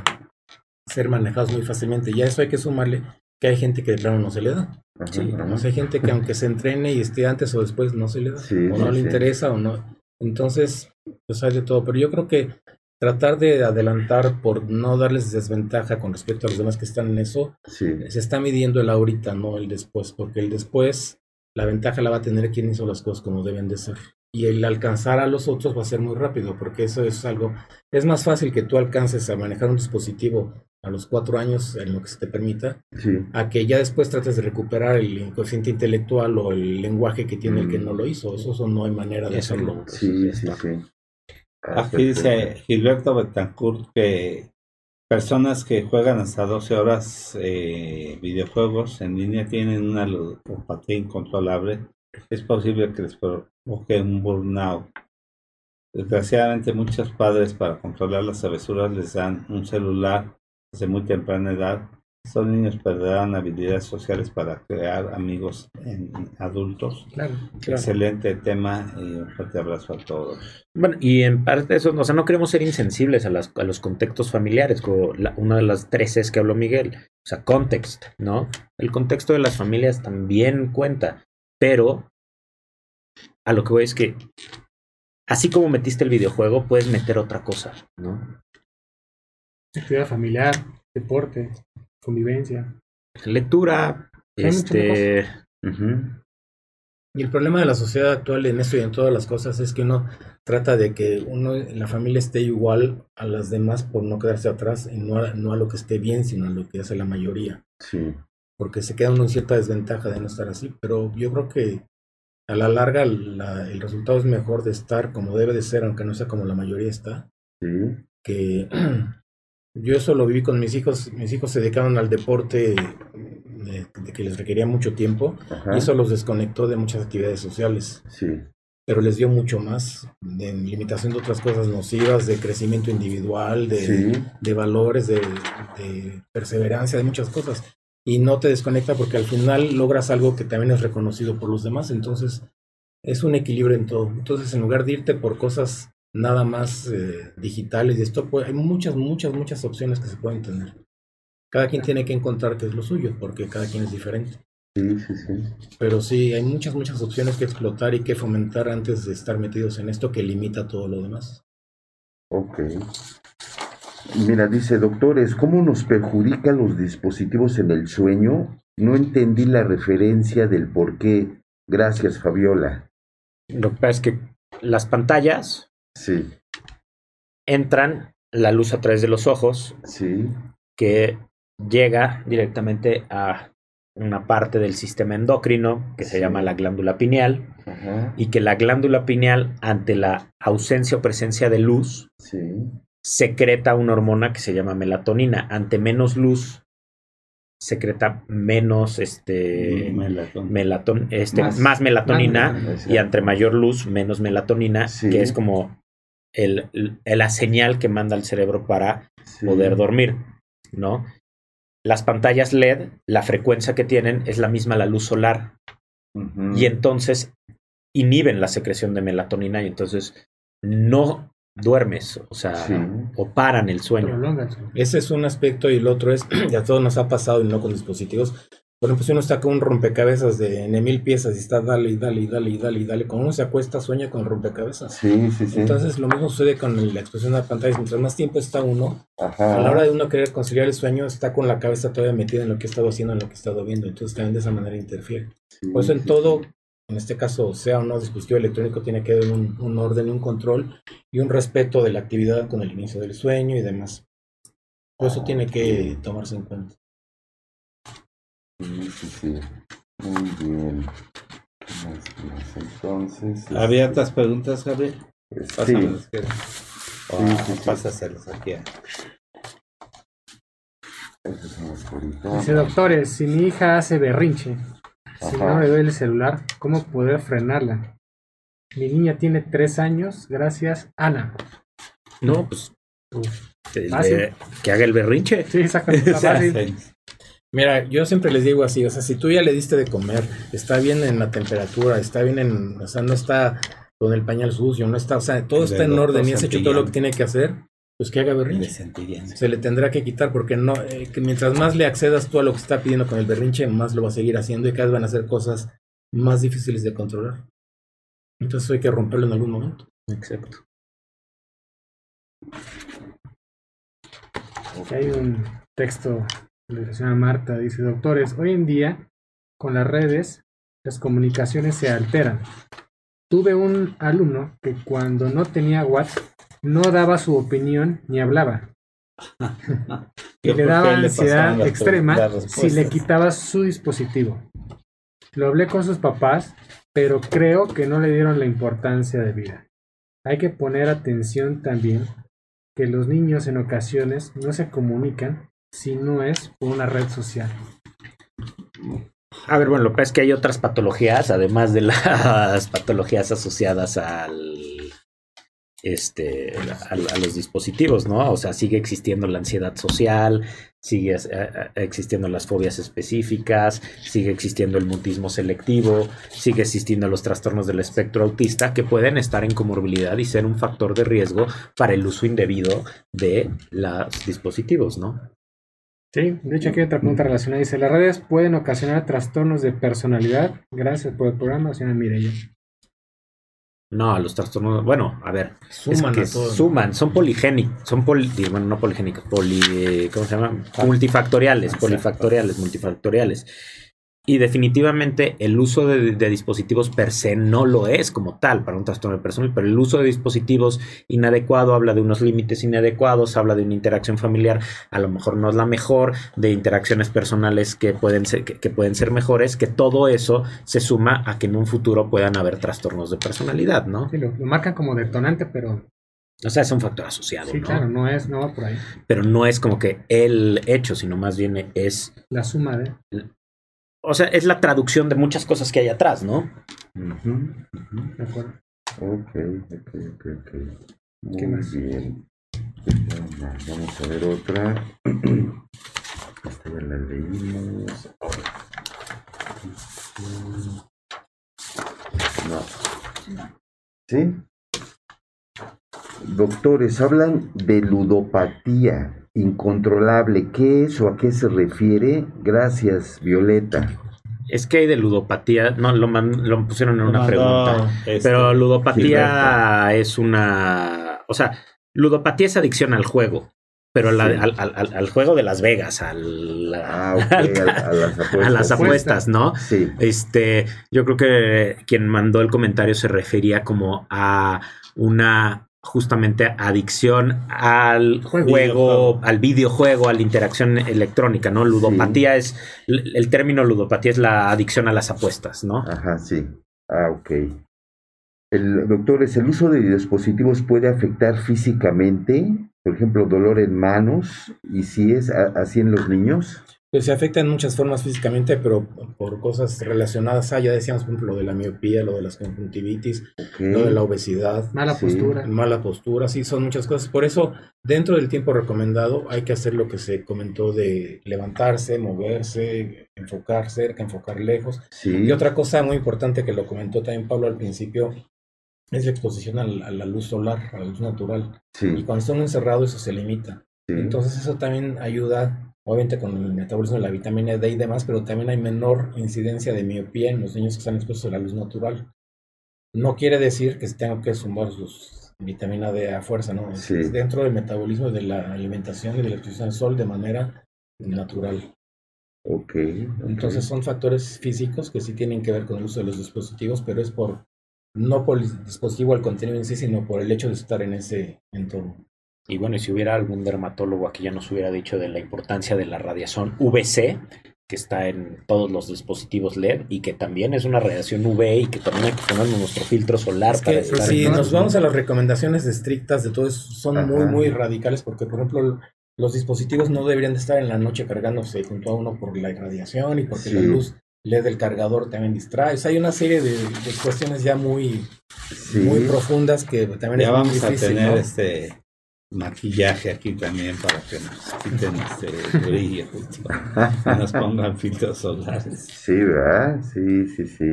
ser manejados muy fácilmente. Y a eso hay que sumarle que hay gente que de plano no se le da. Ajá, Sí, ajá. O sea, hay gente que aunque se entrene y esté antes o después no se le da. Sí, o no sí, le sí. interesa o no. Entonces, pues hay de todo. Pero yo creo que tratar de adelantar por no darles desventaja con respecto a los demás que están en eso, Sí. se está midiendo el ahorita, no el después. Porque el después, la ventaja la va a tener quien hizo las cosas como deben de ser. Y el alcanzar a los otros va a ser muy rápido, porque eso es algo... Es más fácil que tú alcances a manejar un dispositivo a los cuatro años, en lo que se te permita, Sí. a que ya después trates de recuperar el coeficiente intelectual o el lenguaje que tiene el que no lo hizo. Eso, eso no hay manera de Eso hacerlo. no. Sí, sí, sí. Ah, Aquí dice perfecto. Gilberto Betancourt que personas que juegan hasta doce horas eh, videojuegos en línea tienen una ludopatía incontrolable. Es posible que les provoque un burnout. Desgraciadamente, muchos padres, para controlar las travesuras, les dan un celular desde muy temprana edad. Estos niños perderán habilidades sociales para crear amigos en adultos. Claro, claro. Excelente tema y un fuerte abrazo a todos. Bueno, y en parte eso, o sea, no queremos ser insensibles a, las, a los contextos familiares, como la, una de las tres es que habló Miguel, o sea, context, ¿no? El contexto de las familias también cuenta, pero a lo que voy es que así como metiste el videojuego, puedes meter otra cosa, ¿no? Actividad familiar, deporte, convivencia. Lectura, Hay muchas este... Ujú. Y el problema de la sociedad actual en esto y en todas las cosas es que uno trata de que uno, la familia esté igual a las demás por no quedarse atrás y no a, no a lo que esté bien, sino a lo que hace la mayoría. Sí. Porque se queda uno en cierta desventaja de no estar así. Pero yo creo que a la larga la, el resultado es mejor de estar como debe de ser, aunque no sea como la mayoría está. Sí. Que yo eso lo viví con mis hijos. Mis hijos se dedicaban al deporte de, de que les requería mucho tiempo, Ajá. y eso los desconectó de muchas actividades sociales. Sí. Pero les dio mucho más, de limitación de otras cosas nocivas, de crecimiento individual, de, Sí. de valores, de, de perseverancia, de muchas cosas. Y no te desconecta porque al final logras algo que también es reconocido por los demás. Entonces, es un equilibrio en todo. Entonces, en lugar de irte por cosas nada más eh, digitales y esto, pues, hay muchas, muchas, muchas opciones que se pueden tener. Cada quien tiene que encontrar qué es lo suyo, porque cada quien es diferente. Sí, sí, sí. Pero sí, hay muchas, muchas opciones que explotar y que fomentar antes de estar metidos en esto que limita todo lo demás. Ok. Mira, dice, doctores, ¿cómo nos perjudican los dispositivos en el sueño? No entendí la referencia del por qué. Gracias, Fabiola. Lo que pasa es que las pantallas Sí, entran la luz a través de los ojos, sí, que llega directamente a una parte del sistema endocrino que se Sí. llama la glándula pineal, ajá, y que la glándula pineal, ante la ausencia o presencia de luz, sí, secreta una hormona que se llama melatonina. Ante menos luz, secreta menos este, Melatón. melaton, este Más- más, melatonina, más- y entre mayor luz, menos melatonina, Sí. que es como el, el- la señal que manda el cerebro para sí. poder dormir, ¿no? Las pantallas L E D, la frecuencia que tienen es la misma a la luz solar, Ujú. y entonces inhiben la secreción de melatonina, y entonces no duermes, o sea, Sí. o paran el sueño. Prolonga el sueño. Ese es un aspecto, y el otro es, ya todo nos ha pasado y no con dispositivos. Por ejemplo, si uno está con un rompecabezas de en mil piezas y está dale y dale y dale y dale y dale, cuando uno se acuesta sueña con el rompecabezas. Sí, sí, sí. Entonces lo mismo sucede con la exposición a pantallas. Mientras más tiempo está uno, Ajá. a la hora de uno querer conciliar el sueño, está con la cabeza todavía metida en lo que ha estado haciendo, en lo que ha estado viendo. Entonces también de esa manera interfiere. Sí, Por eso en sí, todo, sí. en este caso, sea o no dispositivo electrónico, tiene que haber un, un orden, un control y un respeto de la actividad con el inicio del sueño y demás. Por eso tiene que tomarse en cuenta. Sí, sí, sí. Muy bien. ¿Qué más, qué más? Entonces. ¿Había este, otras preguntas, Gabriel? Sí. Pásamelas, que- o Sí, sí, sí. pásaselas aquí. a- Esas son las por ahorita. Dice, doctores, si mi hija hace berrinche, si Ajá. no le doy el celular, ¿cómo poder frenarla? Mi niña tiene tres años, gracias, Ana. No, pues Uf. el Fácil. de- que haga el berrinche. Sí, exactamente. Está fácil. Sí. Mira, yo siempre les digo así, o sea, si tú ya le diste de comer, está bien en la temperatura, está bien en, o sea, no está con el pañal sucio, no está, o sea, todo El está en doctor orden y has hecho todo lo Santillán. que tiene que hacer, pues que haga Me berrinche. sentí bien. Se le tendrá que quitar porque no, eh, que mientras más le accedas tú a lo que está pidiendo con el berrinche, más lo va a seguir haciendo y cada vez van a hacer cosas más difíciles de controlar. Entonces hay que romperlo en algún momento. Exacto. Aquí hay un texto de la señora Marta, dice, doctores, hoy en día, con las redes, las comunicaciones se alteran. Tuve un alumno que cuando no tenía WhatsApp, no daba su opinión ni hablaba. Y le daba ansiedad extrema si le quitabas su dispositivo. Lo hablé con sus papás, pero creo que no le dieron la importancia de vida. Hay que poner atención también que los niños en ocasiones no se comunican si no es por una red social. A ver, bueno, lo que pasa es que hay otras patologías, además de las patologías asociadas al este a, a los dispositivos, ¿no? O sea, sigue existiendo la ansiedad social, sigue eh, existiendo las fobias específicas, sigue existiendo el mutismo selectivo, sigue existiendo los trastornos del espectro autista que pueden estar en comorbilidad y ser un factor de riesgo para el uso indebido de los dispositivos, ¿no? Sí, de hecho aquí hay otra pregunta relacionada. Dice, ¿las redes pueden ocasionar trastornos de personalidad? Gracias por el programa, señora Mireya. No, los trastornos, bueno, a ver, Suman es que a todo, ¿no? suman, son poligénicos, son poli, bueno, no poligénicos, poli, eh, ¿cómo se llama? Multifactoriales, Exacto. polifactoriales, multifactoriales. Y definitivamente el uso de, de dispositivos per se no lo es como tal para un trastorno personal, pero el uso de dispositivos inadecuado habla de unos límites inadecuados, habla de una interacción familiar, a lo mejor no es la mejor, de interacciones personales que pueden ser, que, que pueden ser mejores, que todo eso se suma a que en un futuro puedan haber trastornos de personalidad, ¿no? Sí, lo, lo marcan como detonante, pero O sea, es un factor asociado, sí, ¿no? claro, no es, no va por ahí. Pero no es como que el hecho, sino más bien es La suma de... o sea, es la traducción de muchas cosas que hay atrás, ¿no? Ujú, ujú. De acuerdo. Ok, ok, ok, ok. Muy ¿Qué más? bien. Vamos a ver otra. Esta ya la leímos. No. ¿Sí? Doctores, hablan de ludopatía incontrolable. ¿Qué es o a qué se refiere? Gracias, Violeta. Es que hay de ludopatía, no, lo, man, lo pusieron en Lo una mandó, pregunta. este, Pero ludopatía Gilberto. es una... O sea, ludopatía es adicción al juego. Pero la- Sí. al, al- al- al juego de Las Vegas, al, Ah, ok, al- a, a las apuestas. a las apuestas, ¿no? Sí. Este, yo creo que quien mandó el comentario se refería como a una justamente adicción al Juego. juego, Videojuego. al videojuego, a la interacción electrónica, ¿no? Ludopatía es, el término ludopatía es la adicción a las apuestas, ¿no? Ajá, sí. Ah, ok. El, doctores, ¿el uso de dispositivos puede afectar físicamente? Por ejemplo, dolor en manos, y si es a- así en los niños. Pues se afecta en muchas formas físicamente, pero por cosas relacionadas a, ya decíamos, por ejemplo, lo de la miopía, lo de las conjuntivitis, Ok. lo de la obesidad, Mala Sí. postura. mala postura, sí, son muchas cosas. Por eso, dentro del tiempo recomendado, hay que hacer lo que se comentó de levantarse, moverse, enfocar cerca, enfocar lejos. Sí. Y otra cosa muy importante que lo comentó también Pablo al principio, es la exposición al- a la luz solar, a la luz natural. Y Sí. cuando está uno encerrado, eso se limita. Sí. Entonces eso también ayuda, obviamente con el metabolismo de la vitamina D y demás, pero también hay menor incidencia de miopía en los niños que están expuestos a la luz natural. No quiere decir que se tengan que zumbar sus vitamina D a fuerza, ¿no? Es- Sí. es dentro del metabolismo de la alimentación y de la exposición al sol de manera natural. Ok. ok. Entonces son factores físicos que sí tienen que ver con el uso de los dispositivos, pero es por, no por el dispositivo, el contenido en sí, sino por el hecho de estar en ese entorno. Y bueno, y si hubiera algún dermatólogo aquí ya nos hubiera dicho de la importancia de la radiación U V C, que está en todos los dispositivos L E D y que también es una radiación U V y que también hay que ponernos nuestro filtro solar Es para que estar si en- nos vamos a las recomendaciones estrictas de todo eso, son Ajá. muy, muy radicales porque, por ejemplo, los dispositivos no deberían de estar en la noche cargándose junto a uno por la irradiación y porque Sí. la luz L E D del cargador también distrae. O sea, hay una serie de, de cuestiones ya muy, Sí. muy profundas que también Ya es muy vamos a difícil, tener ¿no? este maquillaje aquí también para que nos quiten este brillo y nos pongan filtros solares. Sí, ¿verdad? Sí, sí, sí.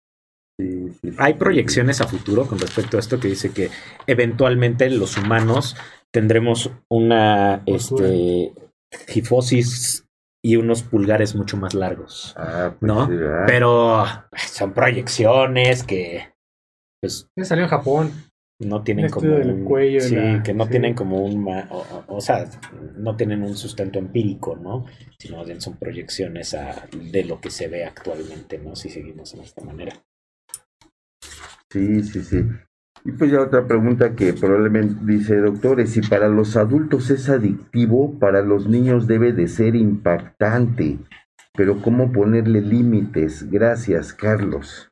Sí, sí, sí. Hay proyecciones a futuro con respecto a esto que dice que eventualmente los humanos tendremos una Postura. este, gifosis y unos pulgares mucho más largos, Ah, pues ¿no? sí, ¿verdad? Pero son proyecciones que pues Ya salió en Japón. no tienen Un como estudio del un- cuello, sí, la- que no sí. tienen como un ma- o, o- o sea, no tienen un sustento empírico, ¿no? Sino más bien son proyecciones a- de lo que se ve actualmente, ¿no? Si seguimos en esta manera. Sí, sí, sí. Y pues ya otra pregunta que probablemente dice, doctores, si para los adultos es adictivo, para los niños debe de ser impactante. Pero ¿cómo ponerle límites? Gracias, Carlos.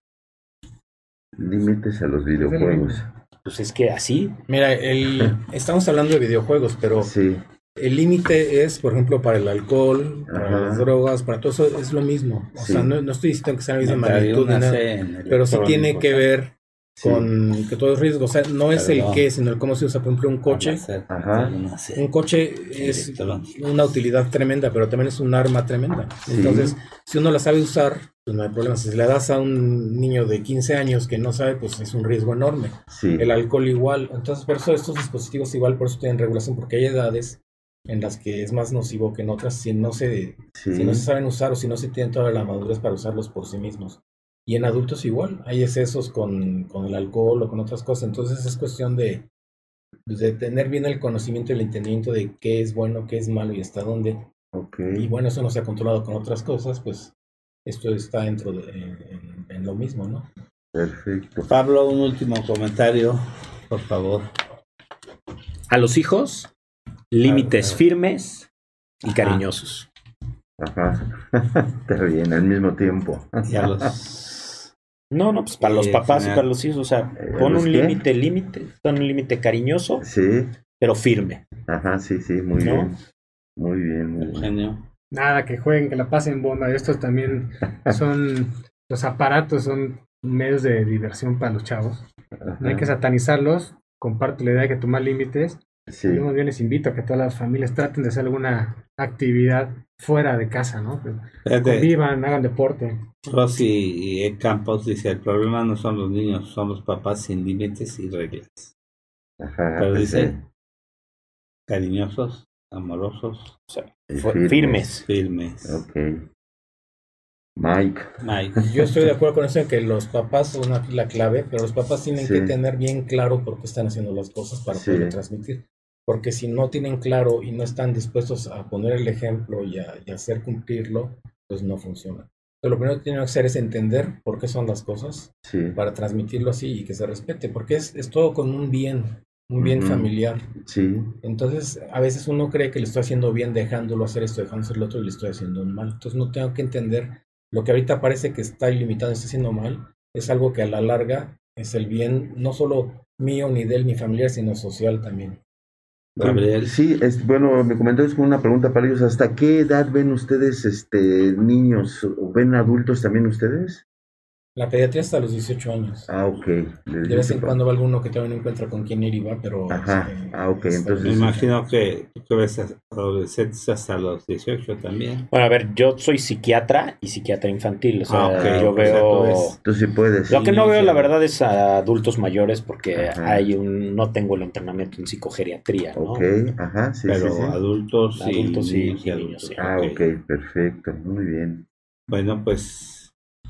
Límites a los videojuegos. Pues es que así, Mira, el, estamos hablando de videojuegos, pero Sí, el límite es, por ejemplo, para el alcohol, para Ajá. las drogas, para todo eso es lo mismo. O Sí. sea, no, no estoy diciendo que sea la misma Me trae magnitud, ni una nada, C en pero sí tiene electrónico, que ver sí. con que todo es riesgo. O sea, no es el Perdón. qué, sino el cómo se usa. Por ejemplo, un coche. Ajá. Una C. Un coche es Electrónico. una utilidad tremenda, pero también es un arma tremenda. Sí. Entonces, si uno la sabe usar, pues no hay problema. Si le das a un niño de quince años que no sabe, pues es un riesgo enorme. Sí, El alcohol igual. Entonces, por eso estos dispositivos igual, por eso tienen regulación, porque hay edades en las que es más nocivo que en otras si no se, sí. si no se saben usar o si no se tienen toda la madurez para usarlos por sí mismos. Y en adultos igual, hay excesos con, con el alcohol o con otras cosas. Entonces es cuestión de, de tener bien el conocimiento y el entendimiento de qué es bueno, qué es malo y hasta dónde. Ok. Y bueno, eso no se ha controlado con otras cosas, pues esto está dentro de en, en lo mismo, ¿no? Perfecto. Pablo, un último comentario, por favor. a los hijos, límites Claro. firmes y cariñosos. Ajá. Está bien, al mismo tiempo. Y a los No, no, pues para los Sí, papás y genial. para los hijos, o sea, Eh, pon ¿los un qué? límite, límite, pon un límite cariñoso, Sí, pero firme. ajá, sí, sí, muy ¿No? bien. Muy bien, muy bien. Eugenio. Nada, que jueguen, que la pasen bomba. Estos también son, los aparatos son medios de diversión para los chavos. No hay que satanizarlos. Comparto la idea de que tomar límites. Sí. Yo más bien les invito a que todas las familias traten de hacer alguna actividad fuera de casa, ¿no? Fíjate, Convivan, hagan deporte. Rosy E. Campos dice, el problema no son los niños, son los papás sin límites y reglas. Ajá, Pero pues, dice, eh, cariñosos, amorosos, O sea, y fu- firmes. firmes. firmes. Ok. Mike. Mike. Yo estoy de acuerdo con eso en que los papás son aquí la clave, pero los papás tienen Sí. que tener bien claro por qué están haciendo las cosas para Sí. poder transmitir. Porque si no tienen claro y no están dispuestos a poner el ejemplo y a, y a hacer cumplirlo, pues no funciona. Entonces, lo primero que tienen que hacer es entender por qué son las cosas Sí. para transmitirlo así y que se respete, porque es, es todo con un bien, un bien Ujú. familiar. Sí. Entonces, a veces uno cree que le estoy haciendo bien dejándolo hacer esto, dejándolo hacer lo otro y le estoy haciendo un mal. Entonces, no tengo que entender lo que ahorita parece que está ilimitado y está haciendo mal, es algo que a la larga es el bien, no solo mío, ni de él, ni familiar, sino social también. Gabriel. Sí, es, bueno, me comentaron con una pregunta para ellos. ¿Hasta qué edad ven ustedes este, niños? ¿O ven adultos también ustedes? La pediatría hasta los dieciocho años. Ah, ok. De vez en cuando va alguno que también no encuentra con quién ir y va, pero... Ajá, este, ah, ok, está entonces- Me bien. imagino que tú ves a adolescentes hasta los dieciocho también. Bueno, a ver, yo soy psiquiatra y psiquiatra infantil. O sea, Ah, ok, yo o sea, tú veo... ves- Tú sí puedes. Lo que no Sí, veo, sí. la verdad, es a adultos mayores porque Ajá. hay un... No tengo el entrenamiento en psicogeriatría, ¿no? Ok, ajá, sí, Pero sí, sí. adultos, Adultos y y- niños y adultos. niños, sí. Ah, ok, perfecto, muy bien. Bueno, pues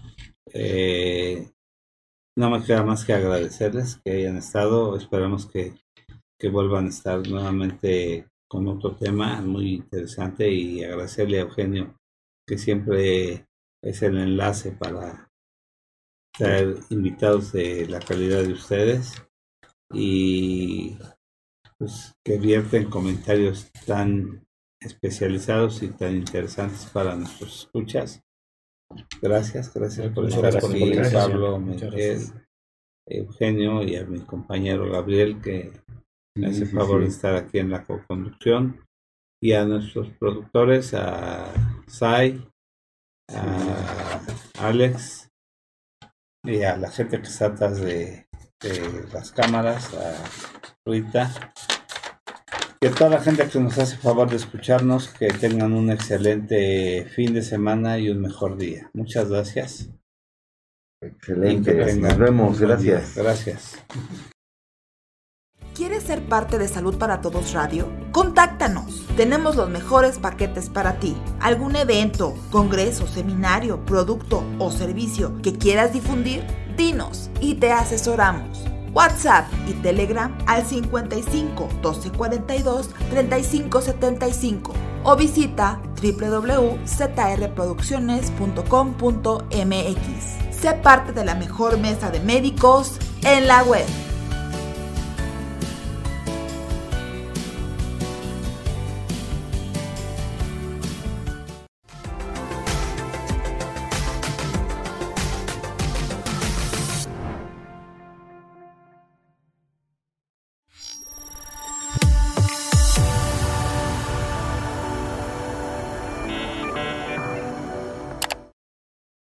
eh, no me queda más que agradecerles que hayan estado. Esperamos que, que vuelvan a estar nuevamente con otro tema muy interesante y agradecerle a Eugenio que siempre es el enlace para traer invitados de la calidad de ustedes y pues que vierten comentarios tan especializados y tan interesantes para nuestros escuchas. Gracias, gracias por Muchas estar gracias por la aquí, invitación. Pablo, Muchas Miguel, gracias. Eugenio y a mi compañero Gabriel que me hace Sí, el sí, favor sí. de estar aquí en la co-conducción y a nuestros productores, a Sai, a Alex y a la gente que está atrás de, de las cámaras, a Rita y a toda la gente que nos hace favor de escucharnos, que tengan un excelente fin de semana y un mejor día. Muchas gracias. Y Excelente, que tengan nos vemos, un buen día. gracias. Gracias. ¿Quieres ser parte de Salud para Todos Radio? Contáctanos. Tenemos los mejores paquetes para ti. ¿Algún evento, congreso, seminario, producto o servicio que quieras difundir? Dinos y te asesoramos. WhatsApp y Telegram al cincuenta y cinco, doce cuarenta y dos, treinta y cinco setenta y cinco o visita doble u doble u doble u punto z r producciones punto com punto m x. Sé parte de la mejor mesa de médicos en la web.